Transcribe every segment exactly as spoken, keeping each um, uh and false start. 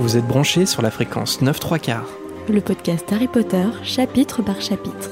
Vous êtes branchés sur la fréquence neuf trois quarts. Le podcast Harry Potter, chapitre par chapitre.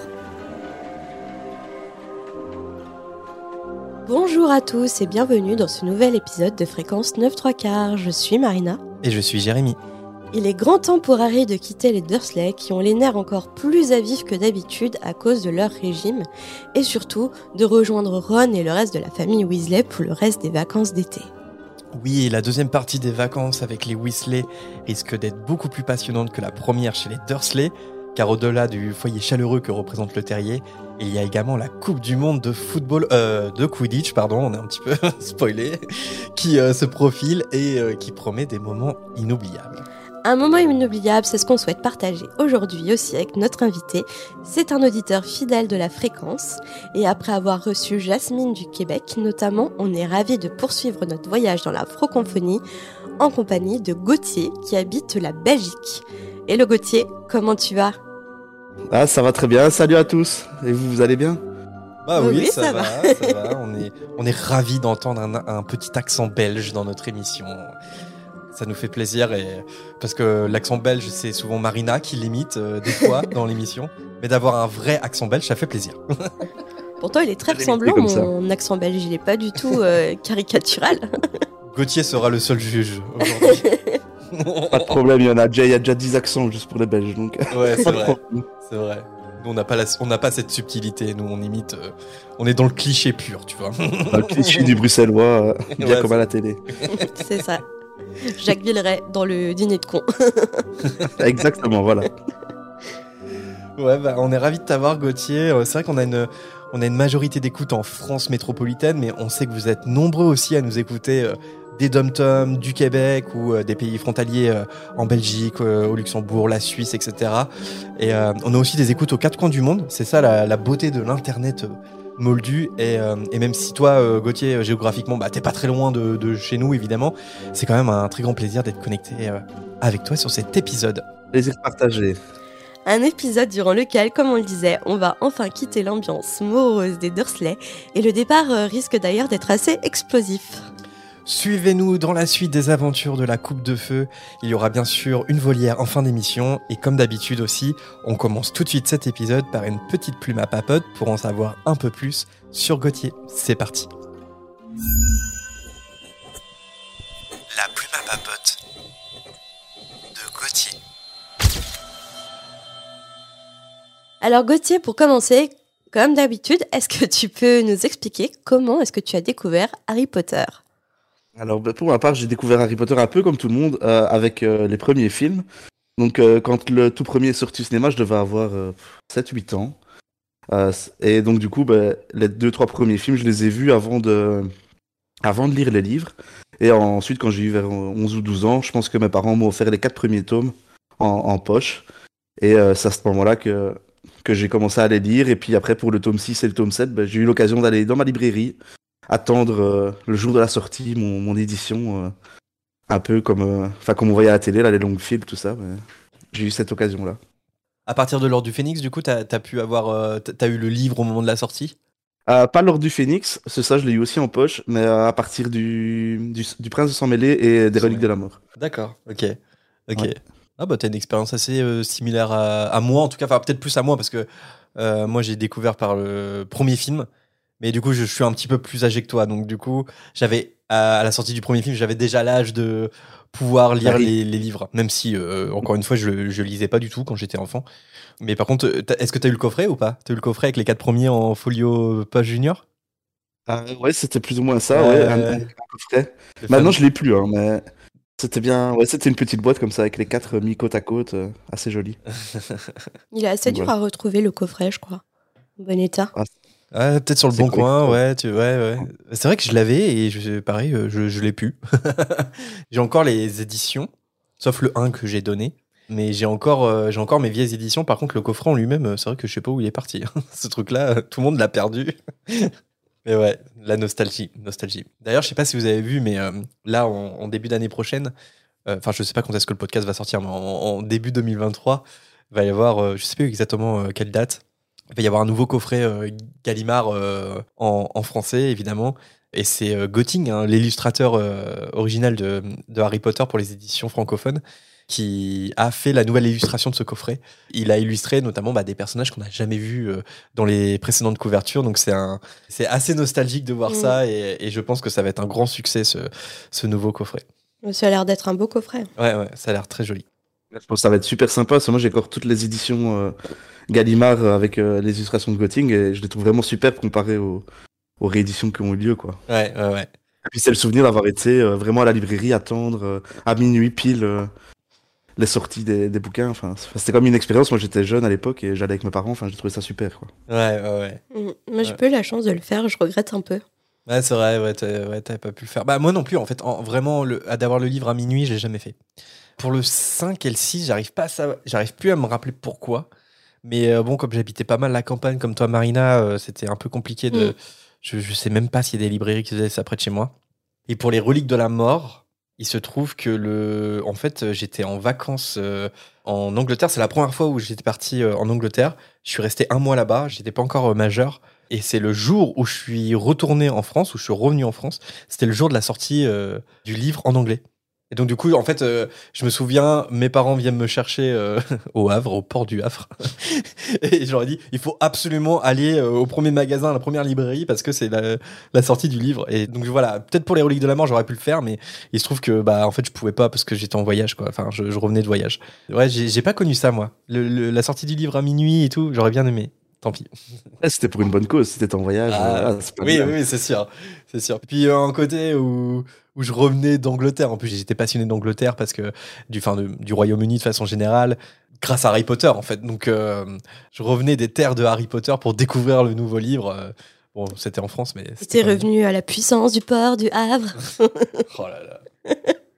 Bonjour à tous et bienvenue dans ce nouvel épisode de Fréquence neuf trois quarts. Je suis Marina. Et je suis Jérémy. Il est grand temps pour Harry de quitter les Dursley qui ont les nerfs encore plus à vif que d'habitude à cause de leur régime et surtout de rejoindre Ron et le reste de la famille Weasley pour le reste des vacances d'été. Oui, la deuxième partie des vacances avec les Weasley risque d'être beaucoup plus passionnante que la première chez les Dursley, car au-delà du foyer chaleureux que représente le terrier, il y a également la Coupe du Monde de football, euh, de Quidditch, pardon, on est un petit peu spoilé, qui euh, se profile et euh, qui promet des moments inoubliables. Un moment inoubliable, c'est ce qu'on souhaite partager aujourd'hui aussi avec notre invité. C'est un auditeur fidèle de la fréquence et après avoir reçu Jasmine du Québec, notamment, on est ravis de poursuivre notre voyage dans la francophonie en compagnie de Gauthier qui habite la Belgique. Hello Gauthier, comment tu vas ? Ah, ça va très bien, salut à tous. Et vous, vous allez bien ? Bah oui, oui ça, ça va, va. ça va. On est, on est ravis d'entendre un, un petit accent belge dans notre émission. Ça nous fait plaisir et parce que l'accent belge, c'est souvent Marina qui l'imite euh, des fois dans l'émission, mais d'avoir un vrai accent belge, ça fait plaisir. Pourtant, il est très ressemblant, mon accent belge, il n'est pas du tout euh, caricatural. Gauthier sera le seul juge aujourd'hui. Pas de problème, il y en a déjà, il y a déjà dix accents juste pour les Belges, donc. Ouais, c'est pas de vrai. problème. C'est vrai. Nous, on n'a pas, la, on n'a pas cette subtilité. Nous, on imite. Euh, on est dans le cliché pur, tu vois. Le cliché du bruxellois, euh, bien Ouais, comme c'est- à la télé. C'est ça. Jacques Villeray dans le dîner de con. Exactement, voilà. Ouais, bah, on est ravis de t'avoir, Gauthier. Euh, C'est vrai qu'on a une, on a une majorité d'écoute en France métropolitaine, mais on sait que vous êtes nombreux aussi à nous écouter euh, des dom-toms, du Québec ou euh, des pays frontaliers euh, en Belgique, euh, au Luxembourg, la Suisse, et cetera. Et euh, on a aussi des écoutes aux quatre coins du monde. C'est ça la, la beauté de l'Internet euh, moldu. Et, euh, et même si toi, euh, Gauthier, euh, géographiquement, bah, t'es pas très loin de, de chez nous, évidemment, c'est quand même un très grand plaisir d'être connecté euh, avec toi sur cet épisode. Plaisir partagé. Un épisode durant lequel, comme on le disait, on va enfin quitter l'ambiance morose des Dursley et le départ euh, risque d'ailleurs d'être assez explosif. Suivez-nous dans la suite des aventures de la Coupe de Feu. Il y aura bien sûr une volière en fin d'émission. Et comme d'habitude aussi, on commence tout de suite cet épisode par une petite plume à papote pour en savoir un peu plus sur Gauthier. C'est parti. La plume à papote de Gauthier. Alors Gauthier, pour commencer, comme d'habitude, est-ce que tu peux nous expliquer comment est-ce que tu as découvert Harry Potter ? Alors, bah, pour ma part, j'ai découvert Harry Potter un peu comme tout le monde, euh, avec euh, les premiers films. Donc, euh, quand le tout premier est sorti au cinéma, je devais avoir euh, sept huit ans. Euh, et donc, du coup, bah, les deux trois premiers films, je les ai vus avant de, avant de lire les livres. Et ensuite, quand j'ai eu vers onze ou douze ans, je pense que mes parents m'ont offert les quatre premiers tomes en, en poche. Et euh, c'est à ce moment-là que, que j'ai commencé à les lire. Et puis après, pour le tome six et le tome sept, bah, j'ai eu l'occasion d'aller dans ma librairie, attendre euh, le jour de la sortie, mon, mon édition, euh, un peu comme, euh, enfin comme on voyait à la télé, là, les longues files, tout ça. Mais j'ai eu cette occasion-là. À partir de l'Ordre du Phénix, du coup, t'as, t'as pu avoir, euh, t'as t'as eu le livre au moment de la sortie ? Euh, pas l'Ordre du Phénix, c'est ça, je l'ai eu aussi en poche, mais euh, à partir du, du, du Prince de Sang-Mêlé et des Reliques de la Mort. D'accord, ok. Ok. Ouais. Ah bah t'as une expérience assez euh, similaire à, à moi, en tout cas, enfin peut-être plus à moi, parce que euh, moi j'ai découvert par le premier film, mais du coup je, je suis un petit peu plus âgé que toi, donc du coup j'avais, à, à la sortie du premier film, j'avais déjà l'âge de pouvoir lire Harry. les, les livres, même si, euh, encore une fois, je, je lisais pas du tout quand j'étais enfant. Mais par contre, t'as- est-ce que t'as eu le coffret ou pas ? T'as eu le coffret avec les quatre premiers en folio poche junior ? Euh, ouais, c'était plus ou moins ça, Euh, ouais, un, un- un coffret. Le Maintenant, fameux- je l'ai plus, hein, mais c'était bien. Ouais, c'était une petite boîte comme ça avec les quatre mis côte à côte, euh, assez joli. Il est assez dur Voilà. à retrouver le coffret, je crois. En bon état. Ah, peut-être sur le C'est bon correct, coin, ouais. ouais, tu, ouais, ouais. C'est vrai que je l'avais et je, pareil, euh, je, je l'ai plus. J'ai encore les éditions, sauf le un que j'ai donné. Mais j'ai encore, euh, j'ai encore mes vieilles éditions. Par contre, le coffret en lui-même, euh, c'est vrai que je sais pas où il est parti. Ce truc-là, euh, tout le monde l'a perdu. Mais ouais, la nostalgie, nostalgie. D'ailleurs, je sais pas si vous avez vu, mais euh, là, en, en début d'année prochaine, euh, enfin, je sais pas quand est-ce que le podcast va sortir, mais en, en début deux mille vingt-trois, il va y avoir, euh, je sais pas exactement euh, quelle date, il va y avoir un nouveau coffret euh, Gallimard euh, en, en français, évidemment. Et c'est euh, Gotting, hein, l'illustrateur euh, original de, de Harry Potter pour les éditions francophones, qui a fait la nouvelle illustration de ce coffret. Il a illustré notamment bah, des personnages qu'on n'a jamais vus euh, dans les précédentes couvertures. Donc c'est, un, c'est assez nostalgique de voir mmh. ça et, et je pense que ça va être un grand succès ce, ce nouveau coffret. Ça a l'air d'être un beau coffret. Ouais, ouais, ça a l'air très joli. Je pense que ça va être super sympa. Parce que moi, j'ai encore toutes les éditions euh, Gallimard avec euh, les illustrations de Gotting et je les trouve vraiment super comparées aux, aux rééditions qui ont eu lieu, quoi. Ouais, ouais, ouais. Et puis c'est le souvenir d'avoir été euh, vraiment à la librairie, attendre euh, à minuit pile euh, les sorties des, des bouquins. Enfin, c'était comme une expérience. Moi, j'étais jeune à l'époque et j'allais avec mes parents. Enfin, j'ai trouvé ça super, quoi. Ouais, ouais, ouais. Mmh. Moi, j'ai ouais. pas eu la chance de le faire. Je regrette un peu. Ouais, c'est vrai. Ouais, t'avais, ouais, t'avais pas pu le faire. Bah moi non plus. En fait, en, vraiment, le, d'avoir le livre à minuit, j'ai jamais fait. Pour le cinq et le six, j'arrive pas à savoir, j'arrive plus à me rappeler pourquoi. Mais euh, bon, comme j'habitais pas mal la campagne, comme toi, Marina, euh, c'était un peu compliqué de. Mmh. Je, je sais même pas s'il y a des librairies qui faisaient ça près de chez moi. Et pour les reliques de la mort, il se trouve que le, en fait, j'étais en vacances euh, en Angleterre. C'est la première fois où j'étais parti euh, en Angleterre. Je suis resté un mois là-bas. J'étais pas encore euh, majeur. Et c'est le jour où je suis retourné en France, où je suis revenu en France. C'était le jour de la sortie euh, du livre en anglais. Et donc, du coup, en fait, euh, je me souviens, mes parents viennent me chercher euh, au Havre, au port du Havre. Et je leur ai dit, il faut absolument aller euh, au premier magasin, à la première librairie, parce que c'est la, la sortie du livre. Et donc, voilà, peut-être pour les reliques de la mort, j'aurais pu le faire, mais il se trouve que, bah, en fait, je pouvais pas parce que j'étais en voyage, quoi. Enfin, je, je revenais de voyage. Ouais, j'ai, j'ai pas connu ça, moi. Le, le, la sortie du livre à minuit et tout, j'aurais bien aimé. Tant pis. Ouais, c'était pour une bonne cause, c'était en voyage. Ah, euh, ah, c'est pas oui, bien. oui, c'est sûr. C'est sûr. Puis euh, un côté où, où je revenais d'Angleterre. En plus, j'étais passionné d'Angleterre parce que du, fin, de, du Royaume-Uni de façon générale, grâce à Harry Potter, en fait. Donc, euh, je revenais des terres de Harry Potter pour découvrir le nouveau livre. Bon, c'était en France, mais. C'était revenu même... à la puissance du port du Havre. Oh là là.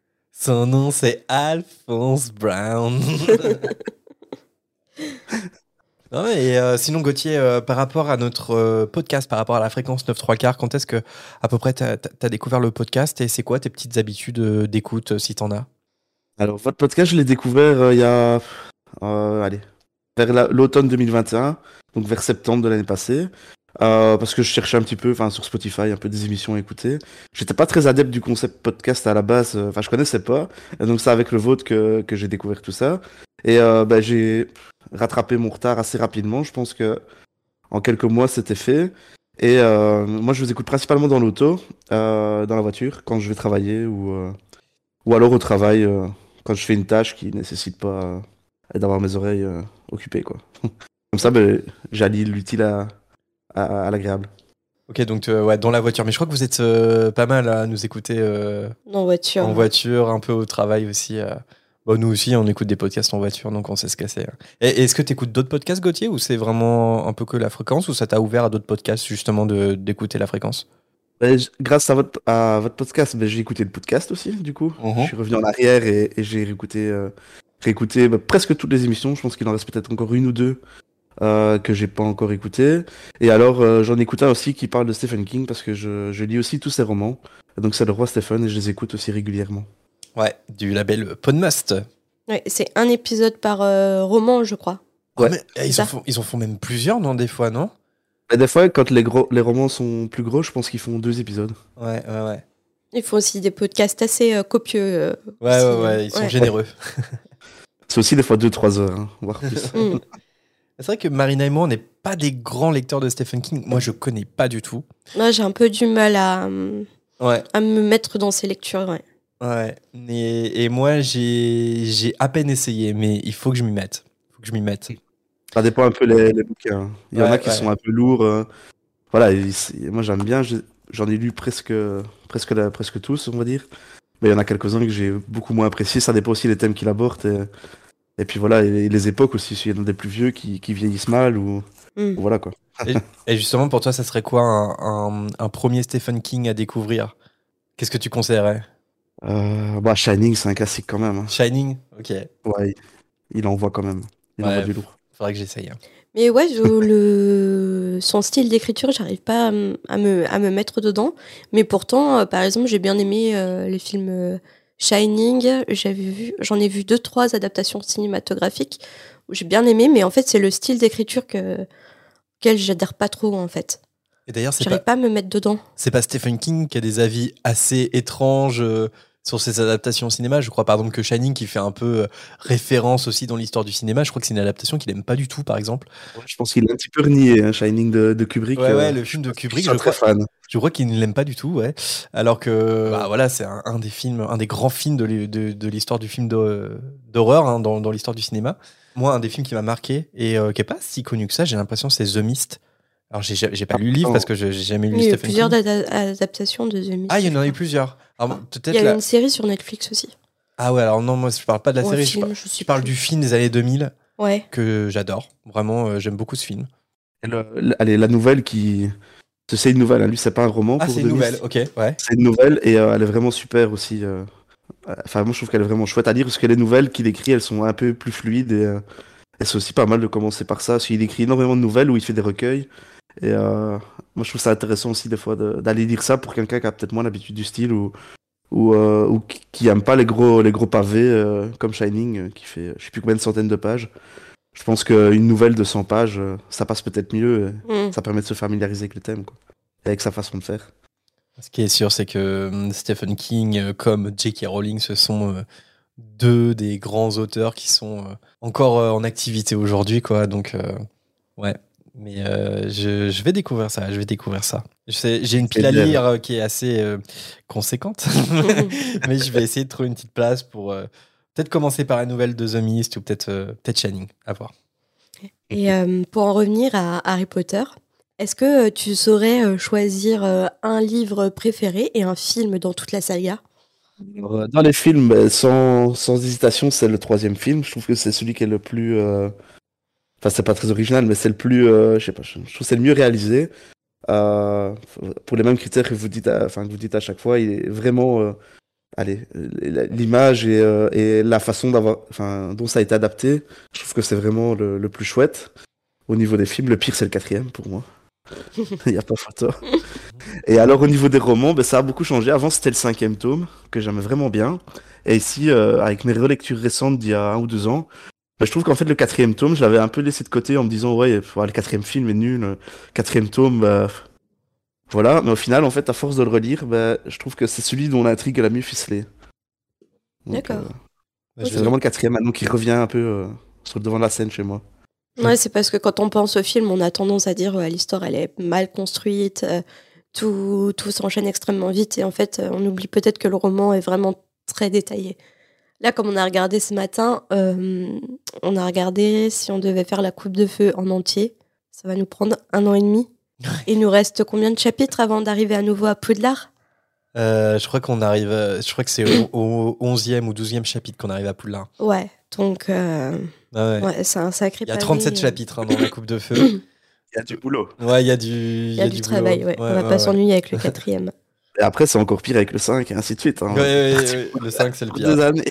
Son nom, c'est Alphonse Brown. Non, et euh, sinon, Gauthier, euh, par rapport à notre euh, podcast, par rapport à la fréquence neuf trois quarts, quand est-ce que, à peu près, t'as, t'as découvert le podcast et c'est quoi tes petites habitudes euh, d'écoute, euh, si t'en as? Alors, votre podcast, je l'ai découvert euh, il y a. Euh, allez. Vers la, l'automne deux mille vingt et un, donc vers septembre de l'année passée. Euh, parce que je cherchais un petit peu, enfin, sur Spotify, un peu des émissions à écouter. J'étais pas très adepte du concept podcast à la base, enfin, euh, je connaissais pas. Et donc, c'est avec le vôtre que, que j'ai découvert tout ça. Et euh, bah, j'ai rattrapé mon retard assez rapidement. Je pense que en quelques mois, c'était fait. Et euh, moi, je vous écoute principalement dans l'auto, euh, dans la voiture, quand je vais travailler ou, euh, ou alors au travail, euh, quand je fais une tâche qui nécessite pas euh, d'avoir mes oreilles euh, occupées, quoi. Comme ça, ben, j'allie l'utile à, à, à l'agréable. Ok, donc euh, ouais, dans la voiture. Mais je crois que vous êtes euh, pas mal à nous écouter euh, en voiture. En voiture, un peu au travail aussi. Euh. Bon, nous aussi, on écoute des podcasts en voiture, donc on sait ce que c'est. Et est-ce que tu écoutes d'autres podcasts, Gauthier, ou c'est vraiment un peu que la fréquence, ou ça t'a ouvert à d'autres podcasts, justement, de, d'écouter la fréquence? Ben, grâce à votre, à votre podcast, ben, j'ai écouté le podcast aussi, du coup. Uh-huh. Je suis revenu en arrière et, et j'ai réécouté, euh, réécouté ben, presque toutes les émissions. Je pense qu'il en reste peut-être encore une ou deux euh, que j'ai pas encore écoutées. Et alors, euh, j'en écoute un aussi qui parle de Stephen King, parce que je, je lis aussi tous ses romans. Donc c'est le roi Stephen et je les écoute aussi régulièrement. Ouais, du label Podmust. Ouais, c'est un épisode par euh, roman, je crois. Ouais. Oh, mais, eh, ils, en font, ils en font même plusieurs, non, des fois, non? Et des fois, quand les, gros, les romans sont plus gros, je pense qu'ils font deux épisodes. Ouais, ouais, ouais. Ils font aussi des podcasts assez euh, copieux. Euh, ouais, aussi, ouais, ouais, ils sont ouais. généreux. C'est aussi des fois deux trois heures, hein, voire plus. mm. C'est vrai que Marina et moi, on n'est pas des grands lecteurs de Stephen King. Moi, je connais pas du tout. Moi, j'ai un peu du mal à, ouais. à me mettre dans ces lectures, ouais. Ouais, et, et moi j'ai, j'ai à peine essayé, mais il faut que je m'y mette. Faut que je m'y mette. Ça dépend un peu les, les bouquins. Il y ouais, en a qui ouais. sont un peu lourds. Euh, voilà, et, moi j'aime bien, j'en ai lu presque, presque, la, presque tous, on va dire. Mais il y en a quelques-uns que j'ai beaucoup moins appréciés. Ça dépend aussi des thèmes qu'il aborde. Et, et puis voilà, et les époques aussi. Il y en a des plus vieux qui, qui vieillissent mal ou, mm. ou voilà quoi. et, et justement, pour toi, ça serait quoi un, un, un premier Stephen King à découvrir? Qu'est-ce que tu conseillerais? Euh, bah, Shining, c'est un classique quand même. Hein. Shining, ok. Ouais, il envoie quand même. Il ouais, envoie du lourd. Faudrait que j'essaye. Hein. Mais ouais, je, le... son style d'écriture, j'arrive pas à, m- à, me, à me mettre dedans. Mais pourtant, euh, par exemple, j'ai bien aimé euh, les films euh, Shining. J'avais vu, j'en ai vu deux, trois adaptations cinématographiques où j'ai bien aimé. Mais en fait, c'est le style d'écriture que, auquel j'adhère pas trop, en fait. Et d'ailleurs, c'est j'arrive pas... pas à me mettre dedans. C'est pas Stephen King qui a des avis assez étranges. Euh... sur ses adaptations au cinéma. Je crois par exemple que Shining, qui fait un peu euh, référence aussi dans l'histoire du cinéma, je crois que c'est une adaptation qu'il aime pas du tout, par exemple. Ouais, je pense qu'il est un petit peu renié, hein, Shining de, de Kubrick. Ouais, ouais, euh, le film de je suis Kubrick, pas je très crois, fan. je crois qu'il ne l'aime pas du tout, ouais. Alors que, bah voilà, c'est un, un des films, un des grands films de, l'hi- de, de l'histoire du film d'hor- d'horreur hein, dans, dans l'histoire du cinéma. Moi, un des films qui m'a marqué et euh, qui est pas si connu que ça, j'ai l'impression, c'est The Mist. Alors, j'ai, ja- j'ai pas lu le livre non. parce que je- j'ai jamais lu Il y a eu Stephen plusieurs King. ada- adaptations de The Mist. Ah, il y en je a eu crois. plusieurs. Alors, Il y peut-être a eu la... une série sur Netflix aussi. Ah ouais, alors non, moi, je parle pas de la Ou un série, je, film, par- je sais je parle plus. du film des années deux mille Ouais. que j'adore. Vraiment, euh, j'aime beaucoup ce film. Et le- le- allez, la nouvelle qui. C'est une nouvelle, hein, lui, c'est pas un roman Ah, pour c'est une The nouvelle, Mist. ok, ouais. C'est une nouvelle et euh, elle est vraiment super aussi. euh. Enfin, moi, je trouve qu'elle est vraiment chouette à lire parce que les nouvelles qu'il écrit, elles sont un peu plus fluides et, euh, et c'est aussi pas mal de commencer par ça. Parce qu'il écrit énormément de nouvelles où il fait des recueils. Et euh, moi, je trouve ça intéressant aussi des fois de- d'aller lire ça pour quelqu'un qui a peut-être moins l'habitude du style ou, ou, euh, ou qui, qui aime pas les gros, les gros pavés euh, comme Shining, euh, qui fait je sais plus combien de centaines de pages. Je pense qu'une nouvelle de cent pages, euh, ça passe peut-être mieux. et Mm. Ça permet de se familiariser avec le thème, quoi. Et avec sa façon de faire. Ce qui est sûr, c'est que hum, Stephen King, euh, comme J K. Rowling, ce sont euh, deux des grands auteurs qui sont euh, encore euh, en activité aujourd'hui, quoi. Donc, euh, ouais. Mais euh, je, je vais découvrir ça. Je vais découvrir ça. Je sais, j'ai une pile à C'est bien. lire euh, qui est assez euh, conséquente, mais je vais essayer de trouver une petite place pour euh, peut-être commencer par la nouvelle de The Mist ou peut-être euh, peut-être Shining. À voir. Et euh, pour en revenir à Harry Potter, est-ce que euh, tu saurais euh, choisir euh, un livre préféré et un film dans toute la saga? Alors, euh, dans les films, bah, sans, sans hésitation, c'est le troisième film. Je trouve que c'est celui qui est le plus. euh, Enfin, c'est pas très original, mais c'est le plus. euh, Je sais pas, je je trouve que c'est le mieux réalisé. Euh, Pour les mêmes critères que vous dites à, enfin, que vous dites à chaque fois, il est vraiment. euh, Allez, euh, l'image et, euh, et la façon d'avoir, enfin, dont ça a été adapté, je trouve que c'est vraiment le, le plus chouette. Au niveau des films, le pire, c'est le quatrième pour moi. Il n'y a pas photo. Et alors, au niveau des romans, ben, ça a beaucoup changé. Avant, c'était le cinquième tome, que j'aimais vraiment bien. Et ici, euh, avec mes relectures récentes d'il y a un ou deux ans, ben, je trouve qu'en fait, le quatrième tome, je l'avais un peu laissé de côté en me disant, ouais, pff, ouais, le quatrième film est nul. Le quatrième tome, bah, voilà. Mais au final, en fait, à force de le relire, ben, je trouve que c'est celui dont l'intrigue est la mieux ficelée. Donc, D'accord. euh, Bah, Ok. je- c'est vraiment le quatrième maintenant qui revient un peu euh, sur le devant de la scène chez moi. Ouais, c'est parce que quand on pense au film, on a tendance à dire ouais, l'histoire elle est mal construite, euh, tout, tout s'enchaîne extrêmement vite et en fait euh, on oublie peut-être que le roman est vraiment très détaillé. Là, comme on a regardé ce matin, euh, on a regardé si on devait faire la coupe de feu en entier, ça va nous prendre un an et demi. Il nous reste combien de chapitres avant d'arriver à nouveau à Poudlard? Euh, je crois qu'on arrive. euh, Je crois que c'est au, au onzième ou douzième chapitre qu'on arrive à Poudlard. Ouais, donc euh, Ah ouais. ouais, c'est un sacré Il y a pavé, trente-sept euh, chapitres hein, dans la coupe de feu. Il y a du boulot. Ouais, il y a du. Il Il y a du, travail, boulot. ouais. on va pas s'ennuyer avec le quatrième. Et après, c'est encore pire avec le cinq et ainsi de suite. Hein. Ouais, ouais, ouais, ouais, le cinq, c'est le pire. Deux années.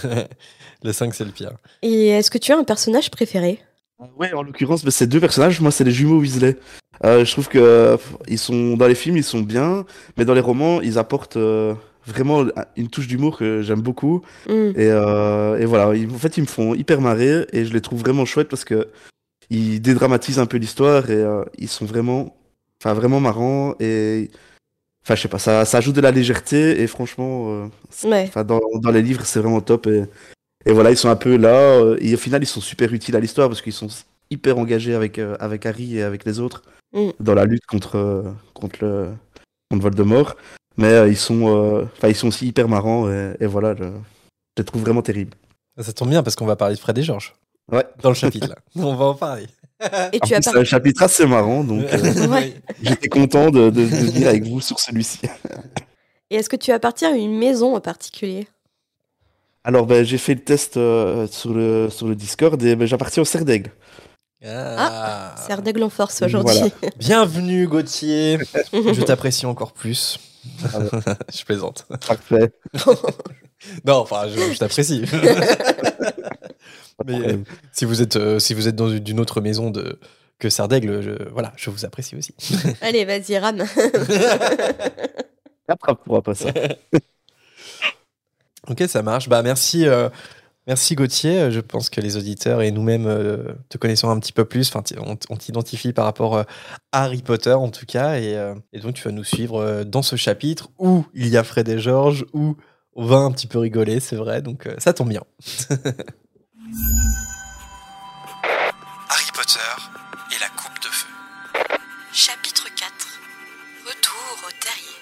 Le cinq, c'est le pire. Et est-ce que tu as un personnage préféré? Ouais, en l'occurrence, bah, ces deux personnages, moi, c'est les jumeaux Weasley. Euh, je trouve que pff, ils sont dans les films, ils sont bien, mais dans les romans, ils apportent euh, vraiment une touche d'humour que j'aime beaucoup. Hmm. Et, euh, et voilà, ils- en fait, ils me font hyper marrer et je les trouve vraiment chouettes parce que ils dédramatisent un peu l'histoire et euh, ils sont vraiment, enfin, vraiment marrants et, enfin, je sais pas, ça, ça ajoute de la légèreté et franchement, euh, c'est- Ouais. enfin, dans, dans les livres, c'est vraiment top et, et voilà, ils sont un peu là euh, et au final, ils sont super utiles à l'histoire parce qu'ils sont hyper engagés avec, euh, avec Harry et avec les autres Mm. dans la lutte contre, euh, contre, le, contre Voldemort. Mais euh, ils, sont, euh, enfin, ils sont aussi hyper marrants et, et voilà, je, je les trouve vraiment terribles. Ça tombe bien parce qu'on va parler de Fred et Georges. Ouais. Dans le chapitre, là. On va en parler. Et En tu as plus, par- c'est un chapitre assez marrant, donc euh, Ouais. j'étais content de, de, de venir avec vous sur celui-ci. Et est-ce que tu appartiens à une maison en particulier? Alors, ben, j'ai fait le test euh, sur, le, sur le Discord et ben, j'appartiens au Cerf d'Aigle. Ah. Serre d'aigle en force aujourd'hui. Voilà. Bienvenue, Gauthier. Je t'apprécie encore plus. Ah ouais. Je plaisante. Parfait. Non, enfin, je, je t'apprécie. Mais euh, si vous êtes, euh, si vous êtes dans une, d'une autre maison de, que Sardaigle, je, voilà, je vous apprécie aussi. Allez, vas-y, rame. Attrape-moi pas ça. Ok, ça marche. Bah, merci, euh, merci Gauthier. Je pense que les auditeurs et nous-mêmes euh, te connaissons un petit peu plus. Enfin, t- on, on t'identifie par rapport euh, à Harry Potter en tout cas. Et, euh, et donc, tu vas nous suivre euh, dans ce chapitre où il y a Fred et Georges, où on va un petit peu rigoler, c'est vrai, donc euh, ça tombe bien. Harry Potter et la coupe de feu. Chapitre quatre. Retour au terrier.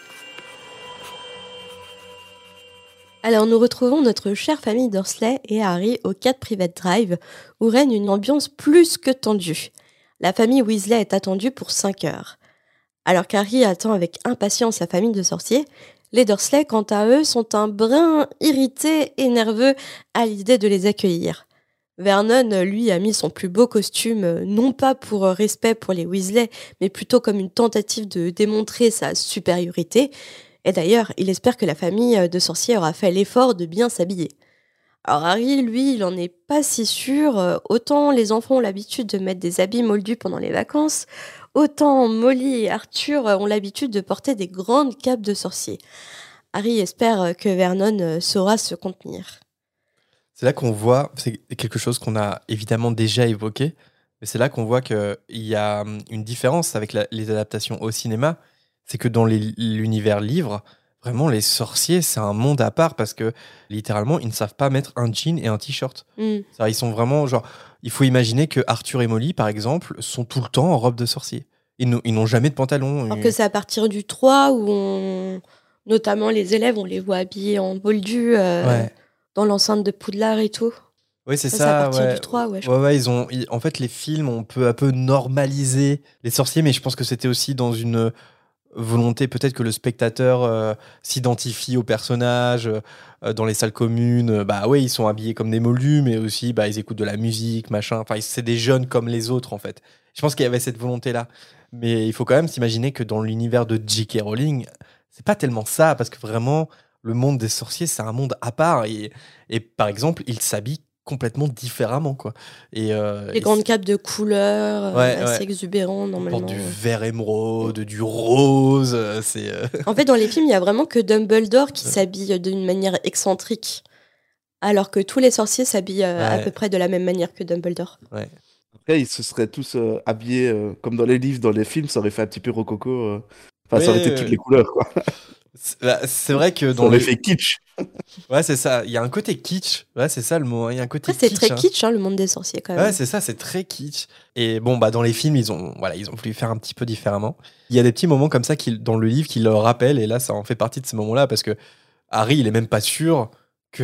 Alors nous retrouvons notre chère famille Dursley et Harry au quatre Private Drive, où règne une ambiance plus que tendue. La famille Weasley est attendue pour cinq heures. Alors qu'Harry attend avec impatience sa famille de sorciers, les Dursley, quant à eux, sont un brin irrités et nerveux à l'idée de les accueillir. Vernon, lui, a mis son plus beau costume, non pas pour respect pour les Weasley, mais plutôt comme une tentative de démontrer sa supériorité. Et d'ailleurs, il espère que la famille de sorciers aura fait l'effort de bien s'habiller. Alors Harry, lui, il en est pas si sûr. Autant les enfants ont l'habitude de mettre des habits moldus pendant les vacances, autant Molly et Arthur ont l'habitude de porter des grandes capes de sorciers. Harry espère que Vernon saura se contenir. C'est là qu'on voit, c'est quelque chose qu'on a évidemment déjà évoqué, mais c'est là qu'on voit qu'il y a une différence avec la, les adaptations au cinéma. C'est que dans les, l'univers livre, vraiment, les sorciers, c'est un monde à part parce que littéralement, ils ne savent pas mettre un jean et un t-shirt. Mm. Ça, ils sont vraiment genre. Il faut imaginer que Arthur et Molly, par exemple, sont tout le temps en robe de sorcier. Ils, n'ont- ils n'ont jamais de pantalon. Alors et- que c'est à partir du trois où on... notamment les élèves, on les voit habillés en boldu euh, Ouais. dans l'enceinte de Poudlard et tout. Oui, c'est Ça, ça. c'est à partir ouais. du trois, ouais. je Ouais, ouais, ils ont. ils- En fait, les films ont peu à peu normalisé les sorciers, mais je pense que c'était aussi dans une volonté, peut-être que le spectateur euh, s'identifie au personnage euh, dans les salles communes. euh, Bah ouais, ils sont habillés comme des moldus, mais aussi bah ils écoutent de la musique, machin. Enfin, c'est des jeunes comme les autres en fait. Je pense qu'il y avait cette volonté-là, mais il faut quand même s'imaginer que dans l'univers de J K. Rowling, c'est pas tellement ça, parce que vraiment le monde des sorciers, c'est un monde à part et, et par exemple, ils s'habillent complètement différemment quoi. Et euh, Les et grandes capes de couleur, euh, Ouais, assez ouais. exubérantes ils normalement. portent du vert émeraude, du rose, euh, c'est euh, En fait, dans les films, il y a vraiment que Dumbledore qui Ouais. s'habille d'une manière excentrique, alors que tous les sorciers s'habillent euh, à Ouais. peu près de la même manière que Dumbledore. ouais. Après, ils se seraient tous euh, habillés euh, comme dans les livres, dans les films, ça aurait fait un petit peu rococo. euh. Enfin, ça aurait Ouais, été ouais. toutes les couleurs, quoi. C'est bah, c'est vrai que Ça dans aurait le fait kitsch. ouais, c'est ça, il y a un côté kitsch. Ouais, c'est ça le mot, hein. Il y a un côté Après, c'est kitsch. très hein. kitsch, hein, le monde des sorciers, quand même. Ouais, c'est ça, c'est très kitsch. Et bon, bah, dans les films, ils ont, voilà, ils ont voulu faire un petit peu différemment. Il y a des petits moments comme ça qui, dans le livre qui le rappellent, et là, ça en fait partie de ces moments-là, parce que Harry, il est même pas sûr que,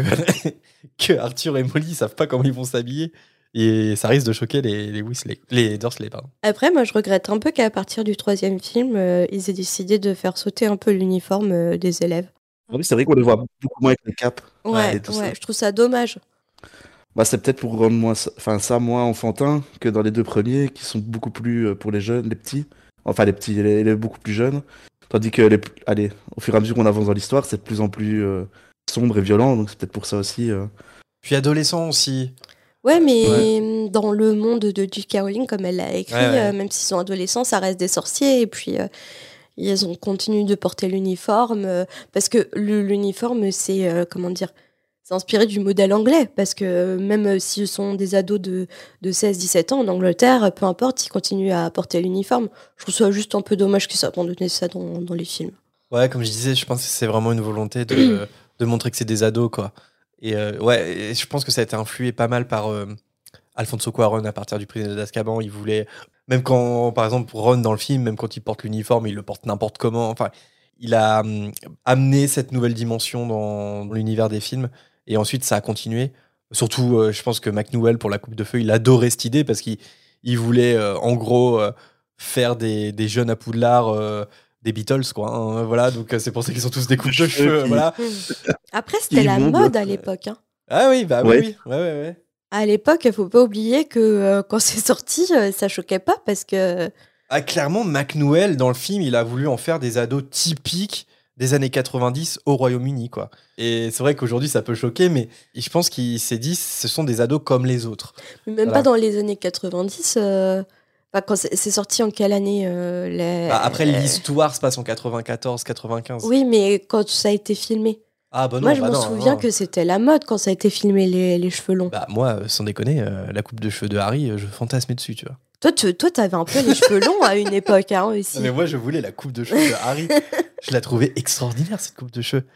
que Arthur et Molly savent pas comment ils vont s'habiller. Et ça risque de choquer les, les Weasley, les Dursley, pardon. Après, moi, je regrette un peu qu'à partir du troisième film, euh, ils aient décidé de faire sauter un peu l'uniforme euh, des élèves. Ah oui, c'est vrai qu'on les voit beaucoup moins avec les capes. Ouais, et tout ouais, ça. je trouve ça dommage. Bah, c'est peut-être pour rendre moins, ça- enfin, ça moins enfantin que dans les deux premiers, qui sont beaucoup plus euh, pour les jeunes, les petits. Enfin, les petits, les, les beaucoup plus jeunes. Tandis que, les, allez, au fur et à mesure qu'on avance dans l'histoire, c'est de plus en plus euh, sombre et violent, donc c'est peut-être pour ça aussi. euh. Puis adolescent aussi. Ouais, mais dans le monde de J K. Rowling, comme elle l'a écrit, Ouais, ouais. euh, même s'ils sont adolescents, ça reste des sorciers. Et puis, euh, ils ont continué de porter l'uniforme. euh, parce que le- l'uniforme, c'est, euh, comment dire, c'est inspiré du modèle anglais. Parce que euh, même euh, s'ils sont des ados de, de seize dix-sept ans en Angleterre, peu importe, ils continuent à porter l'uniforme. Je trouve ça juste un peu dommage qu'ils abandonné ça dans, dans les films. Ouais, comme je disais, je pense que c'est vraiment une volonté de, de montrer que c'est des ados, quoi. Et euh, ouais, et je pense que ça a été influé pas mal par euh, Alfonso Cuarón à partir du Prisonnier d'Azkaban. Il voulait, même quand, par exemple, Ron dans le film, même quand il porte l'uniforme, il le porte n'importe comment. Enfin, il a hum, amené cette nouvelle dimension dans l'univers des films. Et ensuite, ça a continué. Surtout, euh, je pense que McNewell, pour la Coupe de Feu, il adorait cette idée parce qu'il il voulait, euh, en gros, euh, faire des, des jeunes à Poudlard. euh, des Beatles quoi hein, voilà donc euh, c'est pour ça qu'ils ont tous des coupes de cheveux qui- voilà Après, c'était la Immonde. mode à l'époque. Hein. ah oui bah Ouais. oui oui ouais ouais ouais À l'époque, il faut pas oublier que euh, quand c'est sorti, euh, ça choquait pas parce que ah clairement McNewell dans le film il a voulu en faire des ados typiques des années quatre-vingt-dix au Royaume-Uni quoi et c'est vrai qu'aujourd'hui ça peut choquer mais je pense qu'il s'est dit ce sont des ados comme les autres même Voilà. pas dans les années quatre-vingt-dix. euh, enfin, quand c'est c'est sorti en quelle année euh, les- Bah, après l'histoire se passe en quatre-vingt-quatorze quatre-vingt-quinze Oui, mais quand ça a été filmé. ah bah non Moi, je bah me non, souviens non. que c'était la mode quand ça a été filmé, les, les cheveux longs. Bah moi euh, sans déconner euh, la coupe de cheveux de Harry euh, je fantasmais dessus tu vois Toi, tu toi, t'avais un peu les cheveux longs à une époque hein, aussi. mais moi je voulais la coupe de cheveux de Harry je la trouvais extraordinaire cette coupe de cheveux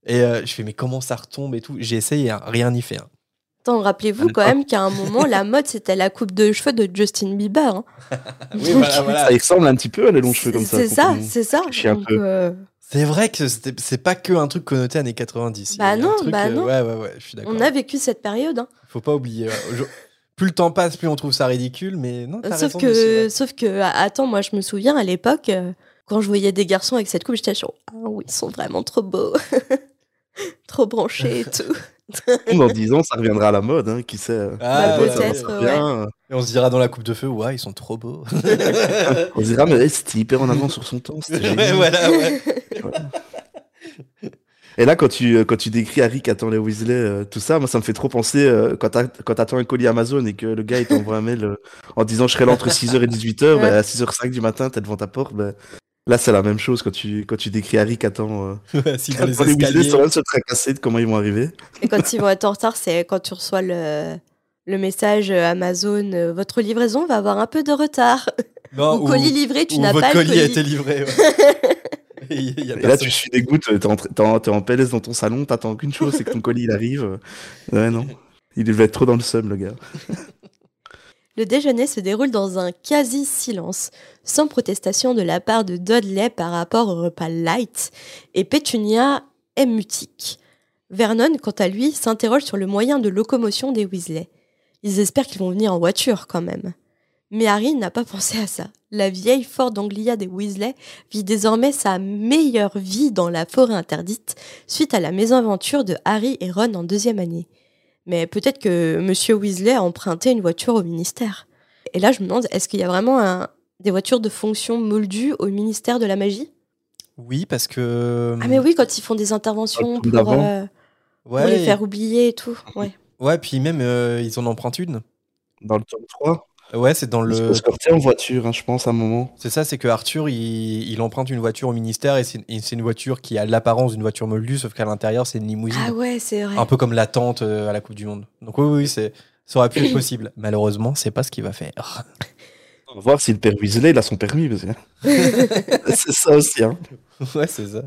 Et euh, je fais, mais comment ça retombe et tout. J'ai essayé, hein, rien n'y fait. Hein. Attends, rappelez-vous quand même qu'à un moment, la mode, c'était la coupe de cheveux de Justin Bieber. Hein. Oui, voilà, voilà. Ça y ressemble un petit peu à les longs cheveux comme ça. C'est ça, on- c'est ça. réfléchit un Donc, peu. euh, C'est vrai que c'était- c'est pas que un truc connoté années quatre-vingt-dix. Bah Il y a un non, truc, bah euh, non. Ouais, ouais, ouais, je suis d'accord. on a vécu cette période. Hein. Faut pas oublier. ouais. Aujourd- Plus le temps passe, plus on trouve ça ridicule, mais non, t'as Sauf raison. que, dessus, ouais. sauf que, a- attends, moi, je me souviens à l'époque, euh, quand je voyais des garçons avec cette coupe, j'étais genre, ah oui, ils sont vraiment trop beaux. Trop branchés et tout. Dans dix ans, ça reviendra à la mode, hein, qui sait. euh, Ah, Bah, ouais, peut-être, ça va ouais. bien, euh, Et on se dira dans la coupe de feu, ouais, ils sont trop beaux. On se dira, mais hey, c'était hyper en avant sur son temps. C'était ouais, génial. voilà, ouais. Voilà. Et là, quand tu, euh, quand tu décris Harry qui attend les Weasley, euh, tout ça, moi, ça me fait trop penser euh, quand t'as- quand t'attends un colis Amazon et que le gars il t'envoie un mail euh, en disant je serai là entre six heures et dix-huit heures, Ouais. bah, à six heures cinq du matin, t'es devant ta porte. Bah, là, c'est la même chose quand tu, quand tu décris Harry qui attend euh, Ouais, si qui dans les attend les Weasley escaliers. sont en train de se tracasser de comment ils vont arriver. Et quand ils vont être en retard, c'est quand tu reçois le, le message euh, Amazon, euh, votre livraison va avoir un peu de retard. Non, ou colis livré, tu ou n'as votre pas le colis colis. a été livré. Ouais. Et il y a Et là, personne. tu suis des gouttes, t'es en, t'es en, t'es en P L S dans ton salon, t'attends qu'une chose, c'est que ton colis il arrive. Ouais, non. Il devait être trop dans le seum, le gars. Le déjeuner se déroule dans un quasi-silence, sans protestation de la part de Dudley par rapport au repas light, et Pétunia est mutique. Vernon, quant à lui, s'interroge sur le moyen de locomotion des Weasley. Ils espèrent qu'ils vont venir en voiture, quand même. Mais Harry n'a pas pensé à ça. La vieille Ford Anglia des Weasley vit désormais sa meilleure vie dans la forêt interdite, suite à la mésaventure de Harry et Ron en deuxième année. Mais peut-être que Monsieur Weasley a emprunté une voiture au ministère. Et là, je me demande, est-ce qu'il y a vraiment un- des voitures de fonction moldues au ministère de la magie ? Oui, parce que. Ah mais oui, quand ils font des interventions Dans le pour, tome d'avant. euh, pour Ouais, les faire oublier et tout. Ouais. ouais, puis même, euh, ils en empruntent une. Dans le tome trois, Ouais, c'est dans il se le. fait escorter en voiture, hein, je pense, à un moment. C'est ça, c'est que Arthur, il, il emprunte une voiture au ministère et c'est et c'est une voiture qui a l'apparence d'une voiture moldue, sauf qu'à l'intérieur, c'est une limousine. Ah ouais, c'est vrai. Un peu comme la tente euh, à la Coupe du Monde. Donc oui, oui, c'est, ça aurait pu être possible. Malheureusement, c'est pas ce qu'il va faire. On va voir si le père Weasley, il a son permis, parce que c'est ça aussi, hein. Ouais, c'est ça.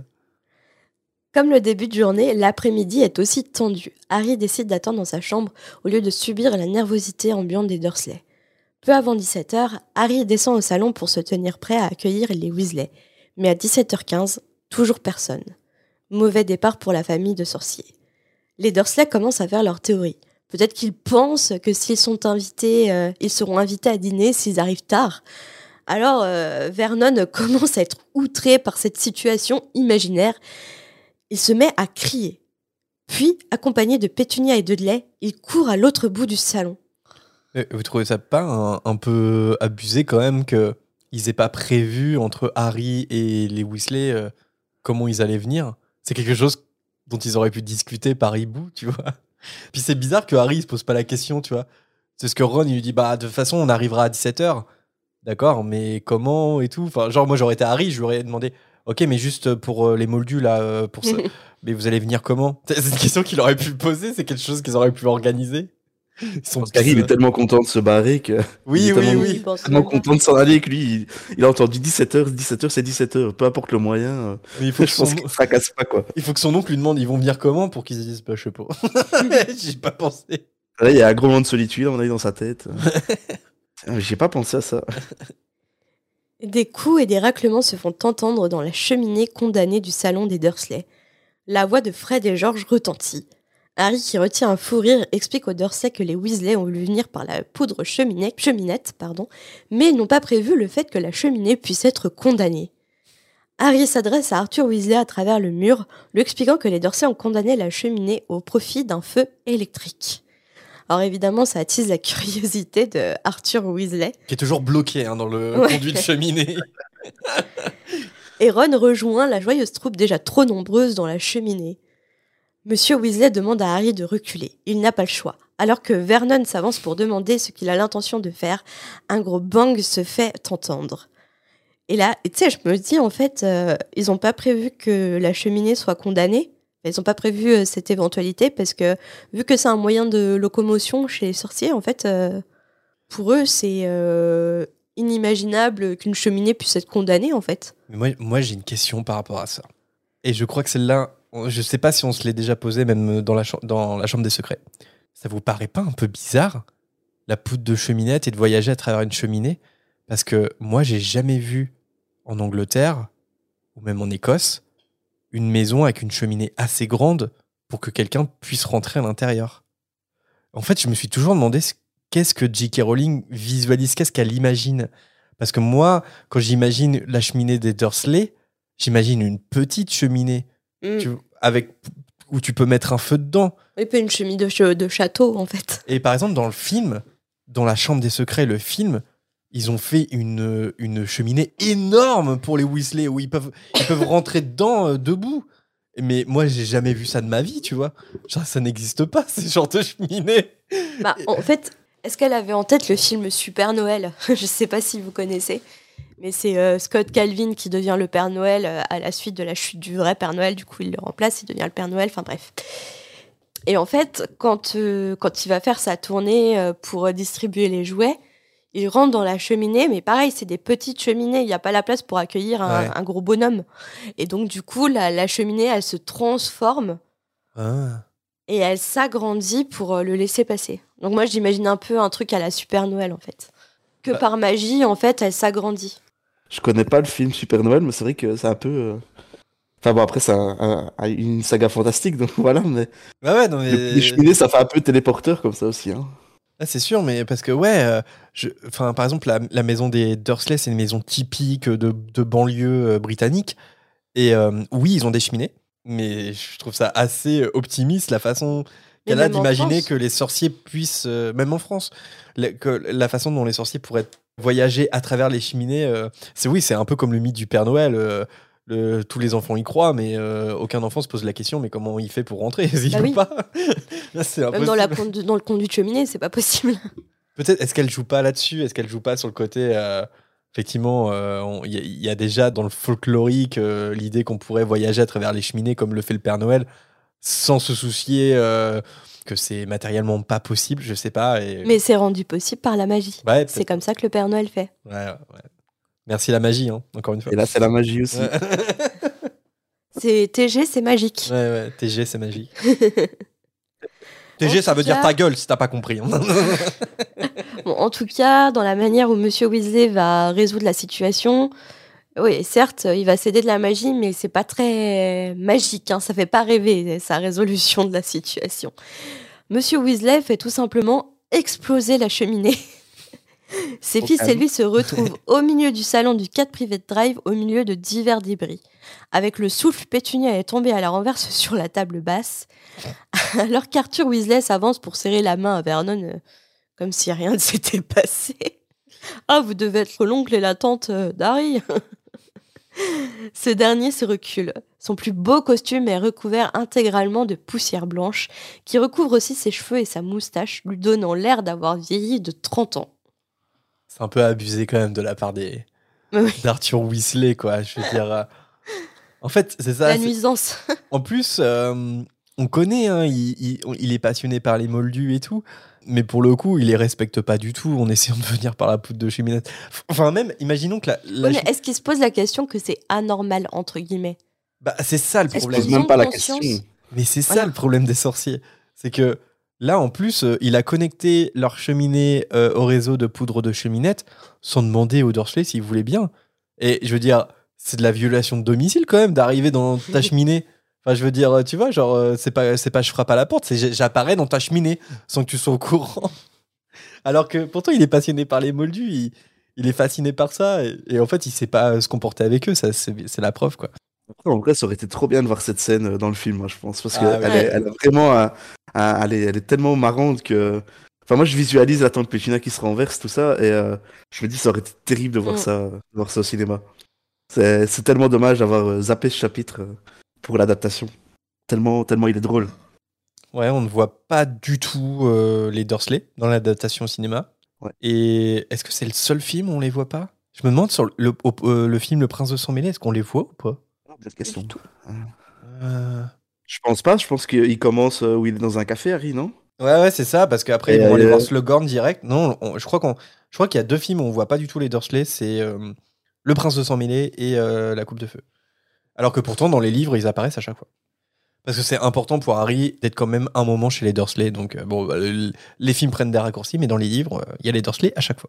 Comme le début de journée, l'après-midi est aussi tendu. Harry décide d'attendre dans sa chambre au lieu de subir la nervosité ambiante des Dursley. Peu avant dix-sept heures, Harry descend au salon pour se tenir prêt à accueillir les Weasley. Mais à dix-sept heures quinze, toujours personne. Mauvais départ pour la famille de sorciers. Les Dursley commencent à faire leur théorie. Peut-être qu'ils pensent que s'ils sont invités, euh, ils seront invités à dîner s'ils arrivent tard. Alors, euh, Vernon commence à être outré par cette situation imaginaire. Il se met à crier. Puis, accompagné de Pétunia et Dudley, il court à l'autre bout du salon. Mais vous trouvez ça pas un, un peu abusé quand même que ils aient pas prévu entre Harry et les Weasley euh, comment ils allaient venir? C'est quelque chose dont ils auraient pu discuter par hibou, tu vois. Puis c'est bizarre que Harry il se pose pas la question, tu vois. C'est ce que Ron il lui dit, bah de toute façon on arrivera à dix-sept heures. D'accord, mais comment et tout. Enfin, genre moi j'aurais été Harry, je lui aurais demandé, ok, mais juste pour euh, les moldus là, euh, pour ça, mais vous allez venir comment? C'est une question qu'il aurait pu poser, c'est quelque chose qu'ils auraient pu organiser. Ils sont Parce qu'Harry, il est tellement content de se barrer que. Oui, il est oui, tellement- oui. Il pense Tellement même pas. content de s'en aller que lui, il, il a entendu dix-sept heures, dix-sept heures, c'est dix-sept heures, peu importe le moyen. euh, Mais il faut que je pense son, qu'il se fracasse pas, quoi. il faut que son oncle lui demande, ils vont venir comment pour qu'ils se disent, bah, je sais pas. J'ai pas pensé. Là, il y a un gros moment de solitude, on a eu dans sa tête. Ah, J'ai pas pensé à ça. Des coups et des raclements se font entendre dans la cheminée condamnée du salon des Dursley. La voix de Fred et George retentit. Harry, qui retient un fou rire, explique aux Dursley que les Weasley ont voulu venir par la poudre cheminée, cheminette, pardon, mais ils n'ont pas prévu le fait que la cheminée puisse être condamnée. Harry s'adresse à Arthur Weasley à travers le mur, lui expliquant que les Dursley ont condamné la cheminée au profit d'un feu électrique. Alors évidemment, ça attise la curiosité de Arthur Weasley. Qui est toujours bloqué hein, dans le Ouais. conduit de cheminée. Et Ron rejoint la joyeuse troupe déjà trop nombreuse dans la cheminée. Monsieur Weasley demande à Harry de reculer. Il n'a pas le choix. Alors que Vernon s'avance pour demander ce qu'il a l'intention de faire, un gros bang se fait entendre. Et là, tu sais, je me dis, en fait, euh, ils n'ont pas prévu que la cheminée soit condamnée. Ils n'ont pas prévu euh, cette éventualité parce que, vu que c'est un moyen de locomotion chez les sorciers, en fait, euh, pour eux, c'est euh, inimaginable qu'une cheminée puisse être condamnée, en fait. Mais moi, moi j'ai une question par rapport à ça. Et je crois que celle-là, je sais pas si on se l'est déjà posé, même dans la, cha- dans la chambre des secrets. Ça vous paraît pas un peu bizarre, la poutre de cheminette et de voyager à travers une cheminée? Parce que moi, j'ai jamais vu en Angleterre, ou même en Écosse, une maison avec une cheminée assez grande pour que quelqu'un puisse rentrer à l'intérieur. En fait, je me suis toujours demandé ce- qu'est-ce que J K. Rowling visualise, qu'est-ce qu'elle imagine. Parce que moi, quand j'imagine la cheminée des Dursley, j'imagine une petite cheminée Mm. tu, avec, où tu peux mettre un feu dedans. Oui, pas une cheminée de, ch- de château, en fait. Et par exemple, dans le film, dans La Chambre des Secrets, le film, ils ont fait une, une cheminée énorme pour les Weasley, où ils peuvent, ils peuvent rentrer dedans euh, debout. Mais moi, j'ai jamais vu ça de ma vie, tu vois. Genre, ça n'existe pas, ces genres de cheminée. Bah, en fait, est-ce qu'elle avait en tête le film Super Noël? Je sais pas si vous connaissez, mais c'est euh, Scott Calvin qui devient le Père Noël euh, à la suite de la chute du vrai Père Noël. Du coup, il le remplace, il devient le Père Noël. Enfin bref. Et en fait, quand, euh, quand il va faire sa tournée euh, pour euh, distribuer les jouets, il rentre dans la cheminée, mais pareil, c'est des petites cheminées. Il n'y a pas la place pour accueillir un, Ouais. un gros bonhomme. Et donc, du coup, la, la cheminée, elle se transforme Ah. et elle s'agrandit pour euh, le laisser passer. Donc moi, j'imagine un peu un truc à la Super Noël, en fait. Que Bah. par magie, en fait, elle s'agrandit. Je connais pas le film Super Noël, mais c'est vrai que c'est un peu. euh, Enfin bon, après, c'est un- un- une saga fantastique, donc voilà, mais. Bah ouais, non mais... Le- Les cheminées, ça fait un peu téléporteur comme ça aussi. Hein. Ah, c'est sûr, mais parce que, ouais, euh, je, enfin, par exemple, la, la maison des Dursley, c'est une maison typique de, de banlieue euh, britannique. Et euh, oui, ils ont des cheminées, mais je trouve ça assez euh, optimiste la façon Mais qu'elle a même en d'imaginer France. que les sorciers puissent, euh, même en France, la, que la façon dont les sorciers pourraient voyager à travers les cheminées. euh, c'est oui, c'est un peu comme le mythe du Père Noël. euh, le- tous les enfants y croient, mais euh, aucun enfant se pose la question, mais comment il fait pour rentrer? Il Bah peut oui. pas. Là, c'est Même dans, la impossible. condu- dans le conduit de cheminée, c'est pas possible. Peut-être, est-ce qu'elle joue pas là-dessus? Est-ce qu'elle joue pas sur le côté. euh, effectivement, euh, on- il y, a- il y a déjà dans le folklorique euh, l'idée qu'on pourrait voyager à travers les cheminées comme le fait le Père Noël, sans se soucier euh, que c'est matériellement pas possible, je sais pas. Et... Mais c'est rendu possible par la magie. Ouais, C'est peut-être. comme ça que le Père Noël fait. Ouais, ouais, ouais. Merci la magie, hein, encore une fois. Et là, c'est la magie aussi. Ouais, C'est T G, c'est magique. ouais, ouais, T G, c'est magique. T G, En ça tout veut dire cas- ta gueule si t'as pas compris. hein. Bon, en tout cas, dans la manière où Monsieur Weasley va résoudre la situation, oui, certes, il va céder de la magie, mais c'est pas très magique. Hein, ça fait pas rêver sa résolution de la situation. Monsieur Weasley fait tout simplement exploser la cheminée. Ses Au fils et calme. lui se retrouvent au milieu du salon du Cat Private Drive, au milieu de divers débris. Avec le souffle, Pétunia est tombée à la renverse sur la table basse, alors qu'Arthur Weasley s'avance pour serrer la main à Vernon, euh, comme si rien ne s'était passé. Ah, vous devez être l'oncle et la tante euh, d'Harry. Ce dernier se recule. Son plus beau costume est recouvert intégralement de poussière blanche, qui recouvre aussi ses cheveux et sa moustache, lui donnant l'air d'avoir vieilli de trente ans. C'est un peu abusé quand même de la part des Oui. d'Arthur Weasley, quoi. Je veux dire. euh, En fait, c'est ça. La c'est- nuisance. En plus, euh, on connaît, hein, il, il- il est passionné par les moldus et tout, mais pour le coup, il les respecte pas du tout en essayant de venir par la poudre de cheminette. Enfin, même, imaginons que la. la Oui, mais chemi- est-ce qu'il se pose la question que c'est anormal, entre guillemets? Bah, c'est ça le Est-ce problème. pose qu'ils ont même pas la conscience question. Mais c'est ça Voilà. le problème des sorciers. C'est que là, en plus, euh, il a connecté leur cheminée euh, au réseau de poudre de cheminette sans demander aux Dursley s'ils voulaient bien. Et je veux dire, c'est de la violation de domicile quand même d'arriver dans ta cheminée. Enfin, je veux dire, tu vois, genre, euh, c'est pas, c'est pas je frappe à la porte, c'est j'- j'apparais dans ta cheminée sans que tu sois au courant. Alors que pourtant, il est passionné par les moldus, il, il est fasciné par ça, et, et en fait, il sait pas euh, se comporter avec eux, ça, c'est c'est la preuve, quoi. Après, en vrai, ça aurait été trop bien de voir cette scène euh, dans le film, moi, je pense. Parce Ah, qu'elle ouais. est, elle est vraiment. un- un- elle, est, elle est tellement marrante que. Enfin, moi, je visualise la tante Pétunia qui se renverse, tout ça, et euh, je me dis, ça aurait été terrible de voir, Mm. ça, de voir ça au cinéma. C'est c'est tellement dommage d'avoir euh, zappé ce chapitre euh, pour l'adaptation. Tellement, tellement il est drôle. Ouais, on ne voit pas du tout euh, les Dursley dans l'adaptation au cinéma. Ouais. Et est-ce que c'est le seul film où on les voit pas? Je me demande sur le, le, au- euh, le film Le Prince de Sang Mêlé, est-ce qu'on les voit ou pas? Cette question. du tout. Euh, Je pense pas, je pense qu'il commence euh, où il est dans un café, Harry, non? Ouais, ouais, c'est ça, parce qu'après, Et ils vont aller euh, voir Slughorn direct. Non, on- je crois qu'on, je crois qu'il y a deux films où on voit pas du tout les Dursley, c'est euh, Le Prince de Sang Mêlé et euh, La Coupe de Feu. Alors que pourtant, dans les livres, ils apparaissent à chaque fois. Parce que c'est important pour Harry d'être quand même un moment chez les Dursley. Donc, euh, bon, bah, le- les films prennent des raccourcis, mais dans les livres, euh, il y a les Dursley à chaque fois.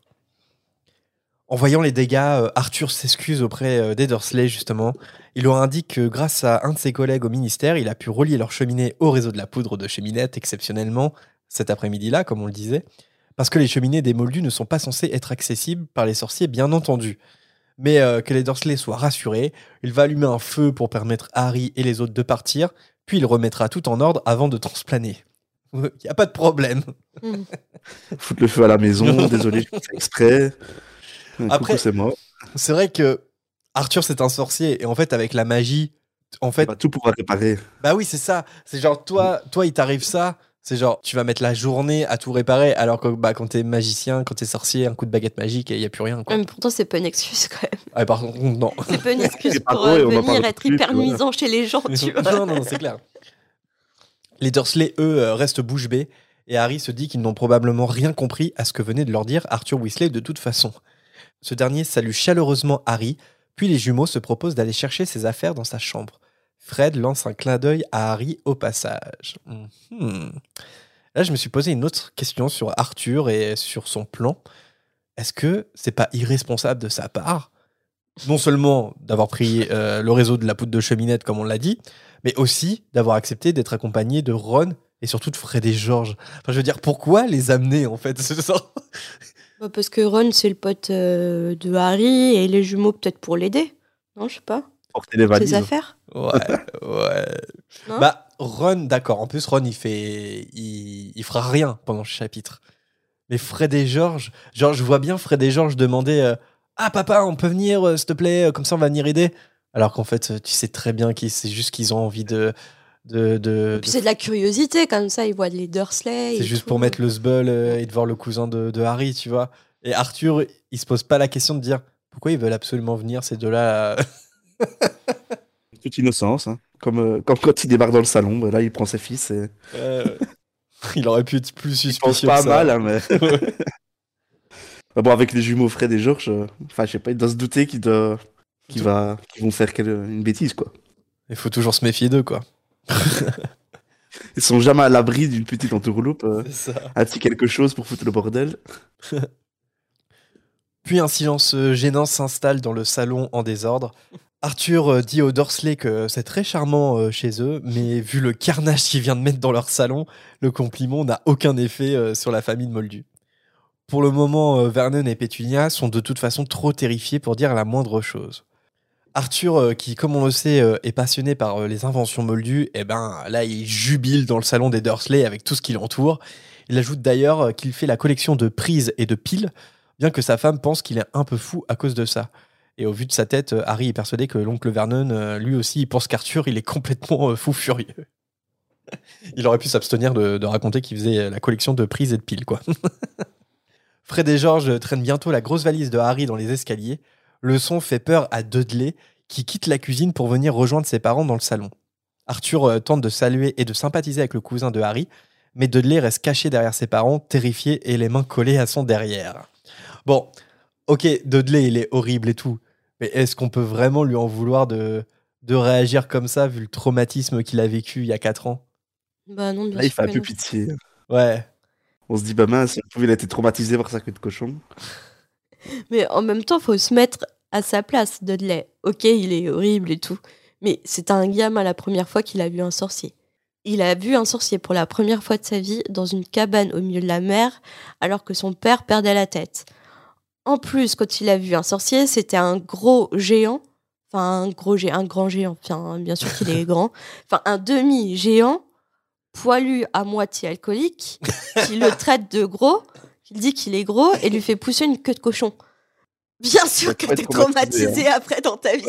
En voyant les dégâts, euh, Arthur s'excuse auprès euh, des Dursley, justement. Il leur indique que grâce à un de ses collègues au ministère, il a pu relier leur cheminée au réseau de la poudre de cheminette, exceptionnellement, cet après-midi-là, comme on le disait. Parce que les cheminées des Moldus ne sont pas censées être accessibles par les sorciers, bien entendu. Mais euh, que les Dursley soient rassurés, il va allumer un feu pour permettre à Harry et les autres de partir, puis il remettra tout en ordre avant de transplaner. Il n'y a pas de problème. Mm. Foutre le feu à la maison, désolé, je fais ça exprès. Après- Coucou, c'est mort. C'est vrai que Arthur, c'est un sorcier, et en fait, avec la magie, en On fait, va tout pouvoir réparer. bah oui, c'est ça. C'est genre, toi, toi il t'arrive ça, c'est genre, tu vas mettre la journée à tout réparer, alors que bah, quand t'es magicien, quand t'es sorcier, un coup de baguette magique, il n'y a plus rien. Quoi. Ouais, mais pourtant, c'est pas une excuse quand même. Ah, par contre, non. C'est pas une excuse C'est pas pour drôle, euh, on va venir pas être plus, hyper voilà. nuisant chez les gens, tu vois. non, non, c'est clair. Les Dursley, eux, euh, restent bouche bée, et Harry se dit qu'ils n'ont probablement rien compris à ce que venait de leur dire Arthur Weasley de toute façon. Ce dernier salue chaleureusement Harry, puis les jumeaux se proposent d'aller chercher ses affaires dans sa chambre. Fred lance un clin d'œil à Harry au passage. Mhm. Là, je me suis posé une autre question sur Arthur et sur son plan. Est-ce que c'est pas irresponsable de sa part, non seulement d'avoir pris euh, le réseau de la poudre de cheminette, comme on l'a dit, mais aussi d'avoir accepté d'être accompagné de Ron et surtout de Fred et George. Enfin, je veux dire, pourquoi les amener, en fait ce genre Bah, parce que Ron, c'est le pote euh, de Harry et les jumeaux, peut-être pour l'aider. Non, je sais pas. Porter les valises. Ses affaires. Ouais, ouais. Non Bah, Ron, d'accord. En plus, Ron, il fait... Il, il fera rien pendant ce chapitre. Mais Fred et George... Genre, je vois bien Fred et George demander euh, Ah, papa, on peut venir, euh, s'il te plaît, euh, comme ça, on va venir aider. » Alors qu'en fait, euh, tu sais très bien que c'est juste qu'ils ont envie de... de, de, Et puis de- c'est de la curiosité, comme ça, ils voient les Dursley. C'est et juste tout. pour mettre le sbul euh, et de voir le cousin de, de Harry, tu vois. Et Arthur, il se pose pas la question de dire pourquoi ils veulent absolument venir, ces deux-là. euh, Toute innocence. Hein. Comme, euh, comme quand il débarque dans le salon, bah là, il prend ses fils et... euh, Il aurait pu être plus Il pense suspicieux pas que ça. mal, hein, mais... Bah bon, avec les jumeaux Fred et George, euh, enfin, je sais pas, il doit se douter qu'ils doit... qu'ils va... qu'ils vont faire quelle- une bêtise, quoi. Il faut toujours se méfier d'eux, quoi. Ils sont jamais à l'abri d'une petite entourloupe. Euh, C'est ça. un petit quelque chose pour foutre le bordel. Puis un silence euh, gênant s'installe dans le salon en désordre. Arthur euh, dit aux Dursley que c'est très charmant euh, chez eux, mais vu le carnage qu'ils viennent de mettre dans leur salon, le compliment n'a aucun effet euh, sur la famille de Moldu. Pour le moment, euh, Vernon et Pétunia sont de toute façon trop terrifiés pour dire la moindre chose. Arthur, euh, qui, comme on le sait, euh, est passionné par euh, les inventions moldues, eh ben là, il jubile dans le salon des Dursley avec tout ce qui l'entoure. Il ajoute d'ailleurs euh, qu'il fait la collection de prises et de piles, bien que sa femme pense qu'il est un peu fou à cause de ça. Et au vu de sa tête, euh, Harry est persuadé que l'oncle Vernon, euh, lui aussi, il pense qu'Arthur, il est complètement euh, fou furieux. Il aurait pu s'abstenir de, de raconter qu'il faisait la collection de prises et de piles, quoi. Fred et George traînent bientôt la grosse valise de Harry dans les escaliers. Le son fait peur à Dudley, qui quitte la cuisine pour venir rejoindre ses parents dans le salon. Arthur euh, tente de saluer et de sympathiser avec le cousin de Harry, mais Dudley reste caché derrière ses parents, terrifié et les mains collées à son derrière. Bon, ok, Dudley, il est horrible et tout, mais est-ce qu'on peut vraiment lui en vouloir de, de réagir comme ça, vu le traumatisme qu'il a vécu il y a quatre ans? Bah non, bien Là, il sûr fait un que peu non. pitié. Ouais. On se dit, bah mince, il pouvait être traumatisé par sa queue de cochon. Mais en même temps, faut se mettre à sa place, Dudley. Ok, il est horrible et tout, mais c'est un gamin la première fois qu'il a vu un sorcier. Il a vu un sorcier pour la première fois de sa vie dans une cabane au milieu de la mer, alors que son père perdait la tête. En plus, quand il a vu un sorcier, c'était un gros géant, enfin un gros géant, un grand géant, enfin bien sûr qu'il est grand, enfin un demi-géant, poilu à moitié alcoolique, qui le traite de gros, qui dit qu'il est gros et lui fait pousser une queue de cochon. Bien sûr Ouais, que tu vas t'es être traumatisé, traumatisé après dans ta vie.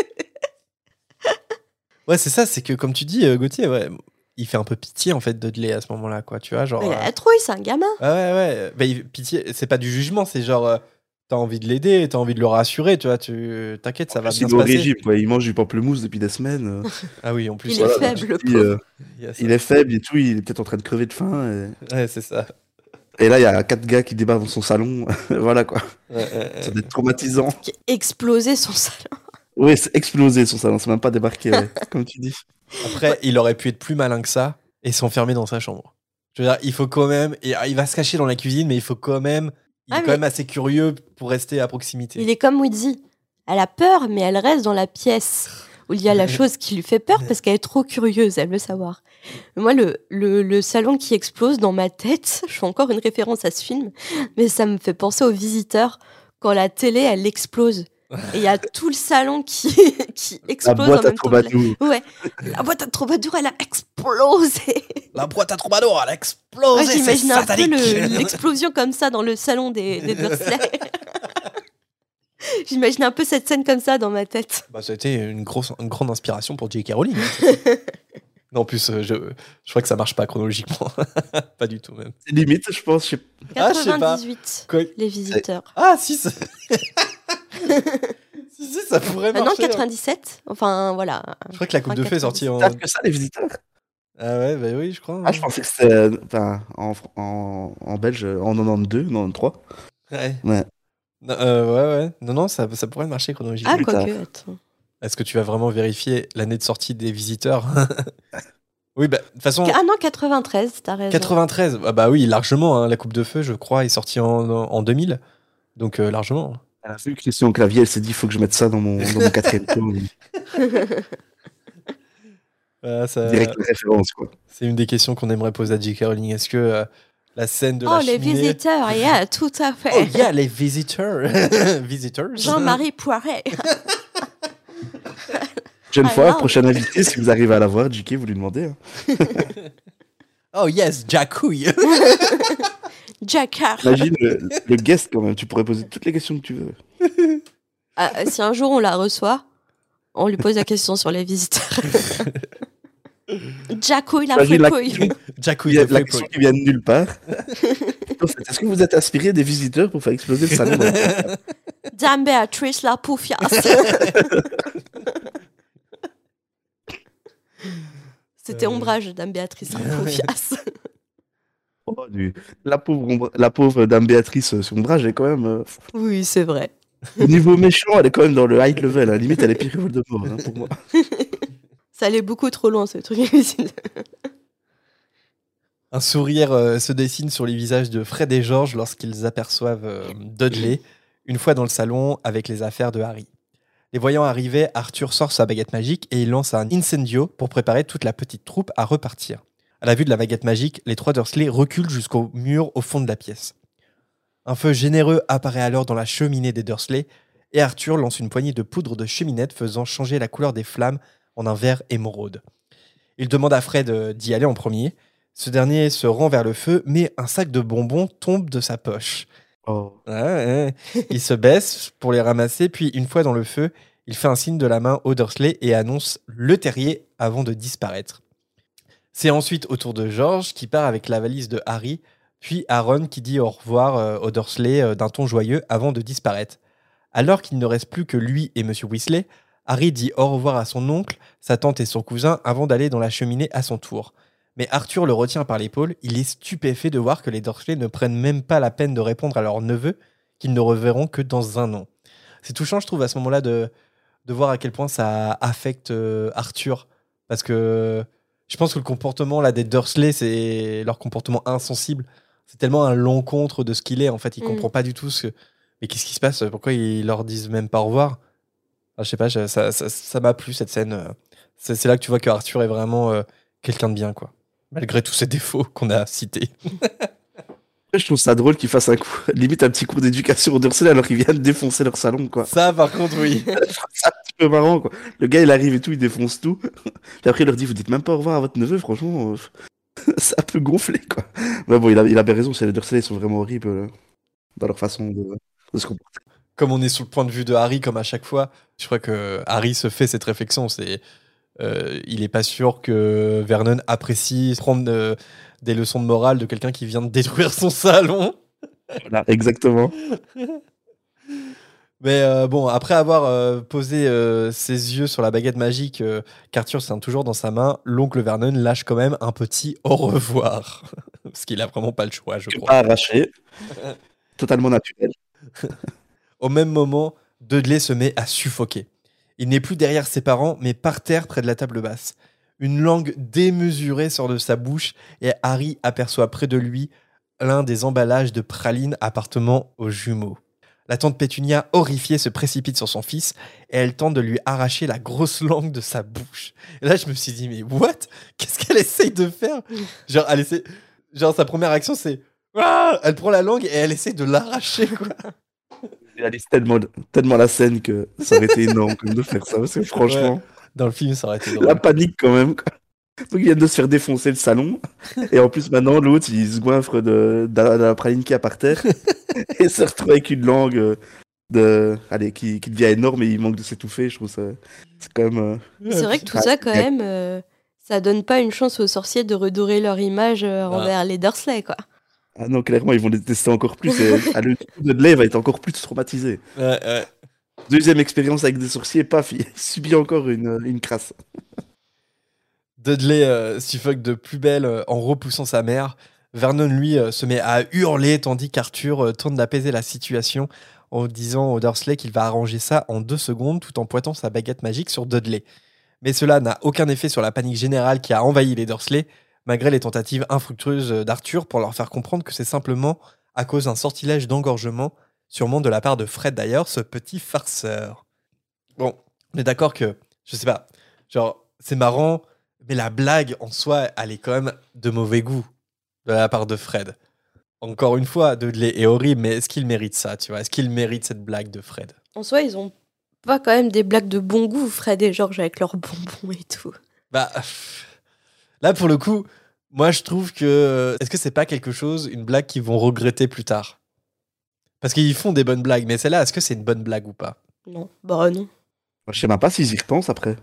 Ouais, c'est ça, c'est que comme tu dis, euh, Gauthier, ouais, il fait un peu pitié en fait, Dudley à ce moment-là, quoi, tu vois, genre. Mais il euh, a la trouille, c'est un gamin. Ah ouais, ouais. Bah, il- pitié, c'est pas du jugement, c'est genre, euh, t'as envie de l'aider, t'as envie de le rassurer, tu vois, tu t'inquiète, ça va En plus, bien il se est au passer. régime, quoi. Il mange du pamplemousse depuis des semaines. euh. Ah oui, en plus. Il voilà, est bah, faible, le Puis, pauvre. euh, il y a ça. il est faible et tout, il est peut-être en train de crever de faim. Ouais, c'est ça. Et, et là, il y a quatre gars qui débarquent dans son salon. Voilà, quoi. Ouais, ouais, ouais. Ça doit être traumatisant. Qui a explosé son salon. Oui, c'est explosé son salon, c'est même pas débarqué, ouais, comme tu dis. Après, il aurait pu être plus malin que ça et s'enfermer dans sa chambre. Je veux dire, il faut quand même. Et il va se cacher dans la cuisine, mais il faut quand même. Il Ah, est quand mais- même assez curieux pour rester à proximité. Il est comme Woody. Elle a peur, mais elle reste dans la pièce où il y a la chose qui lui fait peur parce qu'elle est trop curieuse, elle veut savoir. Moi, le, le, le salon qui explose dans ma tête, je fais encore une référence à ce film, mais ça me fait penser aux visiteurs quand la télé, elle explose. Et il y a tout le salon qui, qui La explose boîte en à même temps. que la- troubadour. Ouais, la boîte à troubadour, elle a explosé. La boîte à troubadour, elle a explosé. Ouais, J'imagine un peu satanique. le- l'explosion comme ça dans le salon des, des Dursley. J'imagine un peu cette scène comme ça dans ma tête. Bah, ça a été une, grosse, une grande inspiration pour J K. Rowling. hein, ça. Non, en plus, euh, je, je crois que ça marche pas chronologiquement. Pas du tout, même. C'est limite, je pense. je sais- Ah, je sais pas. quatre-vingt-dix-huit, Quoi les visiteurs. Ah, si, ça... si, si, ça pourrait Ah non, marcher. hein. quatre-vingt-dix-sept. Enfin, voilà. Je crois que la Coupe de Feu est sortie en. T'as que ça, les visiteurs? Ah ouais, bah oui, je crois. Ah, je pensais que c'était euh, enfin, en, en, en belge euh, en quatre-vingt-douze, quatre-vingt-treize. Ouais. Ouais. Non, euh, ouais, ouais. Non, non, ça, ça pourrait marcher chronologiquement. Ah, plus quoique, tard. attends. Est-ce que tu vas vraiment vérifier l'année de sortie des visiteurs? Oui, bah, de toute façon, Ah non, quatre-vingt-treize, t'as raison. quatre-vingt-treize, ah bah oui, largement. hein, la Coupe de Feu, je crois, est sortie en, en deux mille. Donc, euh, largement. Elle a vu Christian Clavier, elle s'est dit, il faut que je mette ça dans mon, dans mon quatrième tour. Voilà, ça- Direct la référence, quoi. c'est une des questions qu'on aimerait poser à J K. Rowling. Est-ce que euh, la scène de Oh, la les cheminée... visiteurs, yeah, tout à fait. Oh, yeah, les visiteurs. Visitors. Jean-Marie Poiret. Prochaine Ah, fois, non. prochaine invité, si vous arrivez à la voir, J K, vous lui demandez. hein. Oh, yes, Jacouille. Jacquard. Imagine le, le guest, quand même. Tu pourrais poser toutes les questions que tu veux. Ah, si un jour on la reçoit, on lui pose la question sur les visiteurs. Jacouille, la Imagine la fripouille. question, Jacouille, la the flip question qui vient de nulle part. En fait, Est-ce que vous êtes inspiré des visiteurs pour faire exploser le salon? Dame Béatrice, la poufiasse. C'était Euh. ombrage, Dame Béatrice, la poufiasse. Oh, du- la, pauvre, ombre- la pauvre dame Béatrice, euh, son ombrage est quand même. euh, Oui, c'est vrai. Au niveau méchant, elle est quand même dans le high level. À la limite, elle est pire que Voldemort, hein, pour moi. Ça allait beaucoup trop loin, ce truc. Un sourire euh, se dessine sur les visages de Fred et George lorsqu'ils aperçoivent euh, Dudley, une fois dans le salon avec les affaires de Harry. Les voyant arriver, Arthur sort sa baguette magique et il lance un incendio pour préparer toute la petite troupe à repartir. À la vue de la baguette magique, les trois Dursley reculent jusqu'au mur au fond de la pièce. Un feu généreux apparaît alors dans la cheminée des Dursley et Arthur lance une poignée de poudre de cheminette faisant changer la couleur des flammes en un vert émeraude. Il demande à Fred euh, d'y aller en premier. Ce dernier se rend vers le feu, mais un sac de bonbons tombe de sa poche. Oh. Ouais, ouais. Il se baisse pour les ramasser, puis une fois dans le feu, il fait un signe de la main au Dursley et annonce le terrier avant de disparaître. C'est ensuite au tour de George qui part avec la valise de Harry, puis Aaron qui dit au revoir euh, au Dursley euh, d'un ton joyeux avant de disparaître. Alors qu'il ne reste plus que lui et Monsieur Weasley, Harry dit au revoir à son oncle, sa tante et son cousin avant d'aller dans la cheminée à son tour. Mais Arthur le retient par l'épaule, il est stupéfait de voir que les Dursley ne prennent même pas la peine de répondre à leur neveu, qu'ils ne reverront que dans un an. C'est touchant, je trouve, à ce moment-là, de, de voir à quel point ça affecte euh, Arthur. Parce que je pense que le comportement là, des Dursley, c'est leur comportement insensible. C'est tellement à l'encontre de ce qu'il est. En fait, il Mm. comprend pas du tout ce que... Mais qu'est-ce qui se passe? Pourquoi ils leur disent même pas au revoir? Enfin, je sais pas, je- ça, ça, ça m'a plu, cette scène. euh. C'est, c'est là que tu vois que Arthur est vraiment euh, quelqu'un de bien, quoi. Malgré tous ces défauts qu'on a cités. Je trouve ça drôle qu'ils fassent un coup, limite un petit cours d'éducation aux Dursley alors qu'ils viennent défoncer leur salon, quoi. Ça, par contre, oui. Je trouve ça un petit peu marrant, quoi. Le gars, il arrive et tout, il défonce tout. Puis après, il leur dit, vous dites même pas au revoir à votre neveu, franchement, euh, c'est un peu gonflé, quoi. Mais bon, il a, il a bien raison, c'est les Dursley, ils sont vraiment horribles euh, dans leur façon de, de se comporter. Comme on est sous le point de vue de Harry, comme à chaque fois, je crois que Harry se fait cette réflexion. C'est, euh, il est pas sûr que Vernon apprécie prendre euh, des leçons de morale de quelqu'un qui vient de détruire son salon. Voilà, exactement. Mais euh, bon, après avoir euh, posé euh, ses yeux sur la baguette magique euh, qu'Arthur tient toujours dans sa main, l'oncle Vernon lâche quand même un petit au revoir. Parce qu'il a vraiment pas le choix, je crois. Pas arraché. Totalement naturel. Au même moment, Dudley se met à suffoquer. Il n'est plus derrière ses parents, mais par terre près de la table basse. Une langue démesurée sort de sa bouche et Harry aperçoit près de lui l'un des emballages de pralines appartenant aux jumeaux. La tante Pétunia, horrifiée, se précipite sur son fils et elle tente de lui arracher la grosse langue de sa bouche. Et là, je me suis dit, mais what? Qu'est-ce qu'elle essaye de faire? Genre, elle essaie... Genre, sa première action, c'est... Ah, elle prend la langue et elle essaie de l'arracher, quoi. Il réalise tellement, tellement la scène que ça aurait été énorme de faire ça, parce que franchement... Ouais. Dans le film, ça aurait été drôle. La panique quand même, quoi. Donc ils viennent de se faire défoncer le salon, et en plus maintenant l'autre il se goinfre de, de, la, de la praline qu'il y a par terre, et se retrouve avec une langue de, allez, qui, qui devient énorme et il manque de s'étouffer, je trouve ça, c'est quand même... Euh... C'est vrai que tout ça quand même, euh, ça donne pas une chance aux sorciers de redorer leur image euh, envers ah. les Dursley, quoi. Ah non, clairement ils vont les détester encore plus, et ah, le Dudley va être encore plus traumatisé. Ouais, ouais. Deuxième expérience avec des sorciers, paf, il subit encore une, une crasse. Dudley euh, suffoque de plus belle euh, en repoussant sa mère. Vernon, lui, euh, se met à hurler tandis qu'Arthur euh, tente d'apaiser la situation en disant aux Dursley qu'il va arranger ça en deux secondes tout en pointant sa baguette magique sur Dudley. Mais cela n'a aucun effet sur la panique générale qui a envahi les Dursley, malgré les tentatives infructueuses d'Arthur pour leur faire comprendre que c'est simplement à cause d'un sortilège d'engorgement, sûrement de la part de Fred d'ailleurs, ce petit farceur. Bon, on est d'accord que, je sais pas, genre, c'est marrant... Mais la blague, en soi, elle est quand même de mauvais goût de la part de Fred. Encore une fois, Dudley est horrible, mais est-ce qu'il mérite ça, tu vois? Est-ce qu'il mérite cette blague de Fred? En soi, ils ont pas quand même des blagues de bon goût, Fred et George, avec leurs bonbons et tout. Bah, là, pour le coup, moi, je trouve que... Est-ce que c'est pas quelque chose, une blague qu'ils vont regretter plus tard? Parce qu'ils font des bonnes blagues, mais celle-là, est-ce que c'est une bonne blague ou pas? Non, bah non. Je sais même pas s'ils y repensent après.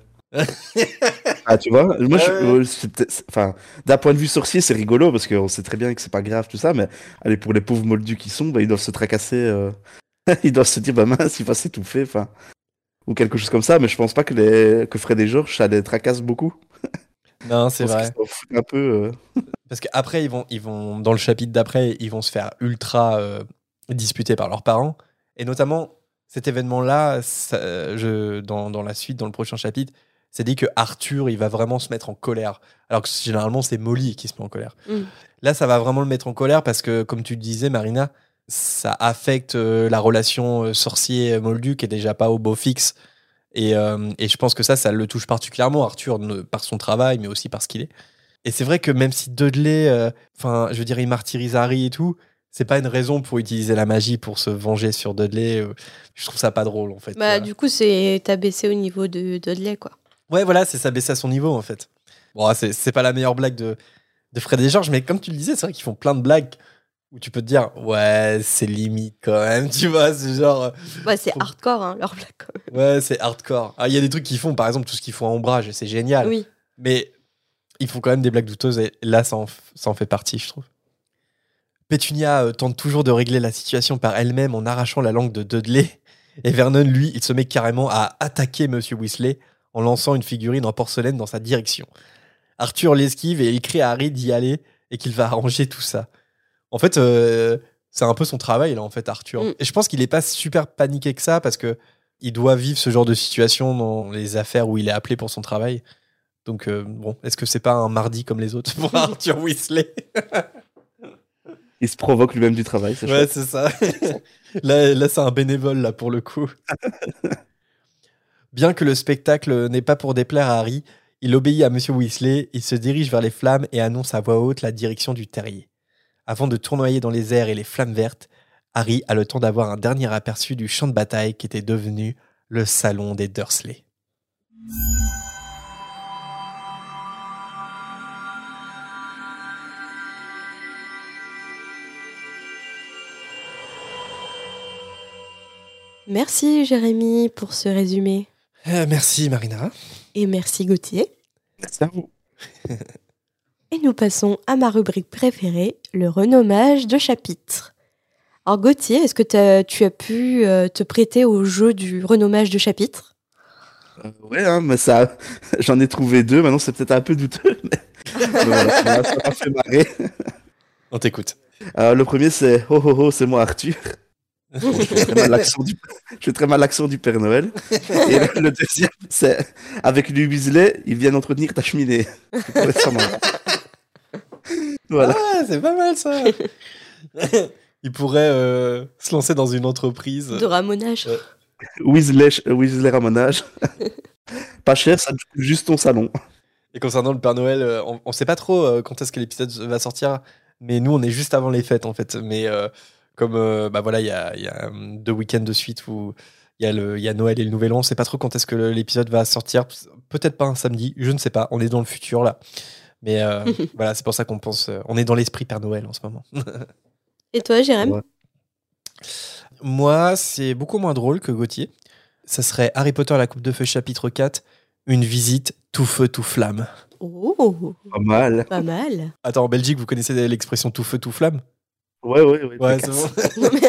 Ah, tu vois, moi, je, c'est enfin, d'un point de vue sorcier, c'est rigolo parce qu'on sait très bien que c'est pas grave tout ça, mais allez, pour les pauvres moldus qui sont, bah, ils doivent se tracasser, euh... ils doivent se dire, bah mince, il va s'étouffer, enfin, ou quelque chose comme ça. Mais je pense pas que les que Fred et George ça les tracasse beaucoup. Non, c'est vrai. Un peu. Euh... Parce qu'après, ils vont, ils vont dans le chapitre d'après, ils vont se faire ultra euh, disputer par leurs parents, et notamment cet événement-là, ça, je, dans dans la suite, dans le prochain chapitre. C'est dit que Arthur, il va vraiment se mettre en colère. Alors que généralement, c'est Molly qui se met en colère. Mm. Là, ça va vraiment le mettre en colère parce que, comme tu disais, Marina, ça affecte euh, la relation euh, sorcier-moldu qui est déjà pas au beau fixe. Et, euh, et je pense que ça, ça le touche particulièrement, Arthur, ne, par son travail, mais aussi par ce qu'il est. Et c'est vrai que même si Dudley, enfin, euh, je veux dire, il martyrise Harry et tout, c'est pas une raison pour utiliser la magie pour se venger sur Dudley. Euh, je trouve ça pas drôle, en fait. Bah, du coup, c'est abaissé au niveau de Dudley, quoi. Ouais, voilà, c'est s'abaisser à son niveau, en fait. Bon, c'est, c'est pas la meilleure blague de, de Fred et George, mais comme tu le disais, c'est vrai qu'ils font plein de blagues où tu peux te dire, ouais, c'est limite quand même, tu vois, c'est genre... Ouais, c'est faut... hardcore, hein, leur blague, quand même. Ouais, c'est hardcore. Il y a des trucs qu'ils font, par exemple, tout ce qu'ils font à Ombrage, et c'est génial. Oui. Mais ils font quand même des blagues douteuses, et là, ça en, ça en fait partie, je trouve. Pétunia euh, tente toujours de régler la situation par elle-même en arrachant la langue de Dudley, et Vernon, lui, il se met carrément à attaquer Monsieur Weasley, en lançant une figurine en porcelaine dans sa direction. Arthur l'esquive et il crie à Harry d'y aller et qu'il va arranger tout ça. En fait, euh, c'est un peu son travail, là, en fait, Arthur. Mm. Et je pense qu'il n'est pas super paniqué que ça parce qu'il doit vivre ce genre de situation dans les affaires où il est appelé pour son travail. Donc, euh, bon, est-ce que c'est pas un mardi comme les autres pour Arthur Weasley? Il se provoque lui-même du travail, c'est Ouais, chouette. c'est ça. là, là, c'est un bénévole, là, pour le coup. Bien que le spectacle n'est pas pour déplaire à Harry, il obéit à Monsieur Weasley, il se dirige vers les flammes et annonce à voix haute la direction du terrier. Avant de tournoyer dans les airs et les flammes vertes, Harry a le temps d'avoir un dernier aperçu du champ de bataille qui était devenu le salon des Dursley. Merci Jérémy pour ce résumé. Euh, merci Marina. Et merci Gauthier. Merci à vous. Et nous passons à ma rubrique préférée, le renommage de chapitre. Alors Gauthier, est-ce que tu as pu euh, te prêter au jeu du renommage de chapitre? euh, Ouais, hein, mais ça, j'en ai trouvé deux, maintenant c'est peut-être un peu douteux, mais, mais voilà, ça m'a fait marrer. On t'écoute. Euh, le premier c'est « Oh oh oh, c'est moi Arthur ». Donc, je fais très mal l'accent du, je fais très mal l'accent du Père Noël. Et le, le deuxième, c'est avec lui Weasley, ils viennent entretenir ta cheminée. Je trouvais ça marrant. Voilà. Ah, c'est pas mal ça. Il pourrait euh, se lancer dans une entreprise. De ramonage. Ouais. Weasley, Weasley ramonage. Pas cher, ça te coûte juste ton salon. Et concernant le Père Noël, euh, on, on sait pas trop euh, quand est-ce que l'épisode va sortir, mais nous on est juste avant les fêtes en fait. Mais euh, comme euh, bah voilà, il y a, y a euh, deux week-ends de suite où il y, a le- il y a Noël et le Nouvel An, on sait pas trop quand est-ce que le- l'épisode va sortir. Peut-être pas un samedi, je ne sais pas. On est dans le futur là. Mais euh, voilà, c'est pour ça qu'on pense. euh, on est dans l'esprit Père Noël en ce moment. Et toi, Jérém? Ouais. Moi, c'est beaucoup moins drôle que Gauthier. Ça serait Harry Potter et la Coupe de Feu chapitre quatre, une visite tout feu tout flamme. Oh, Pas mal. pas mal. Attends, en Belgique, vous connaissez l'expression tout feu tout flamme? Ouais, ouais, ouais. Ouais, c'est bon.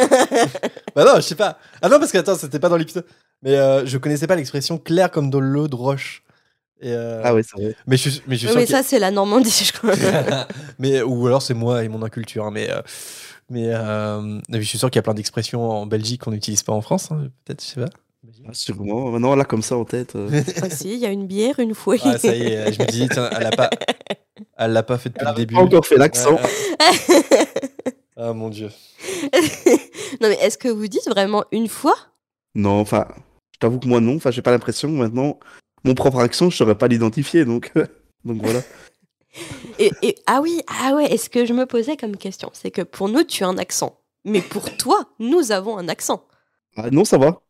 Bah non, je sais pas. Ah non, parce que attends, c'était pas dans l'épisode. Mais euh, je connaissais pas l'expression clair comme de l'eau de roche. Et, euh, Ah ouais, c'est vrai. Mais je suis, mais je suis Oui, sûr mais que- ça, c'est la Normandie, je crois. mais ou alors c'est moi et mon inculture. hein, mais euh, mais euh, je suis sûr qu'il y a plein d'expressions en Belgique qu'on n'utilise pas en France. hein, Peut-être, je sais pas. Ah, sûrement. Maintenant, là, comme ça en tête. euh, Ah si, il y a une bière, une fouille. Ah, ça y est, je me disais, tiens, elle a pas, elle l'a pas fait depuis Elle le avait début. pas encore fait l'accent. Ouais, ouais. Ah mon dieu. Non, mais est-ce que vous dites vraiment une fois? Non, enfin, je t'avoue que moi, non. Enfin, j'ai pas l'impression. Maintenant, mon propre accent, je saurais pas l'identifier. Donc, donc voilà. Et, et- ah oui, ah ouais, est-ce que je me posais comme question? C'est que pour nous, tu as un accent. Mais pour toi, nous avons un accent. Ah, non, ça va.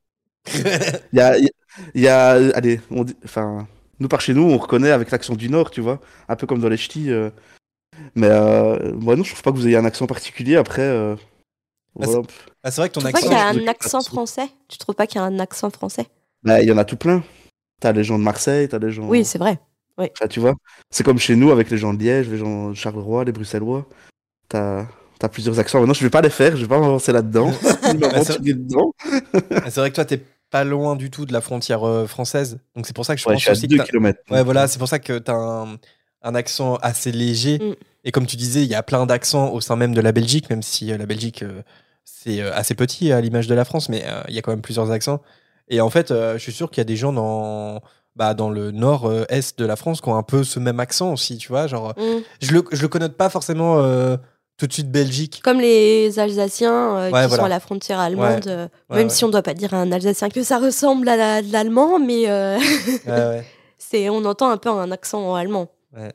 Il y a, il y a- il y a- allez, on dit- enfin, nous par chez nous, on reconnaît avec l'accent du Nord, tu vois, un peu comme dans les ch'tis. euh. Mais euh, moi, non, je trouve pas que vous ayez un accent particulier. Après, euh, Ah, voilà. Ah, c'est vrai que ton Tu trouves pas accent. qu'il y a je un trouve accent que- français? Tu trouves pas qu'il y a un accent français? Bah, il y en a tout plein. T'as les gens de Marseille, t'as les gens. Oui, c'est vrai. Enfin, tu vois, c'est comme chez nous avec les gens de Liège, les gens de Charleroi, les Bruxellois. T'as t'as plusieurs accents. Maintenant, je vais pas les faire, je vais pas m'avancer là-dedans. Je vais Bah, m'aventurer dedans. Ah, c'est vrai que toi, t'es pas loin du tout de la frontière euh, française. Donc c'est pour ça que je Ouais, je pense suis à aussi que deux t'as- kilomètres. Ouais, voilà, c'est pour ça que t'as un, un accent assez léger. Mm. Et comme tu disais, il y a plein d'accents au sein même de la Belgique, même si euh, la Belgique, euh, c'est euh, assez petit à l'image de la France, mais euh, il y a quand même plusieurs accents. Et en fait, euh, je suis sûr qu'il y a des gens dans, bah, dans le nord-est de la France qui ont un peu ce même accent aussi, tu vois. Genre, Mm. je le, je le connote pas forcément euh, tout de suite Belgique. Comme les Alsaciens euh, Ouais, qui voilà. sont à la frontière allemande, euh, Ouais, même ouais. si on doit pas dire à un Alsacien que ça ressemble à la- de l'allemand, mais euh, Ouais, ouais. c'est, on entend un peu un accent en allemand.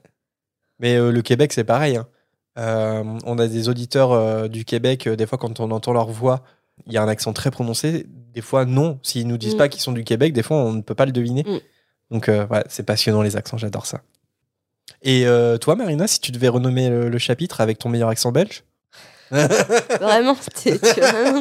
Mais euh, le Québec, c'est pareil. hein. Euh, on a des auditeurs euh, du Québec, euh, des fois, quand on entend leur voix, il y a un accent très prononcé. Des fois, non. S'ils nous disent Mm. pas qu'ils sont du Québec, des fois, on ne peut pas le deviner. Mm. Donc, euh, ouais, c'est passionnant, les accents, j'adore ça. Et euh, toi, Marina, si tu devais renommer le, le chapitre avec ton meilleur accent belge Vraiment, t'es- tu vraiment-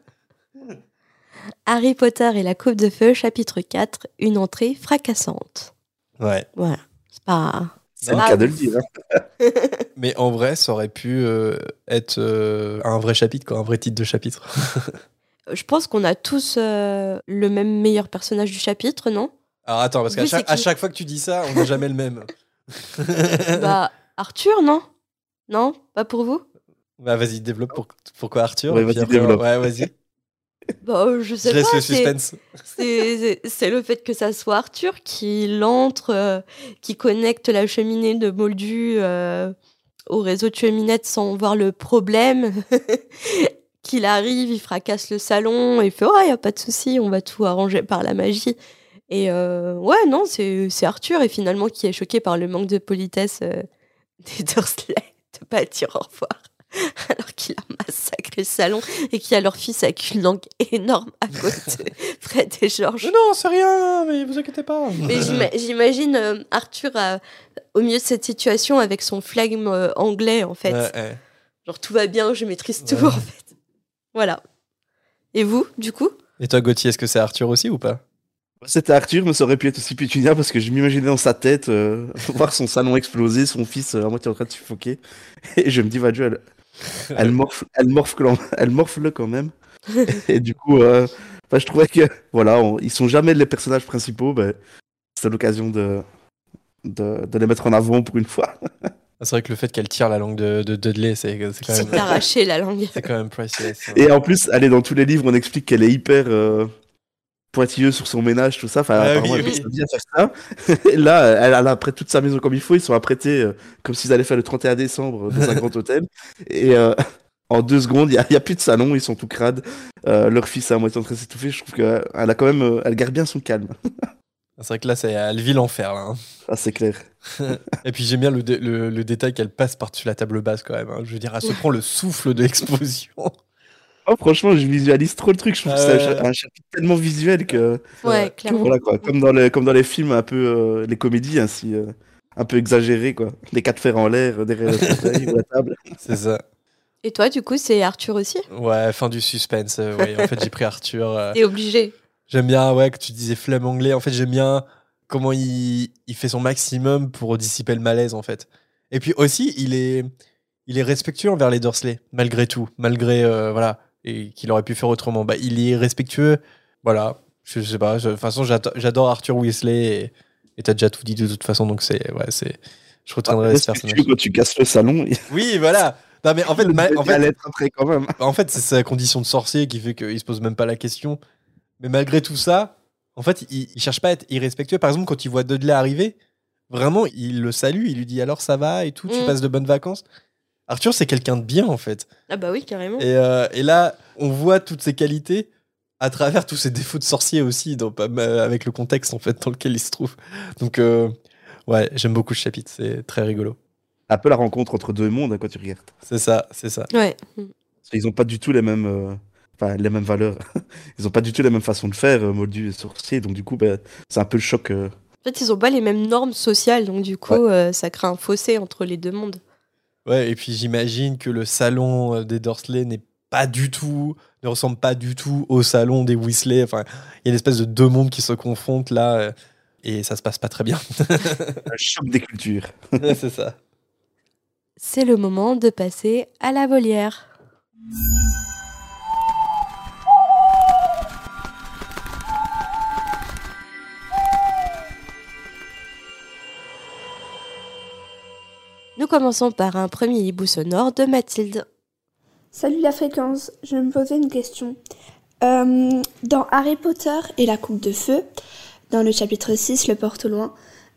Harry Potter et la Coupe de Feu, chapitre quatre, une entrée fracassante. Ouais. Voilà, c'est pas... C'est le Ah, cas de le ouf. dire. hein. Mais en vrai, ça aurait pu euh, être euh, un vrai chapitre, quoi, un vrai titre de chapitre. Je pense qu'on a tous euh, le même meilleur personnage du chapitre, non? Alors attends, parce qu'à Vous, chaque, c'est à qui chaque fois que tu dis ça, on n'a jamais le même. Bah, Arthur, non? Non? Pas pour vous? Bah vas-y, développe pour, pourquoi Arthur. Ouais, et puis vas-y, après, développe. Ouais, vas-y. Bah, euh, je sais Je laisse pas, le c'est- suspense. c'est c'est- c'est le fait que ça soit Arthur qui l'entre, euh, qui connecte la cheminée de Moldu euh, au réseau de cheminettes sans voir le problème. Qu'il arrive, il fracasse le salon et il fait « Ouais, y a pas de souci, on va tout arranger par la magie. » Et euh, ouais, non, c'est c'est Arthur et finalement qui est choqué par le manque de politesse euh, des Dursley de pas dire au revoir. Alors qu'il a massacré le salon et qu'il y a leur fils avec une langue énorme à côté, Fred et Georges. Mais non, c'est rien, mais vous inquiétez pas. Mais j'ima- j'imagine euh, Arthur euh, au milieu de cette situation avec son flegme euh, anglais, en fait. Ouais, ouais. Genre, tout va bien, je maîtrise tout, Ouais. en fait. Voilà. Et vous, du coup? Et toi, Gauthier, est-ce que c'est Arthur aussi ou pas? C'était Arthur, mais ça aurait pu être aussi Pétunia parce que je m'imaginais dans sa tête euh, voir son salon exploser, son fils euh, à moitié en train de suffoquer. Et je me dis, va Dieu, elle, elle, morfle, elle, morfle, elle morfle quand même. Et du coup, euh, enfin, je trouvais que, voilà, on- ils sont jamais les personnages principaux. Ben, c'était l'occasion de, de, de les mettre en avant pour une fois. C'est vrai que le fait qu'elle tire la langue de, de Dudley, c'est, c'est quand C'est même... arraché la langue. C'est quand même priceless. Hein. Et en plus, elle est dans tous les livres, on explique qu'elle est hyper euh, pointilleuse sur son ménage, tout ça. Enfin, Ah, apparemment, oui, elle oui. sait bien faire ça. Et là, elle, elle apprête toute sa maison comme il faut. Ils sont apprêtés euh, comme s'ils allaient faire le trente et un décembre dans un grand hôtel. Et euh, en deux secondes, il n'y a, a plus de salon, ils sont tout crades. Euh, leur fils est à moitié en train de s'étouffer. Je trouve qu'elle a quand même, euh, elle garde bien son calme. C'est vrai que là, c'est, elle vit l'enfer. Là, hein. Ah, c'est clair. Et puis j'aime bien le, dé- le, le détail qu'elle passe par-dessus la table basse quand même. Hein. Je veux dire, elle se prend le souffle de l'explosion. Oh, franchement, je visualise trop le truc. Je trouve Ah que c'est un, ouais. cha- un chapitre tellement visuel que. Ouais, que clairement. voilà, quoi. Comme dans, les, comme dans les films, un peu. euh, les comédies, ainsi. euh, un peu exagérées, quoi. Les quatre fers en l'air euh, derrière le fauteuil ou la table. C'est ça. Et toi, du coup, c'est Arthur aussi? Ouais, fin du suspense. euh, oui. En fait, j'ai pris Arthur. euh, T'es obligé. J'aime bien, ouais, que tu disais flemme anglais. En fait, j'aime bien comment il, il fait son maximum pour dissiper le malaise, en fait. Et puis aussi, il est, il est respectueux envers les Dursley, malgré tout. Malgré, euh, voilà, et qu'il aurait pu faire autrement. Bah, il est respectueux, voilà. Je, je sais pas, je- de toute façon, j'ado- j'adore Arthur Weasley et et t'as déjà tout dit de toute façon, donc c'est, ouais, c'est, je retiendrai Après, ce ce que personnage. tu veux, quand tu casses le salon, il Oui, voilà. Non, mais en fait, ma- en il va fait, l'être après quand même. en fait, c'est sa condition de sorcier qui fait qu'il se pose même pas la question. Mais malgré tout ça, en fait, il, il cherche pas à être irrespectueux. Par exemple, quand il voit Dudley arriver, vraiment, il le salue, il lui dit alors ça va et tout, tu Mm. passes de bonnes vacances. Arthur, c'est quelqu'un de bien en fait. Ah bah oui, carrément. Et, euh, et là, on voit toutes ses qualités à travers tous ses défauts de sorcier aussi, dans- euh, avec le contexte en fait dans lequel il se trouve. Donc, euh, ouais, j'aime beaucoup ce chapitre, c'est très rigolo. Un peu la rencontre entre deux mondes, hein, quand tu regardes. C'est ça, c'est ça. Ouais. Parce qu'ils ont pas du tout les mêmes. euh, Enfin, les mêmes valeurs. Ils ont pas du tout la même façon de faire, euh, Moldu et sorcier. Donc, du coup, bah, c'est un peu le choc. euh. En fait, ils ont pas les mêmes normes sociales, donc du coup, euh, ça crée un fossé entre les deux mondes. Ouais, et puis j'imagine que le salon euh, des Dursley n'est pas du tout, ne ressemble pas du tout au salon des Weasley. Enfin, il y a une espèce de deux mondes qui se confrontent là, euh, et ça se passe pas très bien. Un choc des cultures. Ouais, c'est ça. C'est le moment de passer à la volière. Nous commençons par un premier hibou sonore de Mathilde. Salut la fréquence, je me posais une question. Euh, dans Harry Potter et la coupe de feu, dans le chapitre six, le porte au loin,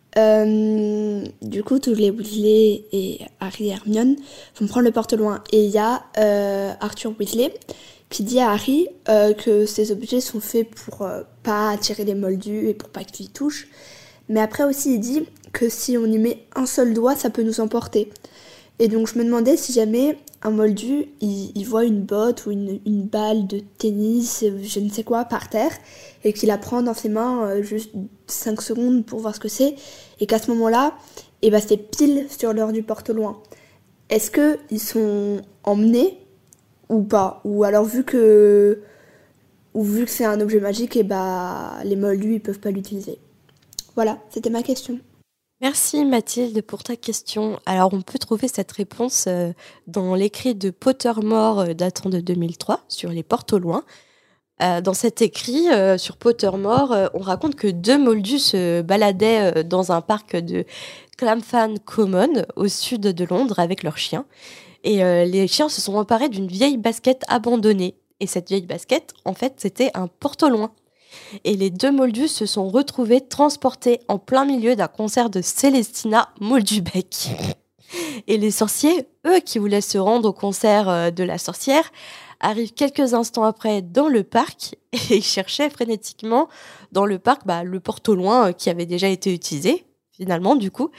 euh, du coup, tous les Weasley et Harry et Hermione vont prendre le porte au loin. Et il y a euh, Arthur Weasley qui dit à Harry euh, que ces objets sont faits pour euh, pas attirer les moldus et pour pas qu'ils y touchent. Mais après aussi, il dit que si on y met un seul doigt, ça peut nous emporter. Et donc, je me demandais si jamais un moldu, il, il voit une botte ou une, une balle de tennis, je ne sais quoi, par terre, et qu'il la prend dans ses mains euh, juste cinq secondes pour voir ce que c'est, et qu'à ce moment-là, eh ben, c'est pile sur l'heure du porte-loin. Est-ce qu'ils sont emmenés ou pas? Ou alors, vu que, ou vu que c'est un objet magique, eh ben, les moldus, ils peuvent pas l'utiliser. Voilà, c'était ma question. Merci Mathilde pour ta question. Alors on peut trouver cette réponse euh, dans l'écrit de Pottermore euh, datant de deux mille trois sur les portes au loin. Euh, dans cet écrit euh, sur Pottermore, euh, on raconte que deux moldus se baladaient euh, dans un parc de Clapham Common au sud de Londres avec leurs chiens. Et euh, les chiens se sont emparés d'une vieille basket abandonnée. Et cette vieille basket, en fait, c'était un porte au loin. Et les deux moldus se sont retrouvés transportés en plein milieu d'un concert de Célestina Moldubec. Et les sorciers, eux qui voulaient se rendre au concert de la sorcière, arrivent quelques instants après dans le parc et ils cherchaient frénétiquement dans le parc bah, le porte-au-loin qui avait déjà été utilisé, finalement, du coup.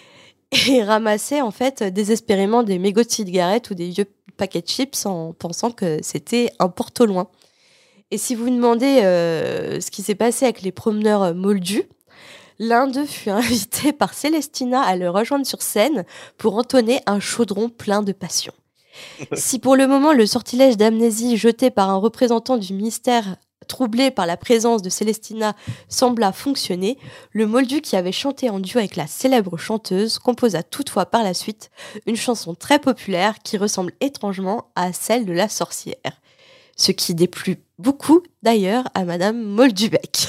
Et ramassaient en fait désespérément des mégots de cigarettes ou des vieux paquets de chips en pensant que c'était un porte-au-loin. Et si vous vous demandez euh, ce qui s'est passé avec les promeneurs euh, moldus, l'un d'eux fut invité par Célestina à le rejoindre sur scène pour entonner un chaudron plein de passion. Si pour le moment le sortilège d'amnésie jeté par un représentant du mystère troublé par la présence de Célestina sembla fonctionner, le moldu qui avait chanté en duo avec la célèbre chanteuse composa toutefois par la suite une chanson très populaire qui ressemble étrangement à celle de la sorcière. Ce qui déplut beaucoup, d'ailleurs, à Madame Moldubec.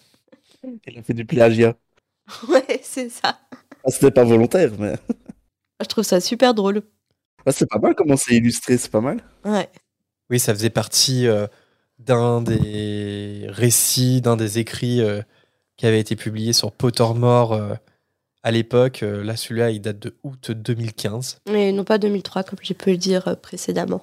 Elle a fait du plagiat. Ouais, c'est ça. Ah, c'était pas volontaire, mais. Je trouve ça super drôle. Ah, c'est pas mal comment c'est illustré, c'est pas mal. Ouais. Oui, ça faisait partie euh, d'un des récits, d'un des écrits euh, qui avait été publié sur Pottermore euh, à l'époque. Euh, là, celui-là, il date de août deux mille quinze. Et non pas deux mille trois, comme j'ai pu le dire euh, précédemment.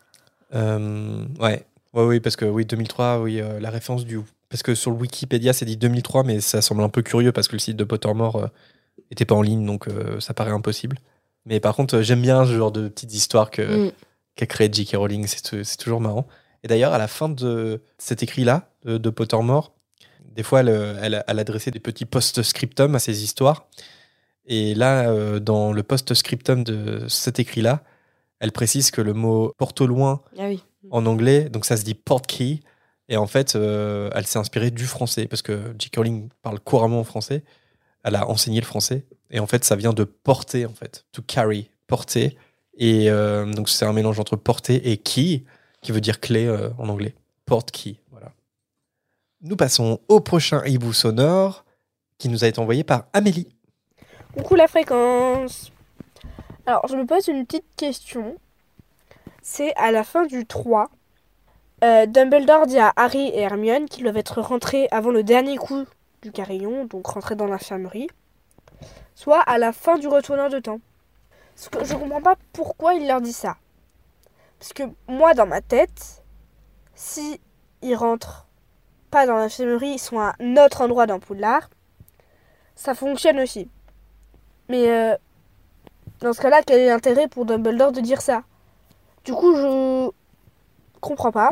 Euh, ouais. ouais, oui, parce que oui, deux mille trois, oui, euh, la référence du. Parce que sur le Wikipédia, c'est dit deux mille trois, mais ça semble un peu curieux parce que le site de Pottermore euh, était pas en ligne, donc euh, ça paraît impossible. Mais par contre, euh, j'aime bien ce genre de petites histoires que, Mm. qu'a créé J K. Rowling, c'est, tou- c'est toujours marrant. Et d'ailleurs, à la fin de cet écrit-là, de, de Pottermore, des fois, elle, euh, elle, elle adressait des petits post-scriptum à ces histoires. Et là, euh, dans le post-scriptum de cet écrit-là, elle précise que le mot porte au loin Ah oui. en anglais, donc ça se dit portkey. Et en fait, euh, elle s'est inspirée du français parce que J K. Rowling parle couramment français. Elle a enseigné le français. Et en fait, ça vient de porter, en fait. To carry, porter. Et euh, donc, c'est un mélange entre porter et key, qui veut dire clé euh, en anglais. Portkey, voilà. Nous passons au prochain hibou sonore qui nous a été envoyé par Amélie. Coucou la fréquence. Alors, je me pose une petite question. C'est à la fin du trois. Euh, Dumbledore dit à Harry et Hermione qu'ils doivent être rentrés avant le dernier coup du carillon, donc rentrés dans l'infirmerie, soit à la fin du retourneur de temps. Parce que je comprends pas pourquoi il leur dit ça. Parce que moi, dans ma tête, si ils rentrent pas dans l'infirmerie, ils sont à un autre endroit dans Poudlard, ça fonctionne aussi. Mais euh, dans ce cas-là, quel est l'intérêt pour Dumbledore de dire ça? Du coup, je comprends pas.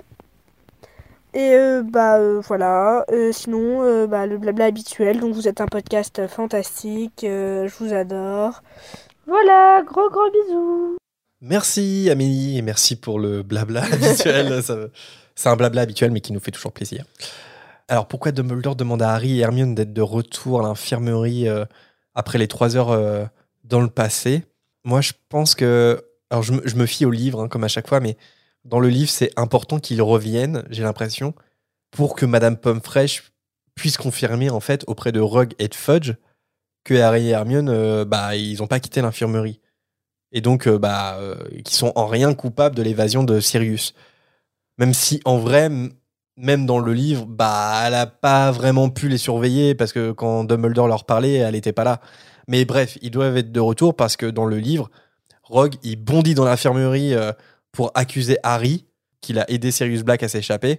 Et euh, bah euh, voilà, euh, sinon euh, bah, le blabla habituel, donc vous êtes un podcast fantastique, euh, je vous adore. Voilà, gros gros bisous. Merci Amélie et merci pour le blabla habituel. Ça- c'est un blabla habituel mais qui nous fait toujours plaisir. Alors pourquoi Dumbledore demande à Harry et Hermione d'être de retour à l'infirmerie euh, après les trois heures euh, dans le passé? Moi je pense que... Alors je me, je me fie au livre hein, comme à chaque fois, mais dans le livre c'est important qu'ils reviennent, j'ai l'impression, pour que Madame Pomme-Fraîche puisse confirmer en fait auprès de Rogue et de Fudge que Harry et Hermione, euh, bah, ils n'ont pas quitté l'infirmerie. Et donc, euh, bah, euh, qui sont en rien coupables de l'évasion de Sirius. Même si, en vrai, m- même dans le livre, bah, elle a pas vraiment pu les surveiller parce que quand Dumbledore leur parlait, elle n'était pas là. Mais bref, ils doivent être de retour parce que dans le livre, Rogue, il bondit dans l'infirmerie euh, pour accuser Harry, qu'il a aidé Sirius Black à s'échapper.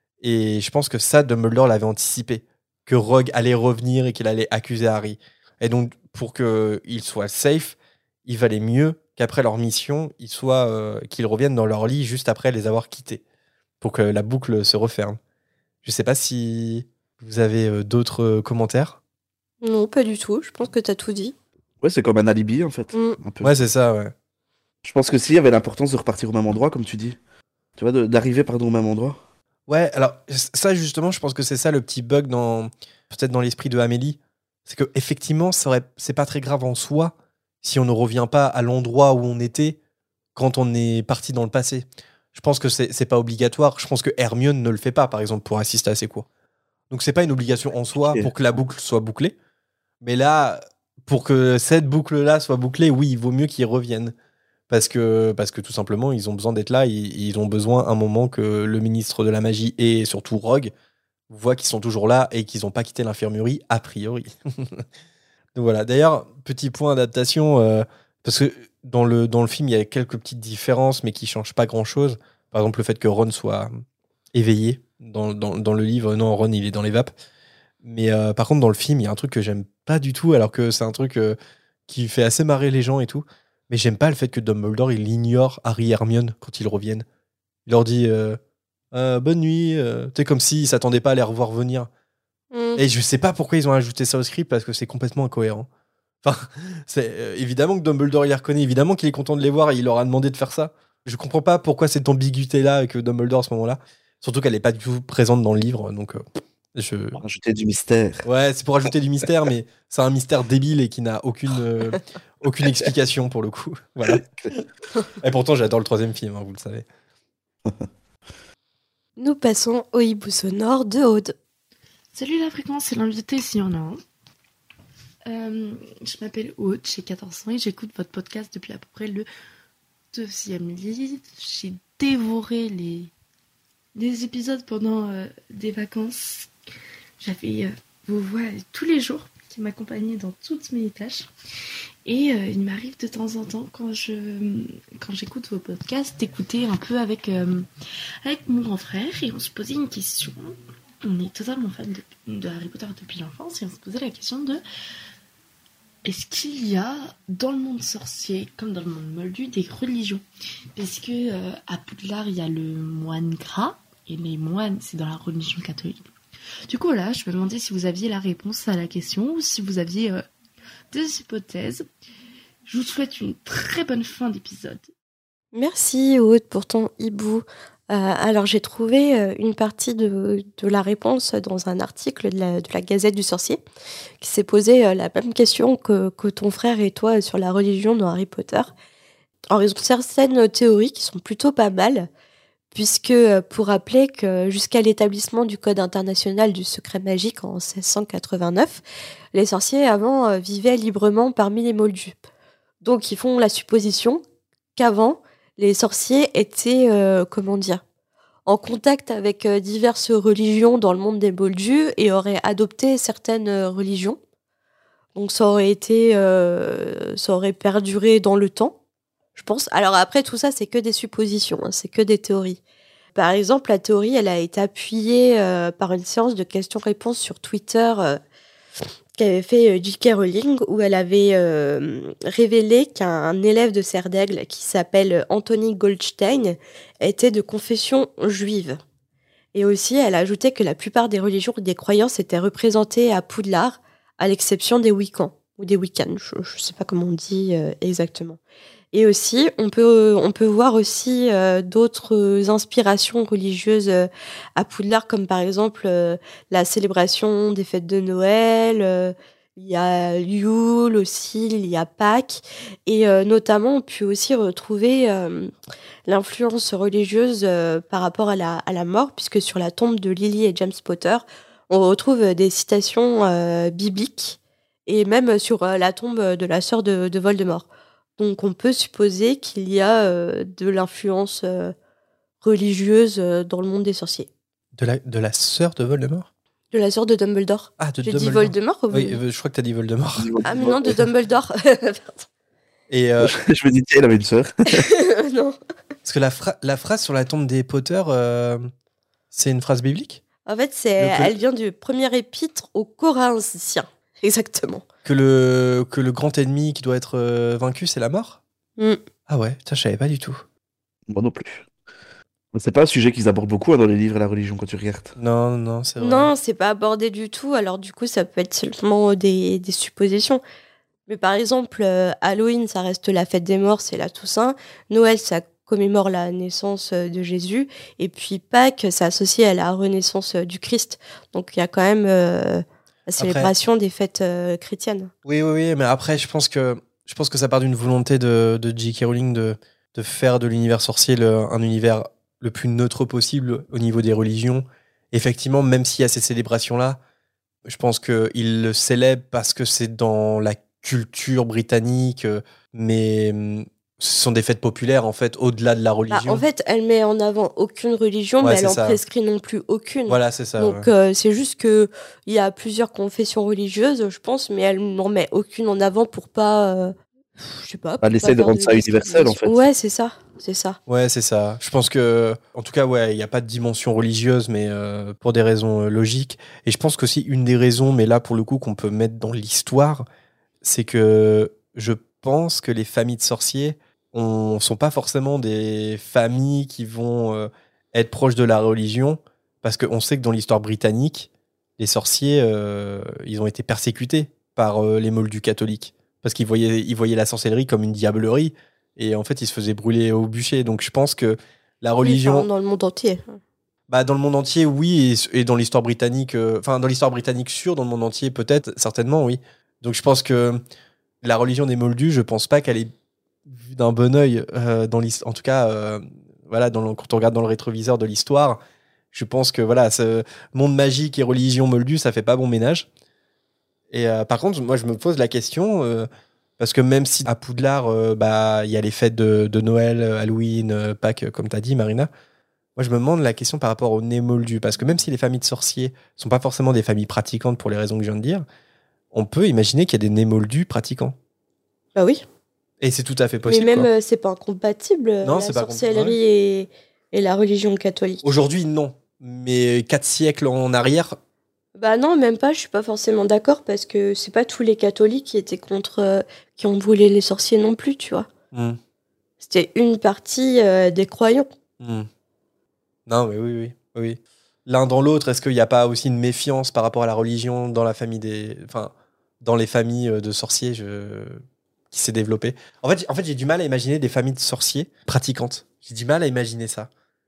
Et je pense que ça, Dumbledore l'avait anticipé. Que Rogue allait revenir et qu'il allait accuser Harry. Et donc, pour qu'ils soient safe, il valait mieux qu'après leur mission, ils soient, euh, qu'ils reviennent dans leur lit juste après les avoir quittés. Pour que la boucle se referme. Je sais pas si vous avez euh, d'autres euh, commentaires. Non, pas du tout. Je pense que t'as tout dit. Ouais, c'est comme un alibi en fait. Mm. Un peu. Ouais, c'est ça, ouais. Je pense que s'il y avait l'importance de repartir au même endroit, comme tu dis. Tu vois, de- d'arriver pardon au même endroit. Ouais, alors ça justement, je pense que c'est ça le petit bug dans peut-être dans l'esprit de Amélie, c'est que effectivement, ça aurait- c'est pas très grave en soi si on ne revient pas à l'endroit où on était quand on est parti dans le passé. Je pense que c'est c'est pas obligatoire. Je pense que Hermione ne le fait pas, par exemple, pour assister à ses cours. Donc c'est pas une obligation en soi Ok. pour que la boucle soit bouclée. Mais là, pour que cette boucle-là soit bouclée, oui, il vaut mieux qu'ils reviennent. Parce que, parce que tout simplement, ils ont besoin d'être là. Ils, ils ont besoin un moment que le ministre de la magie et surtout Rogue voient qu'ils sont toujours là et qu'ils n'ont pas quitté l'infirmerie, a priori. Donc voilà. D'ailleurs, petit point d'adaptation, euh, parce que dans le, dans le film, il y a quelques petites différences, mais qui ne changent pas grand-chose. Par exemple, le fait que Ron soit éveillé. Dans, dans, dans le livre, non, Ron, il est dans les vapes. Mais euh, par contre, dans le film, il y a un truc que j'aime pas du tout, alors que c'est un truc euh, qui fait assez marrer les gens et tout. Mais j'aime pas le fait que Dumbledore, il ignore Harry et Hermione quand ils reviennent. Il leur dit euh, Euh, bonne nuit. Euh, tu sais, comme s'il s'attendait pas à les revoir venir. Mm. Et je sais pas pourquoi ils ont ajouté ça au script, parce que c'est complètement incohérent. Enfin, c'est euh, évidemment que Dumbledore, il les reconnaît, évidemment qu'il est content de les voir et il leur a demandé de faire ça. Je comprends pas pourquoi cette ambiguïté-là avec Dumbledore à ce moment-là. Surtout qu'elle est pas du tout présente dans le livre, donc euh, je... Rajouter du mystère. Ouais, c'est pour ajouter du mystère, mais c'est un mystère débile et qui n'a aucune, euh, aucune explication pour le coup. Voilà. Et pourtant, j'adore le troisième film, hein, vous le savez. Nous passons au hibou sonore de Aude. Salut la fréquence, c'est l'invité s'il y en a un. Euh, je m'appelle Aude, j'ai quatorze ans et j'écoute votre podcast depuis à peu près le deuxième lit. J'ai dévoré les, les épisodes pendant euh, des vacances. J'avais euh, vos voix tous les jours qui m'accompagnaient dans toutes mes tâches. Et euh, il m'arrive de temps en temps, quand je quand j'écoute vos podcasts, d'écouter un peu avec, euh, avec mon grand frère. Et on se posait une question. On est totalement fan de, de Harry Potter depuis l'enfance. Et on se posait la question de... Est-ce qu'il y a, dans le monde sorcier, comme dans le monde moldu, des religions ? Parce que euh, à Poudlard, il y a le moine gras. Et les moines, c'est dans la religion catholique. Du coup, là, je me demandais si vous aviez la réponse à la question ou si vous aviez euh, des hypothèses. Je vous souhaite une très bonne fin d'épisode. Merci Aude pour ton hibou. Euh, alors j'ai trouvé euh, une partie de, de la réponse dans un article de la, de la Gazette du Sorcier qui s'est posé euh, la même question que, que ton frère et toi sur la religion dans Harry Potter. Alors ils ont certaines théories qui sont plutôt pas mal, puisque euh, pour rappeler que jusqu'à l'établissement du Code international du secret magique en seize cent quatre-vingt-neuf, les sorciers avant euh, vivaient librement parmi les moldus. Donc ils font la supposition qu'avant, les sorciers étaient, euh, comment dire, en contact avec euh, diverses religions dans le monde des moldus et auraient adopté certaines euh, religions. Donc ça aurait été, euh, ça aurait perduré dans le temps, je pense. Alors après, tout ça, c'est que des suppositions, hein, c'est que des théories. Par exemple, la théorie, elle a été appuyée euh, par une séance de questions-réponses sur Twitter euh, qu'avait fait euh, J K. Rowling, où elle avait euh, révélé qu'un élève de Serre d'Aigle, qui s'appelle Anthony Goldstein, était de confession juive. Et aussi, elle a ajouté que la plupart des religions et des croyances étaient représentées à Poudlard, à l'exception des Wiccans, ou des Wiccans, je ne sais pas comment on dit euh, exactement. Et aussi, on peut, on peut voir aussi euh, d'autres inspirations religieuses euh, à Poudlard, comme par exemple euh, la célébration des fêtes de Noël, euh, il y a Yule aussi, il y a Pâques, et euh, notamment on peut aussi retrouver euh, l'influence religieuse euh, par rapport à la, à la mort, puisque sur la tombe de Lily et James Potter, on retrouve des citations euh, bibliques, et même sur euh, la tombe de la sœur de, de Voldemort. Donc on peut supposer qu'il y a euh, de l'influence euh, religieuse euh, dans le monde des sorciers. De la, de la sœur de Voldemort ? De la sœur de Dumbledore. Ah, de J'ai Dumbledore. dit Voldemort ou... Oui, euh, je crois que t'as dit Voldemort. Ah mais non, de Dumbledore. Et euh, Je me dis, tiens, il avait une sœur. Non. parce que la, fra- la phrase sur la tombe des Potter, euh, c'est une phrase biblique ? En fait, c'est, Le col- elle vient du premier épître aux Corinthiens. Exactement. Que le, que le grand ennemi qui doit être euh, vaincu, c'est la mort ? Mm. Ah ouais, ça je savais pas du tout. Moi non plus. C'est pas un sujet qu'ils abordent beaucoup hein, dans les livres et la religion quand tu regardes. Non, non, c'est vrai. Non, c'est pas abordé du tout. Alors du coup, ça peut être seulement des, des suppositions. Mais par exemple, euh, Halloween, ça reste la fête des morts, c'est la Toussaint. Noël, ça commémore la naissance euh, de Jésus. Et puis Pâques, c'est associé à la renaissance euh, du Christ. Donc il y a quand même euh, la célébration des fêtes euh, chrétiennes. Oui, oui, oui, mais après, je pense que, je pense que ça part d'une volonté de, de J K. Rowling de, de faire de l'univers sorcier le- un univers le plus neutre possible au niveau des religions. Effectivement, même s'il y a ces célébrations-là, je pense qu'il le célèbre parce que c'est dans la culture britannique, euh, mais hum, ce sont des fêtes populaires, en fait, au-delà de la Bah, religion. en fait, elle met en avant aucune religion, Ouais, mais elle c'est en ça. prescrit non plus aucune. Voilà, c'est ça. Donc ouais. euh, c'est juste que il y a plusieurs confessions religieuses, je pense, mais elle n'en met aucune en avant pour pas, euh, je sais pas. Elle pour pas essaie de faire rendre ça universel, en fait. Ouais, c'est ça, c'est ça. Ouais, c'est ça. Je pense que, en tout cas, ouais, il n'y a pas de dimension religieuse, mais euh, pour des raisons euh, logiques. Et je pense qu'aussi, une des raisons, mais là, pour le coup, qu'on peut mettre dans l'histoire, c'est que je pense que les familles de sorciers ne sont pas forcément des familles qui vont euh, être proches de la religion, parce qu'on sait que dans l'histoire britannique, les sorciers, euh, ils ont été persécutés par euh, les moldus catholiques, parce qu'ils voyaient, ils voyaient la sorcellerie comme une diablerie, et en fait, ils se faisaient brûler au bûcher. Donc je pense que la religion... Oui, enfin, dans le monde entier. Bah, dans le monde entier, oui, et, et dans l'histoire britannique, euh, enfin, dans l'histoire britannique sûre, dans le monde entier, peut-être, certainement, oui. Donc, je pense que la religion des Moldus, je pense pas qu'elle est vue d'un bon œil, euh, dans l'his- en tout cas, euh, voilà, dans le- quand on regarde dans le rétroviseur de l'histoire, je pense que, voilà, ce monde magique et religion moldue, ça fait pas bon ménage. Et euh, par contre, moi, je me pose la question, euh, parce que même si à Poudlard, euh, bah, il y a les fêtes de, de Noël, Halloween, euh, Pâques, comme tu as dit, Marina, moi, je me demande la question par rapport aux nés moldus. Parce que même si les familles de sorciers sont pas forcément des familles pratiquantes pour les raisons que je viens de dire, on peut imaginer qu'il y a des nés moldus pratiquants. Bah oui. Et c'est tout à fait possible. Mais même, quoi. euh, c'est pas incompatible, Non, la c'est pas sorcellerie et, et la religion catholique. Aujourd'hui, non. Mais quatre siècles en arrière, Bah non, même pas, je suis pas forcément d'accord parce que c'est pas tous les catholiques qui étaient contre, euh, qui ont voulu les sorciers non plus, tu vois. hmm, C'était une partie euh, des croyants. hmm. Non, mais oui, oui, oui. L'un dans l'autre, est-ce qu'il n'y a pas aussi une méfiance par rapport à la religion dans la famille des, enfin, dans les familles euh, de sorciers, je... qui s'est développée. En fait, j'- en fait, j'ai du mal à imaginer des familles de sorciers pratiquantes. J'ai du mal à imaginer ça.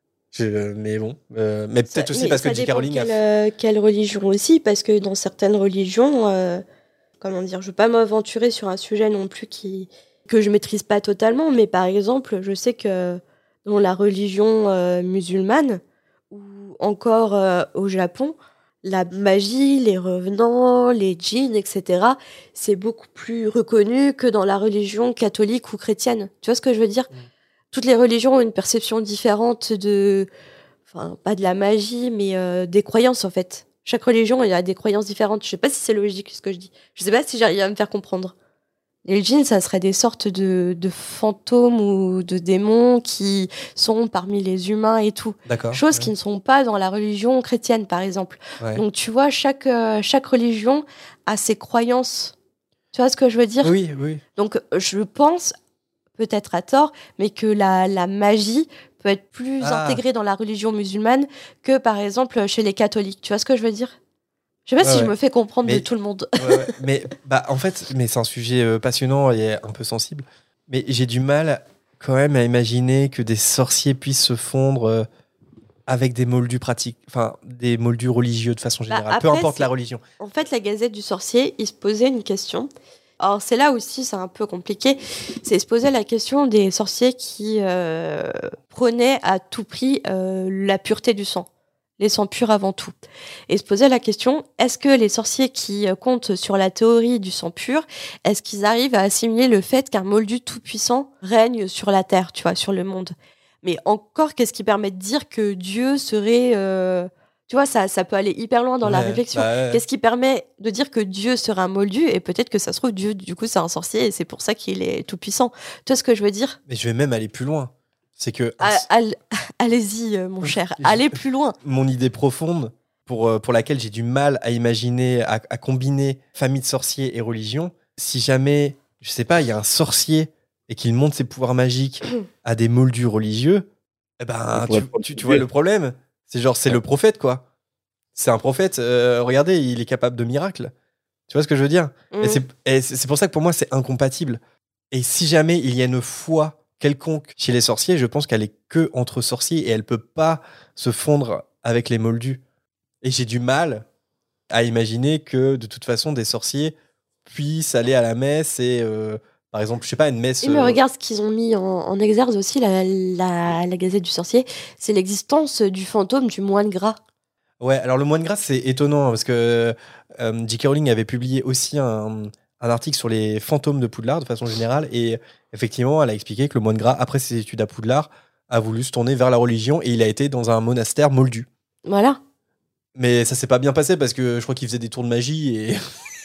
Je- Mais bon, euh, mais peut-être Ça- aussi mais parce que ça J K dépend Rowling a. quelle, euh, quelle religion aussi, parce que dans certaines religions, euh, comment dire, je veux pas m'aventurer sur un sujet non plus qui que je maîtrise pas totalement, mais par exemple, je sais que dans la religion euh, musulmane ou encore euh, au Japon, la magie, les revenants, les djinns, et cetera, c'est beaucoup plus reconnu que dans la religion catholique ou chrétienne. Tu vois ce que je veux dire? Mm. Toutes les religions ont une perception différente de, enfin, pas de la magie, mais euh, des croyances en fait. Chaque religion, il y a des croyances différentes. Je sais pas si c'est logique ce que je dis. Je sais pas si j'arrive à me faire comprendre. Les djinns, ça serait des sortes de, de fantômes ou de démons qui sont parmi les humains et tout. D'accord. Choses ouais, qui ne sont pas dans la religion chrétienne, par exemple. ouais. Donc, tu vois, chaque, euh, chaque religion a ses croyances. Tu vois ce que je veux dire? Oui, oui. Donc, je pense, peut-être à tort, mais que la, la magie peut être plus Ah. intégrée dans la religion musulmane que, par exemple, chez les catholiques. Tu vois ce que je veux dire? Je sais pas Ouais, si ouais. je me fais comprendre Mais- de tout le monde. Ouais, ouais. Mais bah, en fait, mais c'est un sujet euh, passionnant et un peu sensible. Mais j'ai du mal quand même à imaginer que des sorciers puissent se fondre euh, avec des moldus pratiques, enfin des moldus religieux de façon Bah, générale, peu après, importe la c'est- religion. En fait, la Gazette du Sorcier, il se posait une question. Alors, c'est là aussi, c'est un peu compliqué. C'est il se posait la question des sorciers qui euh, prenaient à tout prix euh, la pureté du sang, les sangs purs avant tout. Et il se posait la question, est-ce que les sorciers qui euh, comptent sur la théorie du sang pur, est-ce qu'ils arrivent à assimiler le fait qu'un moldu tout-puissant règne sur la Terre, tu vois, sur le monde? Mais encore, qu'est-ce qui permet de dire que Dieu serait... euh, Tu vois, ça, ça peut aller hyper loin dans la Ouais, réflexion. bah ouais. Qu'est-ce qui permet de dire que Dieu serait un moldu et peut-être que ça se trouve, Dieu, du coup, c'est un sorcier et c'est pour ça qu'il est tout puissant. Tu vois ce que je veux dire? Mais je vais même aller plus loin. C'est que un- Ah, all- Allez-y, euh, mon cher, Je- allez plus loin. mon idée profonde pour, euh, pour laquelle j'ai du mal à imaginer, à, à combiner famille de sorciers et religion, si jamais, je sais pas, il y a un sorcier et qu'il montre ses pouvoirs magiques à des moldus religieux, eh ben, Il pourrait tu, pas le tu, tu trouver. vois le problème. C'est genre, c'est le prophète, quoi. C'est un prophète. euh, regardez, il est capable de miracles. Tu vois ce que je veux dire? Mm. Et c'est- Et c'est c'est pour ça que pour moi, c'est incompatible. Et si jamais il y a une foi quelconque chez les sorciers, je pense qu'elle est que entre sorciers et elle peut pas se fondre avec les moldus. Et j'ai du mal à imaginer que de toute façon des sorciers puissent aller à la messe et euh, par exemple, je sais pas, une messe. Et mais euh, regarde ce qu'ils ont mis en, en exergue aussi, la, la, la Gazette du Sorcier, c'est l'existence du fantôme du moine gras. Ouais, alors le moine gras, c'est étonnant parce que euh, J K Rowling avait publié aussi un, un article sur les fantômes de Poudlard de façon générale et effectivement, elle a expliqué que le moine gras, après ses études à Poudlard, a voulu se tourner vers la religion et il a été dans un monastère moldu. Voilà. Mais ça s'est pas bien passé parce que je crois qu'il faisait des tours de magie et,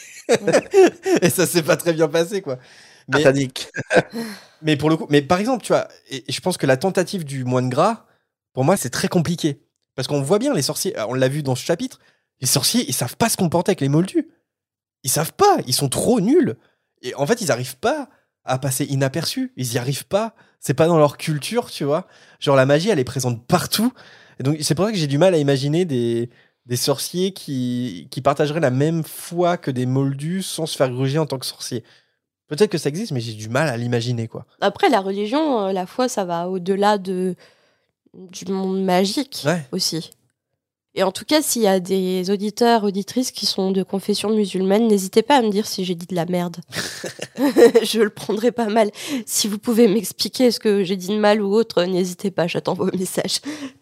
et ça s'est pas très bien passé quoi. Mais, Satanique. mais pour le coup, mais par exemple, tu vois, et et je pense que la tentative du moine gras, pour moi, c'est très compliqué parce qu'on voit bien les sorciers. On l'a vu dans ce chapitre. Les sorciers, ils savent pas se comporter avec les moldus. Ils savent pas. Ils sont trop nuls. Et en fait, ils arrivent pas à passer inaperçus. Ils y arrivent pas. C'est pas dans leur culture, tu vois. Genre la magie, elle est présente partout. Et donc c'est pour ça que j'ai du mal à imaginer des des sorciers qui qui partageraient la même foi que des moldus sans se faire gruger en tant que sorcier. Peut-être que ça existe, mais j'ai du mal à l'imaginer, quoi. Après, la religion, euh, la foi, ça va au-delà de, du monde magique Ouais. aussi. Et en tout cas, s'il y a des auditeurs, auditrices qui sont de confession musulmane, n'hésitez pas à me dire si j'ai dit de la merde. Je le prendrai pas mal. Si vous pouvez m'expliquer ce que j'ai dit de mal ou autre, n'hésitez pas, j'attends vos messages.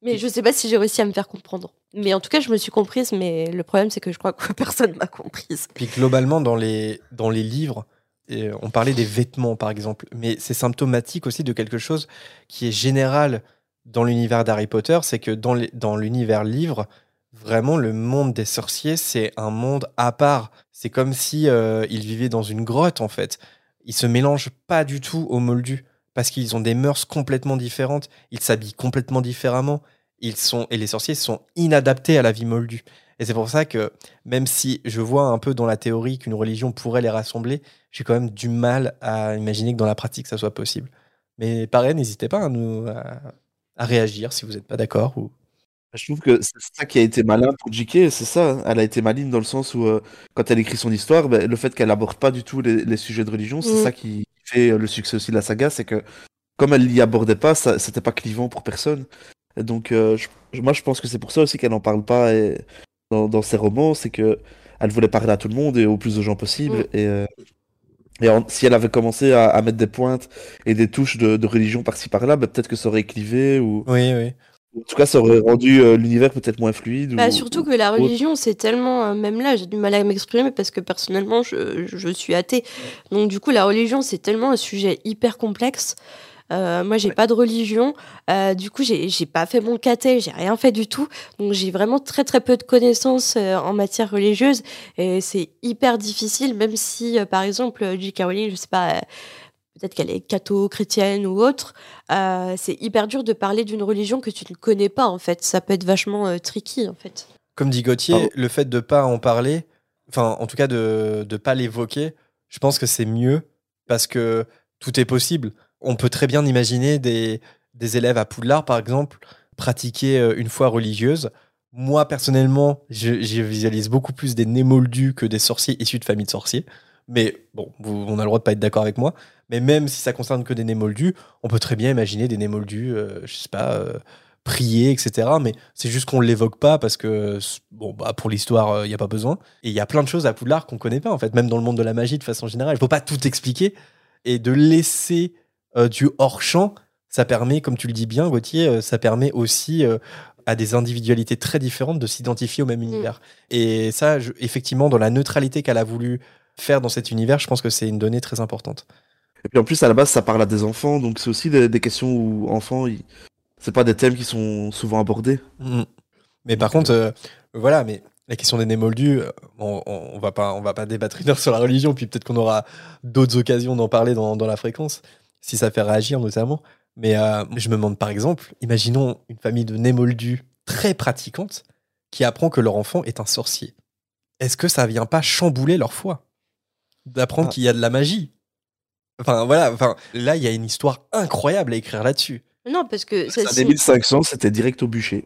Mais je sais pas si j'ai réussi à me faire comprendre. Mais en tout cas, je me suis comprise, mais le problème, c'est que je crois que personne m'a comprise. Puis globalement, dans les, dans les livres, et on parlait des vêtements, par exemple, mais c'est symptomatique aussi de quelque chose qui est général dans l'univers d'Harry Potter, c'est que dans, les, dans l'univers livre, vraiment, le monde des sorciers, c'est un monde à part. C'est comme si euh, ils vivaient dans une grotte, en fait. Ils se mélangent pas du tout aux moldus, parce qu'ils ont des mœurs complètement différentes, ils s'habillent complètement différemment, ils sont, et les sorciers sont inadaptés à la vie moldue. Et c'est pour ça que, même si je vois un peu dans la théorie qu'une religion pourrait les rassembler, j'ai quand même du mal à imaginer que dans la pratique, ça soit possible. Mais pareil, n'hésitez pas à, nous, à, à réagir si vous n'êtes pas d'accord. Ou... Je trouve que c'est ça qui a été malin pour J K, c'est ça. Hein. Elle a été maligne dans le sens où, euh, quand elle écrit son histoire, ben, le fait qu'elle aborde pas du tout les, les sujets de religion, c'est Mm. ça qui fait euh, le succès aussi de la saga, c'est que comme elle l'y abordait pas, ça, c'était pas clivant pour personne. Et donc, euh, je- moi, je pense que c'est pour ça aussi qu'elle en parle pas et, dans, dans ses romans, c'est que elle voulait parler à tout le monde et au plus de gens possible. Mm. Et, euh, et en- si elle avait commencé à, à mettre des pointes et des touches de, de religion par-ci par-là, ben, peut-être que ça aurait clivé ou Oui, oui. en tout cas, ça aurait rendu euh, l'univers peut-être moins fluide. Bah, ou, surtout ou- que la ou autre. religion, c'est tellement... euh, même là, j'ai du mal à m'exprimer parce que personnellement, je, je suis athée. Donc du coup, la religion, c'est tellement un sujet hyper complexe. Euh, moi, j'ai Ouais. pas de religion. Euh, du coup, j'ai j'ai pas fait mon caté, j'ai rien fait du tout. Donc j'ai vraiment très très peu de connaissances euh, en matière religieuse. Et c'est hyper difficile, même si, euh, par exemple, J K. Rowling, je sais pas... euh, peut-être qu'elle est catho-chrétienne ou autre, euh, c'est hyper dur de parler d'une religion que tu ne connais pas, en fait. Ça peut être vachement euh, tricky, en fait. Comme dit Gauthier, Pardon. le fait de pas en parler, enfin, en tout cas de ne pas l'évoquer, je pense que c'est mieux parce que tout est possible. On peut très bien imaginer des, des élèves à Poudlard, par exemple, pratiquer euh, une foi religieuse. Moi, personnellement, je, je visualise beaucoup plus des Némoldus que des sorciers issus de familles de sorciers. Mais bon, vous- on a le droit de pas être d'accord avec moi. Mais même si ça concerne que des Némoldus, on peut très bien imaginer des Némoldus, euh, je sais pas, euh, prier, et cetera. Mais c'est juste qu'on l'évoque pas parce que, bon, bah, pour l'histoire, il n'y a pas besoin. Et il y a plein de choses à Poudlard qu'on connaît pas, en fait, même dans le monde de la magie de façon générale. Il faut pas tout expliquer. Et de laisser euh, du hors-champ, ça permet, comme tu le dis bien, Gauthier, euh, ça permet aussi euh, à des individualités très différentes de s'identifier au même univers. Et ça, je- effectivement, dans la neutralité qu'elle a voulu faire dans cet univers, je pense que c'est une donnée très importante. Et puis en plus, à la base, ça parle à des enfants, donc c'est aussi des, des questions où enfants, ils... c'est pas des thèmes qui sont souvent abordés. Mhm. Mais par Donc, contre, euh, voilà, mais la question des Némoldus, euh, on, on, on va pas, on va pas débattre une heure sur la religion, puis peut-être qu'on aura d'autres occasions d'en parler dans, dans la fréquence, si ça fait réagir notamment. Mais euh, je me demande par exemple, imaginons une famille de Némoldus très pratiquante qui apprend que leur enfant est un sorcier. Est-ce que ça vient pas chambouler leur foi d'apprendre Ah. qu'il y a de la magie? Enfin voilà, enfin là il y a une histoire incroyable à écrire là-dessus. Non, parce que... ça, Les c'est- années mille cinq cents, c'était direct au bûcher.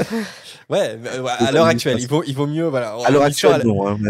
Ouais, mais, euh, à Les l'heure années actuelle, mille il vaut, il vaut mieux voilà. À l'heure l'histoire, actuelle, non. Hein, mais...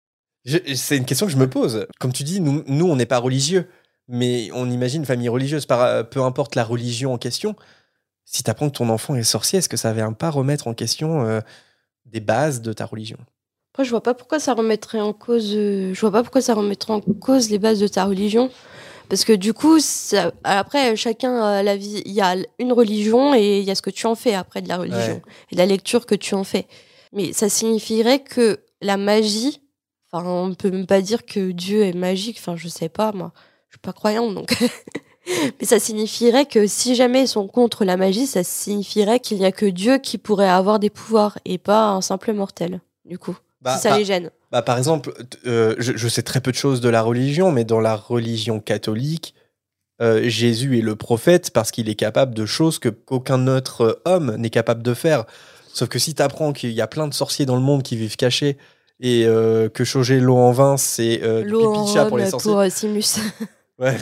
Je- c'est une question que je me pose. Comme tu dis, nous, nous on n'est pas religieux, mais on imagine une famille religieuse, par, euh, peu importe la religion en question. Si tu apprends que ton enfant est sorcier, est-ce que ça vient pas remettre en question euh, des bases de ta religion? Après, je vois pas pourquoi ça remettrait en cause... euh, Je vois pas pourquoi ça remettrait en cause les bases de ta religion. Parce que du coup, ça- après, chacun a la vie... Il y a une religion et il y a ce que tu en fais après de la religion. Ouais. Et la lecture que tu en fais. Mais ça signifierait que la magie... Enfin, on peut même pas dire que Dieu est magique. Enfin, je sais pas, moi. Je suis pas croyante, donc... Mais ça signifierait que si jamais ils sont contre la magie, ça signifierait qu'il n'y a que Dieu qui pourrait avoir des pouvoirs et pas un simple mortel, du coup. Bah, si ça bah, les gêne. Bah, par exemple, t- euh, je, je sais très peu de choses de la religion, mais dans la religion catholique, euh, Jésus est le prophète parce qu'il est capable de choses que qu'aucun autre euh, homme n'est capable de faire. Sauf que si tu apprends qu'il y a plein de sorciers dans le monde qui vivent cachés et euh, que changer l'eau en vin, c'est euh, du L'eau en pipi de chat pour rhum les sorciers. pour euh, Simus. Ouais.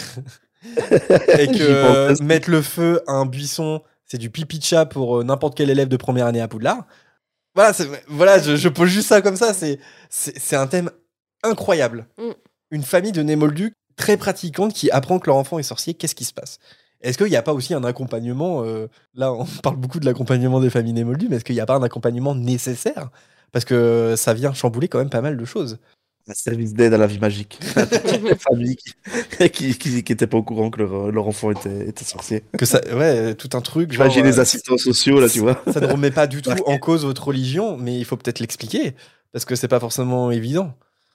Et que J'y euh, pensais. mettre le feu à un buisson, c'est du pipi de chat pour euh, n'importe quel élève de première année à Poudlard. Voilà, c'est- voilà je, je pose juste ça comme ça. C'est, c'est, c'est un thème incroyable. Mm. Une famille de Némoldus très pratiquante qui apprend que leur enfant est sorcier. Qu'est-ce qui se passe? Est-ce qu'il n'y a pas aussi un accompagnement euh, Là, on parle beaucoup de l'accompagnement des familles Némoldus, mais est-ce qu'il n'y a pas un accompagnement nécessaire? Parce que ça vient chambouler quand même pas mal de choses. Un service d'aide à la vie magique. Une famille qui, qui, qui, qui était pas au courant que leur, leur enfant était, était sorcier. Que ça, ouais, tout un truc. genre, J'imagine les euh, assistants sociaux, là, tu vois. Ça ne remet pas du tout en cause votre religion, mais il faut peut-être l'expliquer, parce que c'est pas forcément évident.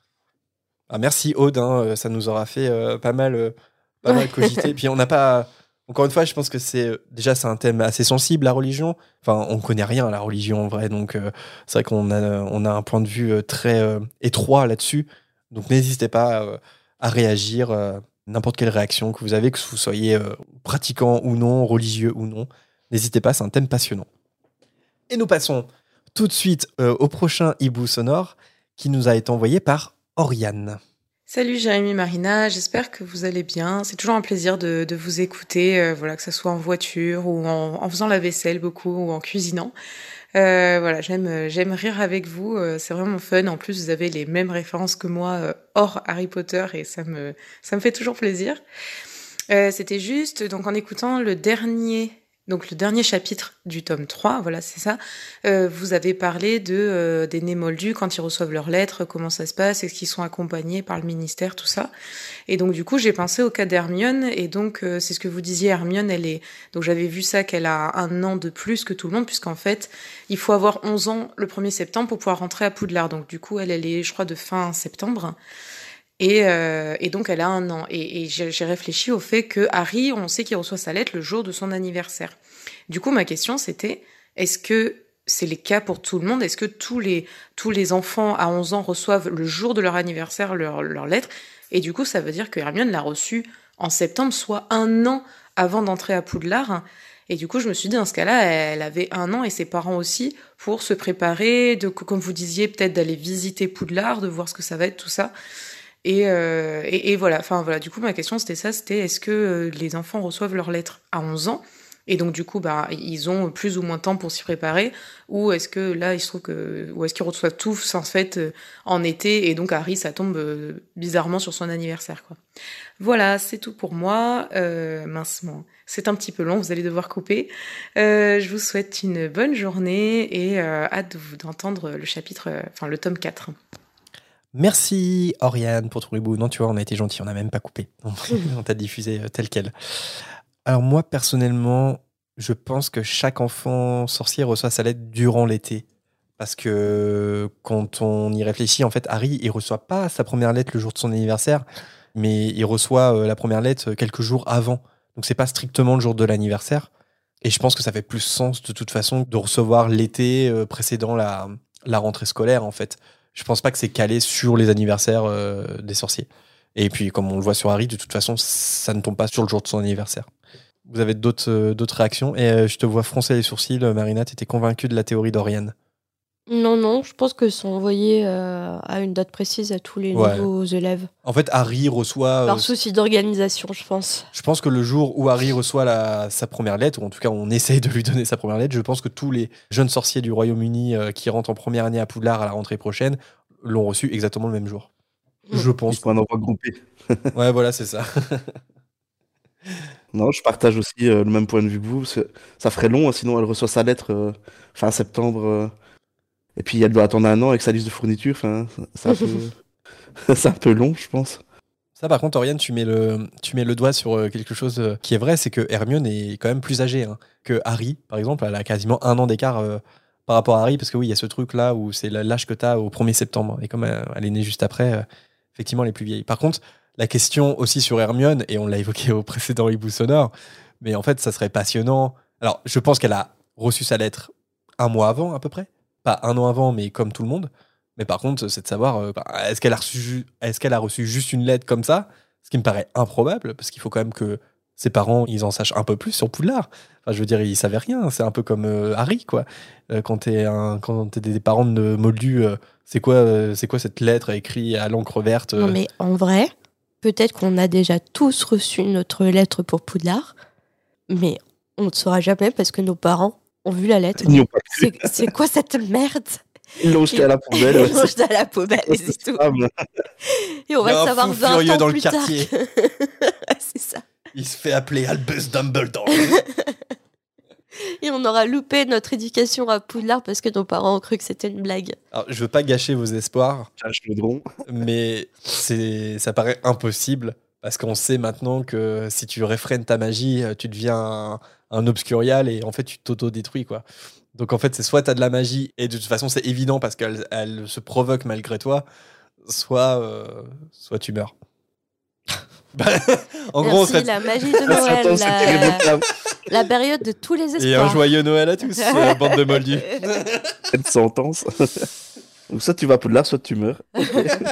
Ah, merci Aude, hein, ça nous aura fait euh, pas mal, euh, pas mal cogiter. Puis on n'a pas. Encore une fois, je pense que c'est déjà c'est un thème assez sensible, la religion. Enfin, on connaît rien à la religion en vrai, donc euh, c'est vrai qu'on a on a un point de vue euh, très euh, étroit là-dessus. Donc n'hésitez pas euh, à réagir, euh, n'importe quelle réaction que vous avez, que vous soyez euh, pratiquant ou non, religieux ou non. N'hésitez pas, c'est un thème passionnant. Et nous passons tout de suite euh, au prochain hibou sonore qui nous a été envoyé par Oriane. Salut Jérémy, Marina, j'espère que vous allez bien. C'est toujours un plaisir de, de vous écouter, euh, voilà, que ce soit en voiture ou en, en faisant la vaisselle beaucoup ou en cuisinant. Euh, voilà, j'aime j'aime rire avec vous, euh, c'est vraiment fun. En plus, vous avez les mêmes références que moi euh, hors Harry Potter et ça me ça me fait toujours plaisir. Euh, c'était juste donc en écoutant le dernier Donc le dernier chapitre du tome trois, voilà, c'est ça. Euh, vous avez parlé de euh, des Némoldus quand ils reçoivent leurs lettres, comment ça se passe, est-ce qu'ils sont accompagnés par le ministère, tout ça. Et donc du coup, j'ai pensé au cas d'Hermione et donc euh, c'est ce que vous disiez, Hermione, elle est donc j'avais vu ça qu'elle a un an de plus que tout le monde puisqu'en fait, il faut avoir onze ans le premier septembre pour pouvoir rentrer à Poudlard. Donc du coup, elle elle est je crois de fin septembre. Et, euh, et donc elle a un an. Et, et j'ai, j'ai réfléchi au fait que Harry, on sait qu'il reçoit sa lettre le jour de son anniversaire. Du coup, ma question c'était, est-ce que c'est les cas pour tout le monde ? Est-ce que tous les tous les enfants à onze ans reçoivent le jour de leur anniversaire leur, leur lettre ? Et du coup, ça veut dire que Hermione l'a reçue en septembre, soit un an avant d'entrer à Poudlard. Et du coup, je me suis dit, dans ce cas-là, elle avait un an et ses parents aussi pour se préparer, de, comme vous disiez, peut-être d'aller visiter Poudlard, de voir ce que ça va être, tout ça. Et, euh, et, et voilà, enfin voilà, du coup ma question c'était ça, c'était est-ce que euh, les enfants reçoivent leurs lettres à onze ans et donc du coup bah ils ont plus ou moins de temps pour s'y préparer, ou est-ce que là il se trouve que ou est-ce qu'ils reçoivent tous en fait euh, en été et donc Harry ça tombe euh, bizarrement sur son anniversaire quoi. Voilà, c'est tout pour moi. Euh, mincement, c'est un petit peu long, vous allez devoir couper. Euh, je vous souhaite une bonne journée et euh, hâte de vous d'entendre le chapitre, euh, enfin le tome quatre. Merci Oriane pour ton reboot. Non, tu vois, on a été gentil, on n'a même pas coupé. On t'a diffusé tel quel. Alors moi, personnellement, je pense que chaque enfant sorcier reçoit sa lettre durant l'été. Parce que quand on y réfléchit, en fait, Harry, il reçoit pas sa première lettre le jour de son anniversaire, mais il reçoit la première lettre quelques jours avant. Donc c'est pas strictement le jour de l'anniversaire. Et je pense que ça fait plus sens de toute façon de recevoir l'été précédant la, la rentrée scolaire, en fait. Je pense pas que c'est calé sur les anniversaires euh, des sorciers. Et puis, comme on le voit sur Harry, de toute façon, ça ne tombe pas sur le jour de son anniversaire. Vous avez d'autres, euh, d'autres réactions ? Et euh, je te vois froncer les sourcils, Marina, t'étais convaincue de la théorie d'Oriane ? Non, non, je pense que c'est envoyé euh, à une date précise à tous les Ouais. nouveaux élèves. En fait, Harry reçoit... Par euh, souci d'organisation, je pense. Je pense que le jour où Harry reçoit la, sa première lettre, ou en tout cas on essaye de lui donner sa première lettre, je pense que tous les jeunes sorciers du Royaume-Uni euh, qui rentrent en première année à Poudlard à la rentrée prochaine l'ont reçu exactement le même jour. Mm. Je pense. Ils font un envoi groupé. Ouais, voilà, c'est ça. Non, je partage aussi euh, le même point de vue que vous. Parce que ça ferait long, hein, sinon elle reçoit sa lettre euh, fin septembre. euh, et puis elle doit attendre un an avec sa liste de fournitures. Enfin, c'est un peu... c'est un peu long, je pense. Ça, par contre, Oriane, tu mets le, tu mets le doigt sur euh, quelque chose euh, qui est vrai, c'est que Hermione est quand même plus âgée hein, que Harry, par exemple. Elle a quasiment un an d'écart euh, par rapport à Harry, parce que oui, il y a ce truc-là où c'est l'âge que tu as au premier septembre. Et comme elle, elle est née juste après, euh, effectivement, elle est plus vieille. Par contre, la question aussi sur Hermione, et on l'a évoqué au précédent hibou sonore, mais en fait, ça serait passionnant. Alors, je pense qu'elle a reçu sa lettre un mois avant, à peu près. Pas un an avant, mais comme tout le monde. Mais par contre, c'est de savoir, euh, bah, est-ce qu'elle a reçu, est-ce qu'elle a reçu juste une lettre comme ça ? Ce qui me paraît improbable, parce qu'il faut quand même que ses parents, ils en sachent un peu plus sur Poudlard. Enfin, je veux dire, ils savaient rien. C'est un peu comme euh, Harry, quoi. Euh, quand t'es un, quand t'es des parents de Moldus, euh, c'est quoi, euh, c'est quoi cette lettre écrite à l'encre verte euh... Non, mais en vrai, peut-être qu'on a déjà tous reçu notre lettre pour Poudlard, mais on ne saura jamais parce que nos parents ont vu la lettre. Ils n'y ont pas cru. C'est, c'est quoi cette merde ? Ils l'ont jeté à la poubelle. Ils l'ont jeté à la poubelle et c'est tout. Et on Il y a va un le savoir fou vingt furieux ans dans le plus quartier. tard. C'est ça. Il se fait appeler Albus Dumbledore. Et on aura loupé notre éducation à Poudlard parce que nos parents ont cru que c'était une blague. Alors, je veux pas gâcher vos espoirs, Cherche le dron. mais c'est, ça paraît impossible parce qu'on sait maintenant que si tu réfrènes ta magie, tu deviens un, un obscurial et en fait tu t'auto-détruis quoi. Donc en fait c'est soit t'as de la magie et de toute façon c'est évident parce qu'elle elle se provoque malgré toi, soit euh, soit tu meurs. En gros, on Merci, serait- la magie de Noël, Attends, c'est la... irrévocable. la période de tous les espoirs. et un joyeux Noël à tous, euh, bande de moldus. Cette sentence. Donc soit tu vas à Poudlard, soit tu meurs. Oui,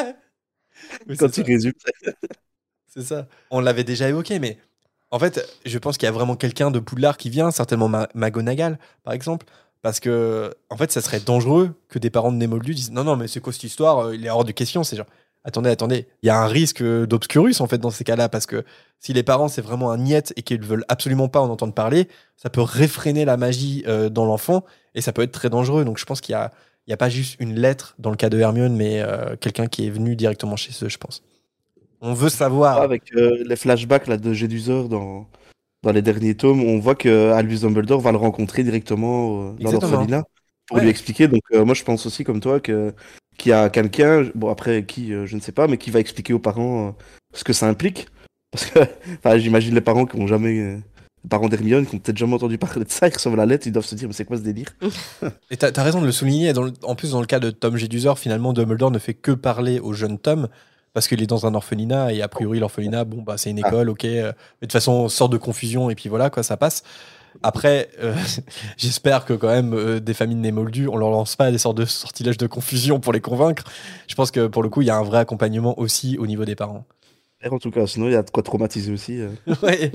Quand c'est tu ça. résultes. C'est ça. On l'avait déjà évoqué, mais en fait, je pense qu'il y a vraiment quelqu'un de Poudlard qui vient, certainement Ma- McGonagall, par exemple, parce que, en fait, ça serait dangereux que des parents de Némoldu disent non, non, mais c'est quoi cette histoire euh, Il est hors de question. C'est genre, attendez, attendez, il y a un risque d'obscurus, en fait, dans ces cas-là, parce que si les parents, c'est vraiment un niet et qu'ils veulent absolument pas en entendre parler, ça peut réfréner la magie euh, dans l'enfant et ça peut être très dangereux. Donc, je pense qu'il y a, il y a pas juste une lettre dans le cas de Hermione, mais euh, quelqu'un qui est venu directement chez eux, je pense. On veut savoir. Avec euh, les flashbacks là, de Jedusor dans, dans les derniers tomes, on voit que Albus Dumbledore va le rencontrer directement euh, dans Exactement. l'orphelinat pour Ouais. lui expliquer. Donc euh, moi je pense aussi comme toi que qu'il y a quelqu'un, bon après qui euh, je ne sais pas, mais qui va expliquer aux parents euh, ce que ça implique. Parce que enfin, j'imagine les parents qui ont jamais, euh, les parents d'Hermione qui ont peut-être jamais entendu parler de ça, ils reçoivent la lettre, ils doivent se dire mais c'est quoi ce délire? Et t'as, t'as raison de le souligner. Dans le- en plus, dans le cas de Tom Jedusor, finalement, Dumbledore ne fait que parler au jeune Tom parce qu'il est dans un orphelinat et a priori l'orphelinat, bon bah c'est une école, ok. euh, Mais de toute façon, sorte de confusion et puis voilà quoi, ça passe. Après, euh, j'espère que quand même euh, des familles de Némoldus, on leur lance pas des sortes de sortilèges de confusion pour les convaincre. Je pense que pour le coup, il y a un vrai accompagnement aussi au niveau des parents. Et en tout cas, sinon il y a de quoi traumatiser aussi. euh. Ouais.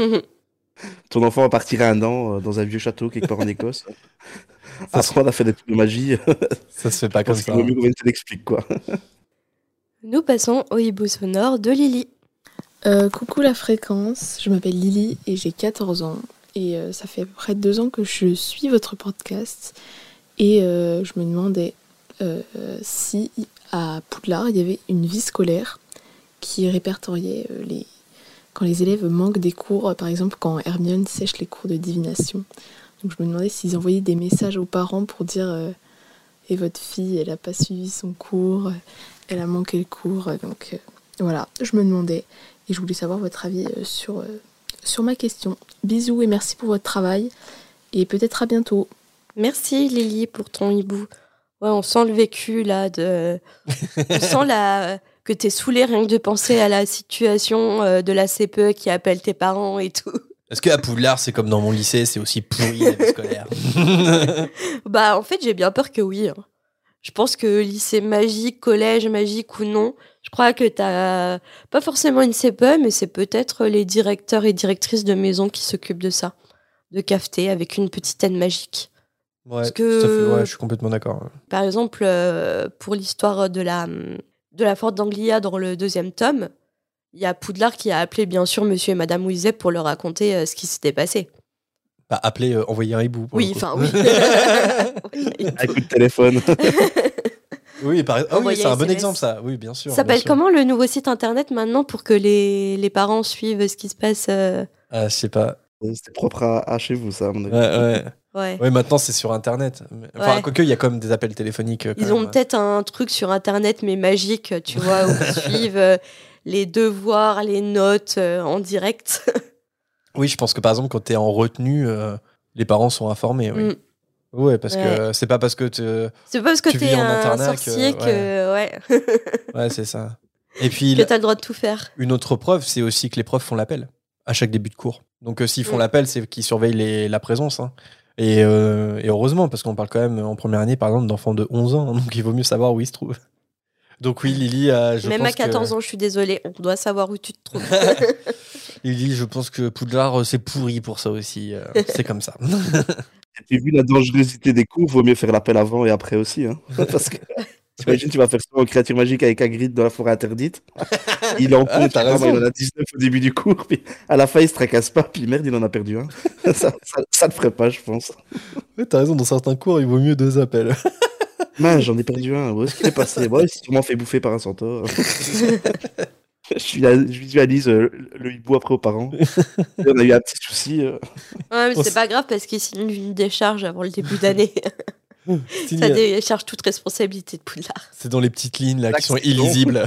Ton enfant va partir un an euh, dans un vieux château quelque part en Écosse. Ça se voit, on a fait des trucs de magie. Ça se fait pas comme Parce ça. qu'il vaut mieux qu'on te l'explique quoi. Nous passons au hibou sonore de Lily. Euh, coucou la fréquence, je m'appelle Lily et j'ai quatorze ans. Et euh, ça fait à peu près deux ans que je suis votre podcast. Et euh, je me demandais euh, si à Poudlard, il y avait une vie scolaire qui répertoriait euh, les... quand les élèves manquent des cours, par exemple quand Hermione sèche les cours de divination. Donc je me demandais s'ils envoyaient des messages aux parents pour dire euh, et votre fille, elle n'a pas suivi son cours, elle a manqué le cours. Donc euh, voilà, je me demandais. Et je voulais savoir votre avis euh, sur, euh, sur ma question. Bisous et merci pour votre travail. Et peut-être à bientôt. Merci Lily pour ton hibou. Ouais, on sent le vécu là de. On sent la que t'es saoulée rien que de penser à la situation euh, de la C P E qui appelle tes parents et tout. Est-ce qu'à Poudlard, c'est comme dans mon lycée, c'est aussi pourri la vie scolaire? Bah en fait j'ai bien peur que oui. hein. Je pense que lycée magique, collège magique ou non, je crois que t'as pas forcément une C P E, mais c'est peut-être les directeurs et directrices de maison qui s'occupent de ça, de cafeter avec une petite aide magique. Ouais, Parce que- tout à fait, ouais, je suis complètement d'accord. Par exemple, euh, pour l'histoire de la, de la Forte d'Anglia dans le deuxième tome, il y a Poudlard qui a appelé bien sûr Monsieur et Madame Weasley pour leur raconter euh, ce qui s'était passé. Pas appeler, euh, envoyer un hibou. pour Oui, le coup. enfin oui. Un coup de téléphone. Oui, par... ah oui, Envoyer c'est un un bon S M S. exemple ça. Oui, bien sûr. Ça bien s'appelle sûr. comment le nouveau site internet maintenant pour que les, les parents suivent ce qui se passe euh, Ah, je sais pas. C'était propre à, à chez vous, ça, à mon avis. Ouais, ouais. Ouais. Ouais, maintenant c'est sur internet. Mais- Enfin, Ouais. quoique, il y a quand même des appels téléphoniques. euh, quand Ils ont même. peut-être un truc sur internet mais magique, tu vois, où ils suivent euh, les devoirs, les notes euh, en direct. Oui, je pense que par exemple, quand t'es en retenue, euh, les parents sont informés. Oui. Mm. Ouais, parce que c'est pas parce que te- C'est pas parce que Tu t'es vis en un internat que- sorcier que, ouais. ouais, c'est ça. Et puis que la- t'as le droit de tout faire. une autre preuve, c'est aussi que les profs font l'appel à chaque début de cours. Donc euh, s'ils font Mm. l'appel, c'est qu'ils surveillent les- la présence. hein. Et, euh, et heureusement, parce qu'on parle quand même en première année, par exemple, d'enfants de onze ans, donc il vaut mieux savoir où ils se trouvent. Donc oui, Lily, euh, je Même pense à quatorze que... ans, je suis désolée, on doit savoir où tu te trouves. Lily, je pense que Poudlard, euh, c'est pourri pour ça aussi. euh, c'est comme ça. Et puis, vu la dangerosité des cours, vaut mieux faire l'appel avant et après aussi. Hein. Parce que, t'imagines, tu vas faire ça en créature magique avec Hagrid dans la forêt interdite. Il en Ah, compte, t'as je sais pas, raison. il en a dix-neuf au début du cours, puis à la fin, il se tracasse pas, puis merde, il en a perdu un. ça, ça, ça le ferait pas, je pense. Ouais, t'as raison, dans certains cours, il vaut mieux deux appels. Mince, j'en ai perdu un. Où est-ce qu'il est passé? Bon, il s'est sûrement fait bouffer par un centaure. je, visu- je visualise euh, le hibou après aux parents. Et on a eu un petit souci. euh. Ouais, mais On c'est s- pas grave parce qu'il signe une décharge avant le début d'année. Style, Ça décharge toute responsabilité de Poudlard. C'est dans les petites lignes là qui sont L'accident. illisibles.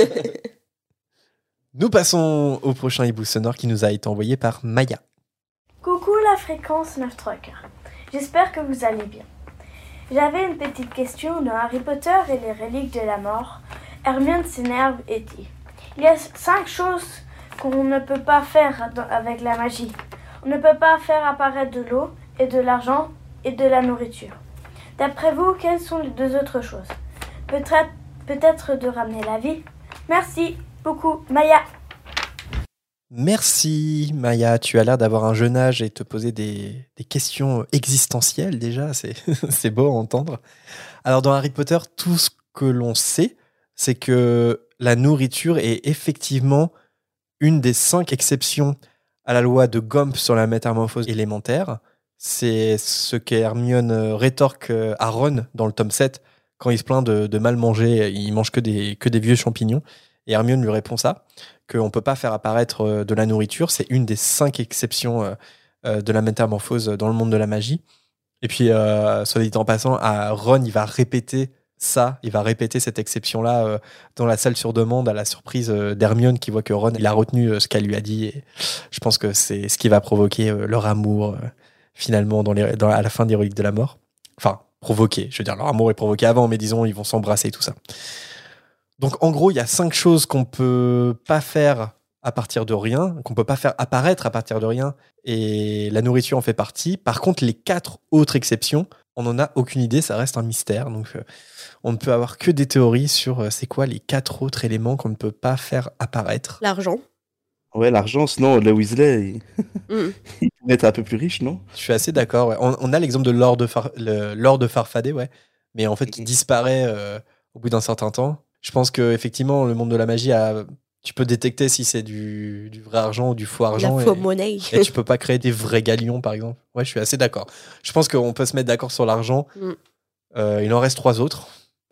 Nous passons au prochain hibou sonore qui nous a été envoyé par Maya. Coucou la fréquence neuf trois quarts. J'espère que vous allez bien. J'avais une petite question dans Harry Potter et les reliques de la mort. Hermione s'énerve et dit il y a cinq choses qu'on ne peut pas faire dans- avec la magie. On ne peut pas faire apparaître de l'eau et de l'argent et de la nourriture. D'après vous, quelles sont les deux autres choses? Peut-être peut-être de ramener la vie. Merci beaucoup, Maya. Merci Maya, tu as l'air d'avoir un jeune âge et te poser des, des questions existentielles déjà, c'est, c'est beau à entendre. Alors dans Harry Potter, tout ce que l'on sait, c'est que la nourriture est effectivement une des cinq exceptions à la loi de Gump sur la métamorphose élémentaire. C'est ce qu'Hermione euh, rétorque euh, à Ron dans le tome sept quand il se plaint de, de mal manger, il mange que des, que des vieux champignons. Et Hermione lui répond ça, qu'on ne peut pas faire apparaître euh, de la nourriture. C'est une des cinq exceptions euh, euh, de la métamorphose dans le monde de la magie. Et puis, euh, soit dit en passant, à Ron, il va répéter ça, il va répéter cette exception-là euh, dans la salle sur demande à la surprise euh, d'Hermione qui voit que Ron, il a retenu euh, ce qu'elle lui a dit. Et je pense que c'est ce qui va provoquer euh, leur amour, euh, finalement, dans les, dans, à la fin des Reliques de la Mort. Enfin, provoquer. Je veux dire, leur amour est provoqué avant, mais disons, ils vont s'embrasser et tout ça. Donc, en gros, il y a cinq choses qu'on peut pas faire à partir de rien, qu'on peut pas faire apparaître à partir de rien, et la nourriture en fait partie. Par contre, les quatre autres exceptions, on n'en a aucune idée, ça reste un mystère. Donc, euh, on ne peut avoir que des théories sur euh, c'est quoi les quatre autres éléments qu'on ne peut pas faire apparaître. L'argent. Ouais, l'argent, sinon, le Weasley, il, Mm. il pourrait être un peu plus riche, non? Je suis assez d'accord. Ouais. On, on a l'exemple de Lord de, Far- le, Lord de Farfadet, ouais. Mais en fait, qui disparaît euh, au bout d'un certain temps. Je pense que effectivement, le monde de la magie a. Tu peux détecter si c'est du, du vrai argent ou du faux argent. La faux et, monnaie. et tu peux pas créer des vrais galions, par exemple. Ouais, je suis assez d'accord. Je pense qu'on peut se mettre d'accord sur l'argent. Mm. Euh, il en reste trois autres.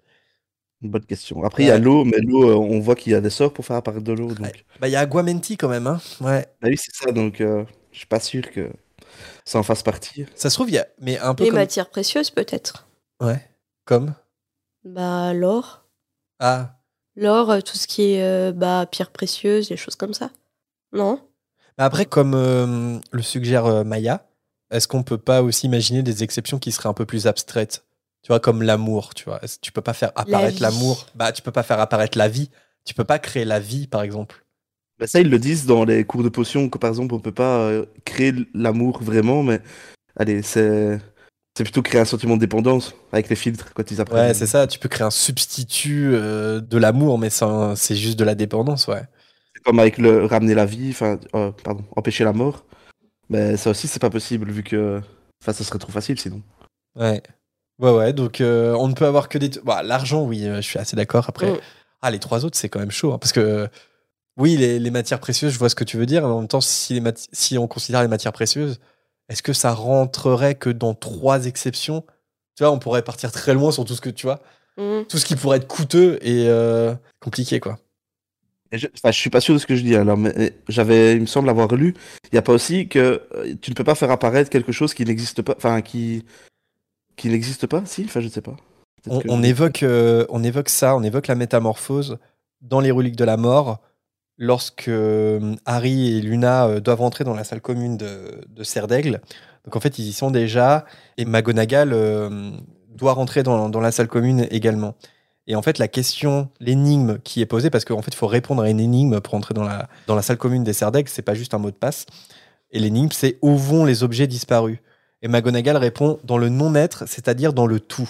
Une bonne question. Après, il y a Ouais. l'eau, mais l'eau, euh, on voit qu'il y a des sorts pour faire apparaître de l'eau. Donc... Bah, il y a Aguamenti quand même, hein. Ouais. Bah oui, c'est ça, donc euh, je suis pas sûr que ça en fasse partie. Ça se trouve, il y a. Mais un peu Les comme. matières précieuses, peut-être. Ouais. Comme. Bah, l'or. Ah. L'or, euh, tout ce qui est euh, bah, pierres précieuses, des choses comme ça. Non? Bah après, comme euh, le suggère euh, Maya, est-ce qu'on peut pas aussi imaginer des exceptions qui seraient un peu plus abstraites? Tu vois, comme l'amour, tu vois. Est-ce que tu peux pas faire apparaître vie. l'amour. Bah, tu peux pas faire apparaître la vie. Tu peux pas créer la vie, par exemple. Bah ça, ils le disent dans les cours de potions, que par exemple, on peut pas euh, créer l'amour vraiment, mais allez, c'est c'est plutôt créer un sentiment de dépendance avec les filtres quand ils apprennent. Ouais, c'est ça. Tu peux créer un substitut euh, de l'amour, mais ça, c'est juste de la dépendance, ouais. C'est comme avec le ramener la vie, enfin, euh, pardon, empêcher la mort. Mais ça aussi, c'est pas possible vu que, enfin, ça serait trop facile sinon. Ouais. Ouais, ouais. Donc, euh, on ne peut avoir que des. Bah, l'argent, oui, euh, je suis assez d'accord. Après, Mm. ah, les trois autres, c'est quand même chaud. Hein, parce que, oui, les, les matières précieuses, je vois ce que tu veux dire. Mais en même temps, si, les mati- si on considère les matières précieuses, est-ce que ça rentrerait que dans trois exceptions? Tu vois, on pourrait partir très loin sur tout ce que tu vois. Mm. Tout ce qui pourrait être coûteux et euh, compliqué, quoi. Et je, enfin, je suis pas sûr de ce que je dis alors, mais mais j'avais, il me semble avoir lu, il y a pas aussi que euh, tu ne peux pas faire apparaître quelque chose qui n'existe pas, enfin, qui, qui n'existe pas, si, enfin, je sais pas. Peut-être On, que on je- évoque, euh, on évoque ça, on évoque la métamorphose dans les reliques de la mort lorsque euh, Harry et Luna euh, doivent rentrer dans la salle commune de, de Serre d'Aigle. Donc en fait, ils y sont déjà et McGonagall euh, doit rentrer dans, dans la salle commune également. Et en fait, la question, l'énigme qui est posée, parce qu'en fait, il faut répondre à une énigme pour entrer dans la, dans la salle commune des Serre d'Aigle, c'est pas juste un mot de passe. Et l'énigme, c'est où vont les objets disparus? Et McGonagall répond dans le non-être, c'est-à-dire dans le tout.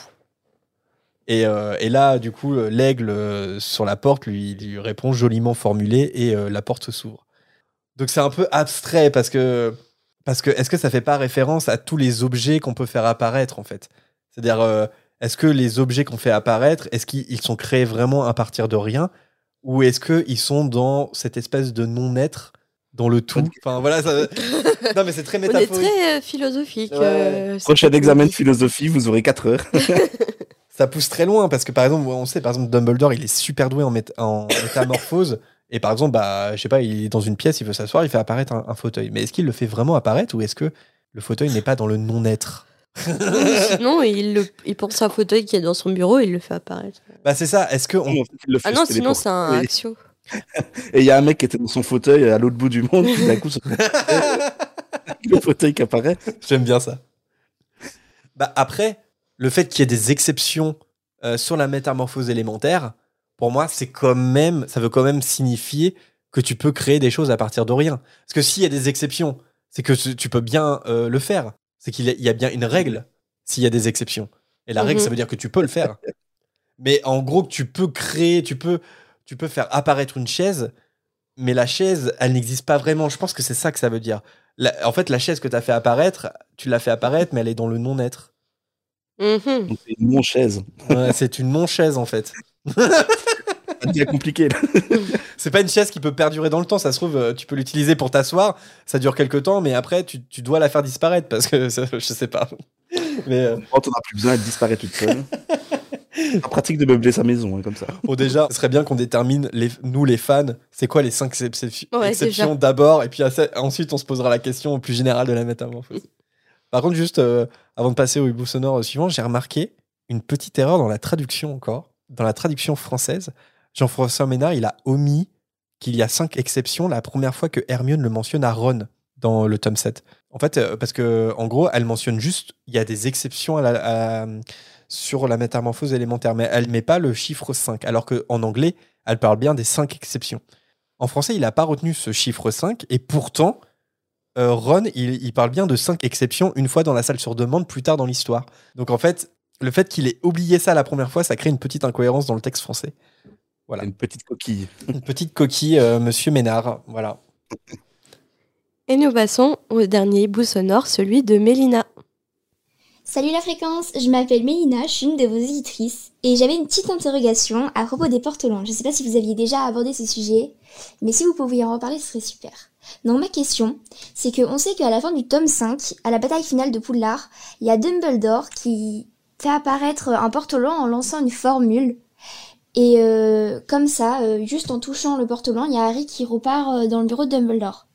Et, euh, et là, du coup, euh, l'aigle euh, sur la porte lui, lui répond joliment formulé et euh, la porte s'ouvre. Donc c'est un peu abstrait parce que, parce que est-ce que ça fait pas référence à tous les objets qu'on peut faire apparaître en fait? C'est-à-dire, euh, est-ce que les objets qu'on fait apparaître, est-ce qu'ils ils sont créés vraiment à partir de rien? Ou est-ce qu'ils sont dans cette espèce de non-être, dans le tout? Enfin voilà, ça... non mais c'est très On est métaphorique. très euh, philosophique. Ouais. euh, Prochain c'est- examen de philosophie, vous aurez quatre heures. Ça pousse très loin parce que par exemple, on sait par exemple Dumbledore, il est super doué en, mét- en métamorphose Et par exemple, bah, je sais pas, il est dans une pièce, il veut s'asseoir, il fait apparaître un, un fauteuil. Mais est-ce qu'il le fait vraiment apparaître ou est-ce que le fauteuil n'est pas dans le non-être? Sinon, il, le, il pense à un fauteuil qui est dans son bureau et il le fait apparaître. Bah c'est ça, est-ce que... On... Non, en fait, il le fait Ah non, se sinon c'est un téléporter. action. Et il y a un mec qui était dans son fauteuil à l'autre bout du monde, puis d'un coup, son- le fauteuil qui apparaît. J'aime bien ça. Bah après, le fait qu'il y ait des exceptions euh, sur la métamorphose élémentaire, pour moi, c'est quand même, ça veut quand même signifier que tu peux créer des choses à partir de rien. Parce que s'il y a des exceptions, c'est que tu tu peux bien euh, le faire. C'est qu'il y a- il y a bien une règle s'il y a des exceptions. Et la règle, Mhm. ça veut dire que tu peux le faire. Mais en gros, que tu peux créer, tu peux, tu peux faire apparaître une chaise, mais la chaise, elle n'existe pas vraiment. Je pense que c'est ça que ça veut dire. La- en fait, la chaise que tu as fait apparaître, tu l'as fait apparaître, mais elle est dans le non-être. Mhm. Donc, c'est une non-chaise. Ouais, c'est une non-chaise, en fait. C'est bien compliqué. Là. C'est pas une chaise qui peut perdurer dans le temps. Ça se trouve, euh, tu peux l'utiliser pour t'asseoir. Ça dure quelques temps, mais après, tu, tu dois la faire disparaître parce que ça- je sais pas. Mais euh, Quand on n'a plus besoin, elle disparaît toute seule. C'est pas pratique de meubler sa maison, hein, comme ça. bon, déjà, ce serait bien qu'on détermine, les, nous les fans, c'est quoi les cinq excep- Ouais, exceptions déjà. d'abord, et puis assez- ensuite on se posera la question plus générale de la métamorphose. Par contre, juste euh, avant de passer au hibou sonore suivant, j'ai remarqué une petite erreur dans la traduction encore. Dans la traduction française, Jean-François Ménard, il a omis qu'il y a cinq exceptions la première fois que Hermione le mentionne à Ron dans le tome sept. En fait, euh, parce que en gros, elle mentionne juste il y a des exceptions à la- à- sur la métamorphose élémentaire, mais elle met pas le chiffre cinq, alors qu'en anglais, elle parle bien des cinq exceptions. En français, il n'a pas retenu ce chiffre cinq, et pourtant, euh, Ron, il, il parle bien de cinq exceptions une fois dans la salle sur demande plus tard dans l'histoire. Donc en fait, le fait qu'il ait oublié ça la première fois, ça crée une petite incohérence dans le texte français. Voilà. Une petite coquille. Une petite coquille, euh, Monsieur Ménard. Voilà. Et nous passons au dernier hibou sonore, celui de Mélina. Salut la fréquence, je m'appelle Mélina, je suis une de vos éditrices et j'avais une petite interrogation à propos des porte-loin. Je sais pas si vous aviez déjà abordé ce sujet, mais si vous pouviez en reparler, ce serait super. Donc ma question, c'est qu'on sait qu'à la fin du tome cinq, à la bataille finale de Poudlard, il y a Dumbledore qui fait apparaître un porte-loin en lançant une formule. Et euh, comme ça, euh, juste en touchant le porte-loin, il y a Harry qui repart euh, dans le bureau de Dumbledore.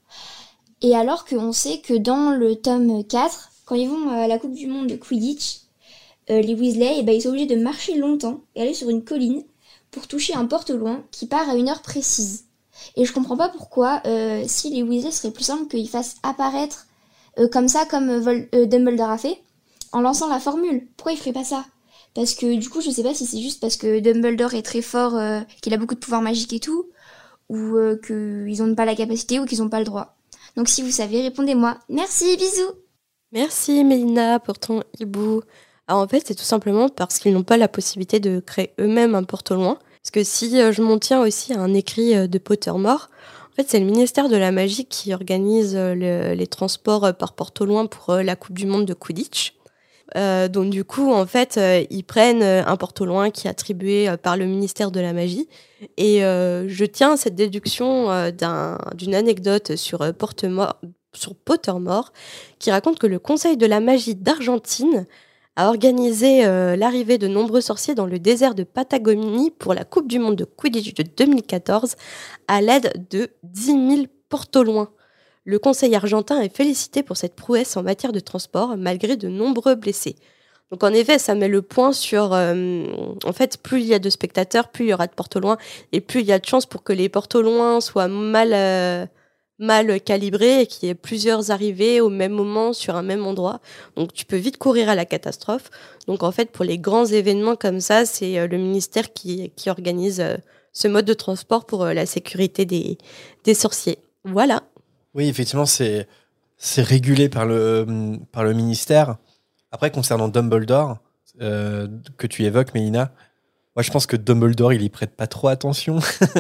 Et alors qu'on sait que dans le tome quatre, quand ils vont à la Coupe du Monde de Quidditch, euh, les Weasley, eh ben, ils sont obligés de marcher longtemps et aller sur une colline pour toucher un porte-loin qui part à une heure précise. Et je comprends pas pourquoi, euh, si les Weasley serait plus simple qu'ils fassent apparaître euh, comme ça, comme euh, Vol- euh, Dumbledore a fait, en lançant la formule. Pourquoi ils feraient pas ça ? Parce que du coup, je sais pas si c'est juste parce que Dumbledore est très fort, euh, qu'il a beaucoup de pouvoir magique et tout, ou euh, qu'ils n'ont pas la capacité ou qu'ils n'ont pas le droit. Donc si vous savez, répondez-moi. Merci, bisous. Merci Mélina pour ton hibou. Alors en fait, c'est tout simplement parce qu'ils n'ont pas la possibilité de créer eux-mêmes un porte-loin. Parce que si euh, je m'en tiens aussi à un écrit euh, de Pottermore, en fait, c'est le ministère de la Magie qui organise euh, le- les transports euh, par porte-loin pour euh, la Coupe du Monde de Quidditch. Euh, donc du coup, en fait, euh, ils prennent euh, un porte-loin qui est attribué euh, par le ministère de la Magie. Et euh, je tiens à cette déduction euh, d'un- d'une anecdote sur, euh, Portemore- sur Pottermore qui raconte que le Conseil de la Magie d'Argentine a organisé euh, l'arrivée de nombreux sorciers dans le désert de Patagonie pour la Coupe du Monde de Quidditch de deux mille quatorze à l'aide de dix mille porte-loin. Le Conseil argentin est félicité pour cette prouesse en matière de transport, malgré de nombreux blessés. Donc en effet, ça met le point sur... euh, en fait, plus il y a de spectateurs, plus il y aura de porte-loin, et plus il y a de chances pour que les porte-loin soient mal, euh, mal calibrés et qu'il y ait plusieurs arrivées au même moment sur un même endroit. Donc tu peux vite courir à la catastrophe. Donc en fait, pour les grands événements comme ça, c'est euh, le ministère qui, qui organise euh, ce mode de transport pour euh, la sécurité des, des sorciers. Voilà. Oui, effectivement, c'est c'est régulé par le, par le ministère. Après, concernant Dumbledore, euh, que tu évoques, Mélina, moi, je pense que Dumbledore, il y prête pas trop attention.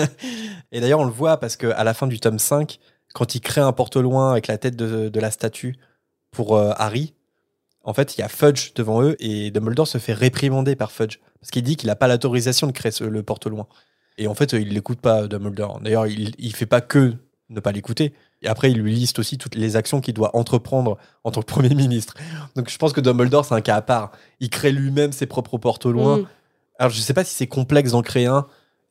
Et d'ailleurs, on le voit parce qu'à la fin du tome cinq, quand il crée un porte-loin avec la tête de, de la statue pour euh, Harry, en fait, il y a Fudge devant eux et Dumbledore se fait réprimander par Fudge parce qu'il dit qu'il n'a pas l'autorisation de créer ce- le porte-loin. Et en fait, il l'écoute pas, Dumbledore. D'ailleurs, il, il fait pas que ne pas l'écouter. Et après, il lui liste aussi toutes les actions qu'il doit entreprendre en tant que Premier ministre. Donc, je pense que Dumbledore, c'est un cas à part. Il crée lui-même ses propres porte-loin. Mm. Alors, je sais pas si c'est complexe d'en créer un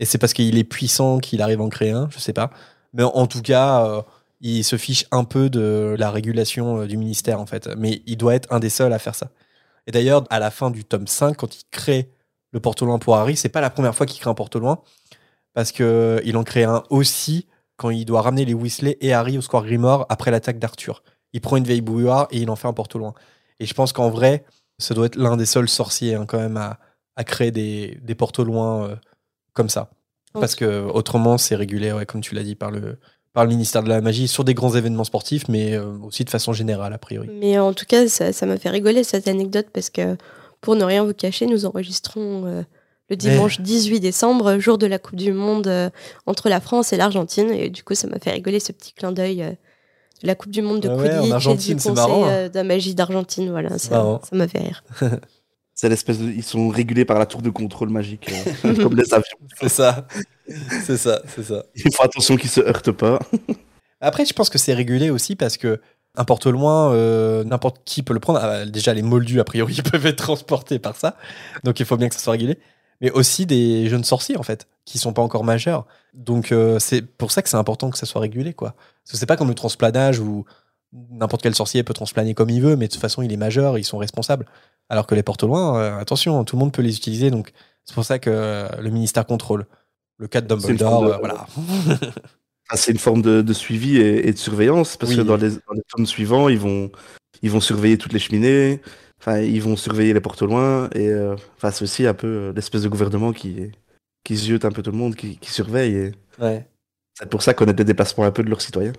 Et c'est parce qu'il est puissant qu'il arrive à en créer un, je sais pas. Mais en tout cas, euh, il se fiche un peu de la régulation euh, du ministère, en fait. Mais il doit être un des seuls à faire ça. Et d'ailleurs, à la fin du tome cinq, quand il crée le porte-loin pour Harry, c'est pas la première fois qu'il crée un porte-loin, parce qu'il en crée un aussi quand il doit ramener les Weasley et Harry au Square Grimoire après l'attaque d'Arthur. Il prend une vieille bouilloire et il en fait un porte-loin. Et je pense qu'en vrai, ça doit être l'un des seuls sorciers hein, quand même à, à créer des, des porte-loin euh, comme ça. Parce que autrement, c'est régulé, ouais, comme tu l'as dit, par le, par le ministère de la Magie, sur des grands événements sportifs, mais euh, aussi de façon générale, a priori. Mais en tout cas, ça, ça m'a fait rigoler cette anecdote, parce que, pour ne rien vous cacher, nous enregistrons euh, le dimanche mais... dix-huit décembre, jour de la Coupe du Monde euh, entre la France et l'Argentine, et du coup, ça m'a fait rigoler ce petit clin d'œil euh, de la Coupe du Monde de ah ouais, Quidditch et du conseil marrant, hein. euh, de la magie d'Argentine. Voilà, ça, ça m'a fait rire. C'est l'espèce de... Ils sont régulés par la tour de contrôle magique, euh, comme les avions. C'est ça, c'est ça, c'est ça. Il faut attention qu'ils se heurtent pas. Après, je pense que c'est régulé aussi parce que un porte-loin, euh, n'importe qui peut le prendre. Ah, déjà, les moldus, a priori, ils peuvent être transportés par ça. Donc, il faut bien que ça soit régulé. Mais aussi des jeunes sorciers, en fait, qui sont pas encore majeurs. Donc, euh, c'est pour ça que c'est important que ça soit régulé, quoi. Parce que c'est pas comme le transplanage où n'importe quel sorcier peut transplaner comme il veut, mais de toute façon, il est majeur, ils sont responsables. Alors que les porte-loin, euh, attention, tout le monde peut les utiliser. Donc, c'est pour ça que euh, le ministère contrôle. Le cas de Dumbledore, de... euh, voilà. C'est une forme de, de suivi et, et de surveillance, parce oui. que dans les, dans les tomes suivants, ils vont, ils vont surveiller toutes les cheminées, enfin, ils vont surveiller les porte-loin, et euh, enfin, c'est aussi un peu l'espèce de gouvernement qui, qui ziote un peu tout le monde, qui, qui surveille. Et ouais. C'est pour ça qu'on a des déplacements un peu de leurs citoyens.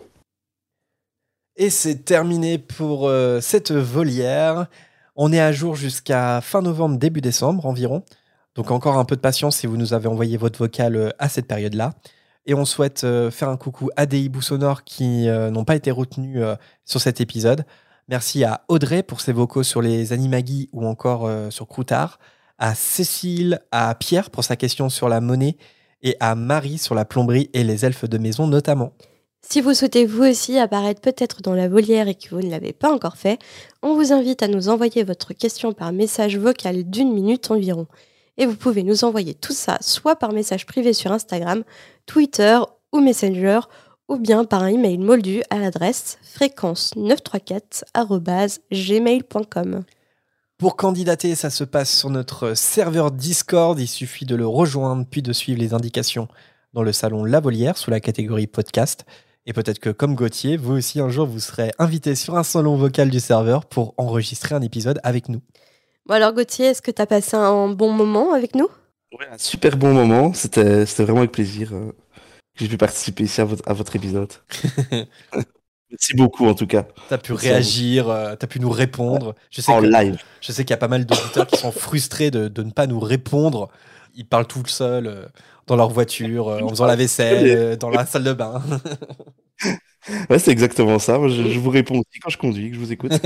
Et c'est terminé pour euh, cette volière. On est à jour jusqu'à fin novembre, début décembre environ. Donc encore un peu de patience si vous nous avez envoyé votre vocal à cette période-là. Et on souhaite euh, faire un coucou à des hiboux sonores qui euh, n'ont pas été retenus euh, sur cet épisode. Merci à Audrey pour ses vocaux sur les Animagi ou encore euh, sur Croutard, à Cécile, à Pierre pour sa question sur la monnaie et à Marie sur la plomberie et les elfes de maison notamment. Si vous souhaitez vous aussi apparaître peut-être dans la volière et que vous ne l'avez pas encore fait, on vous invite à nous envoyer votre question par message vocal d'une minute environ. Et vous pouvez nous envoyer tout ça soit par message privé sur Instagram, Twitter ou Messenger, ou bien par un email moldu à l'adresse fréquence neuf cent trente-quatre arobase gmail point com. Pour candidater, ça se passe sur notre serveur Discord. Il suffit de le rejoindre puis de suivre les indications dans le salon La Volière sous la catégorie podcast. Et peut-être que, comme Gauthier, vous aussi un jour vous serez invité sur un salon vocal du serveur pour enregistrer un épisode avec nous. Bon alors Gauthier, est-ce que tu as passé un bon moment avec nous ? Ouais, un super bon moment. C'était, c'était vraiment avec plaisir euh, que j'ai pu participer ici à votre, à votre épisode. Merci beaucoup en tout cas. T'as pu Merci réagir, euh, t'as pu nous répondre. Je sais en que, live. Je sais qu'il y a pas mal d'auditeurs qui sont frustrés de, de ne pas nous répondre. Ils parlent tout seuls euh, dans leur voiture, euh, en faisant la vaisselle, euh, dans la salle de bain. Ouais, c'est exactement ça. Moi, je, je vous réponds aussi quand je conduis, que je vous écoute.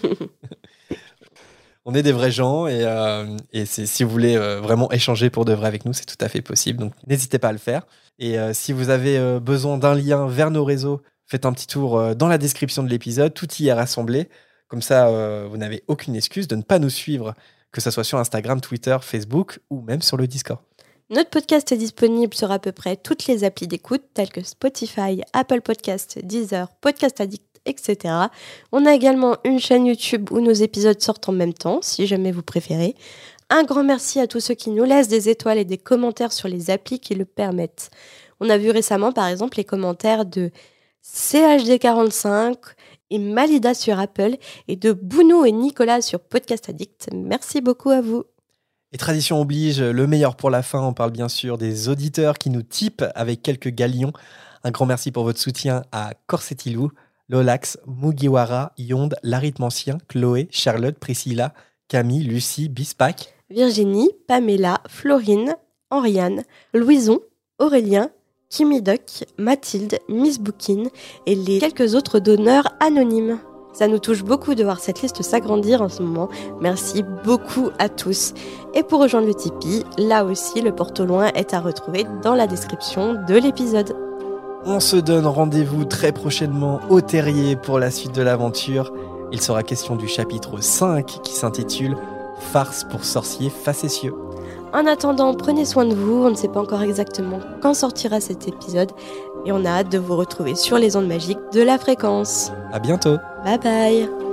On est des vrais gens et, euh, et c'est, si vous voulez euh, vraiment échanger pour de vrai avec nous, c'est tout à fait possible. Donc n'hésitez pas à le faire. Et euh, si vous avez euh, besoin d'un lien vers nos réseaux, faites un petit tour euh, dans la description de l'épisode. Tout y est rassemblé. Comme ça, euh, vous n'avez aucune excuse de ne pas nous suivre, que ce soit sur Instagram, Twitter, Facebook ou même sur le Discord. Notre podcast est disponible sur à peu près toutes les applis d'écoute telles que Spotify, Apple Podcasts, Deezer, Podcast Addict, et cetera. On a également une chaîne YouTube où nos épisodes sortent en même temps, si jamais vous préférez. Un grand merci à tous ceux qui nous laissent des étoiles et des commentaires sur les applis qui le permettent. On a vu récemment, par exemple, les commentaires de C H D quarante-cinq et Malida sur Apple et de Bounou et Nicolas sur Podcast Addict. Merci beaucoup à vous. Et tradition oblige, le meilleur pour la fin. On parle bien sûr des auditeurs qui nous typent avec quelques galions. Un grand merci pour votre soutien à Corsetilou, Lolax, Mugiwara, Yonde, L'Arithmancien, Chloé, Charlotte, Priscilla, Camille, Lucie, Bispac, Virginie, Pamela, Florine, Henriane, Louison, Aurélien, Kimidoc, Mathilde, Miss Bookin et les quelques autres donneurs anonymes. Ça nous touche beaucoup de voir cette liste s'agrandir en ce moment. Merci beaucoup à tous. Et pour rejoindre le Tipeee, là aussi, le porte-loin est à retrouver dans la description de l'épisode. On se donne rendez-vous très prochainement au Terrier pour la suite de l'aventure. Il sera question du chapitre cinq qui s'intitule « Farce pour sorciers facétieux ». En attendant, prenez soin de vous, on ne sait pas encore exactement quand sortira cet épisode et on a hâte de vous retrouver sur les ondes magiques de la fréquence. À bientôt. Bye bye.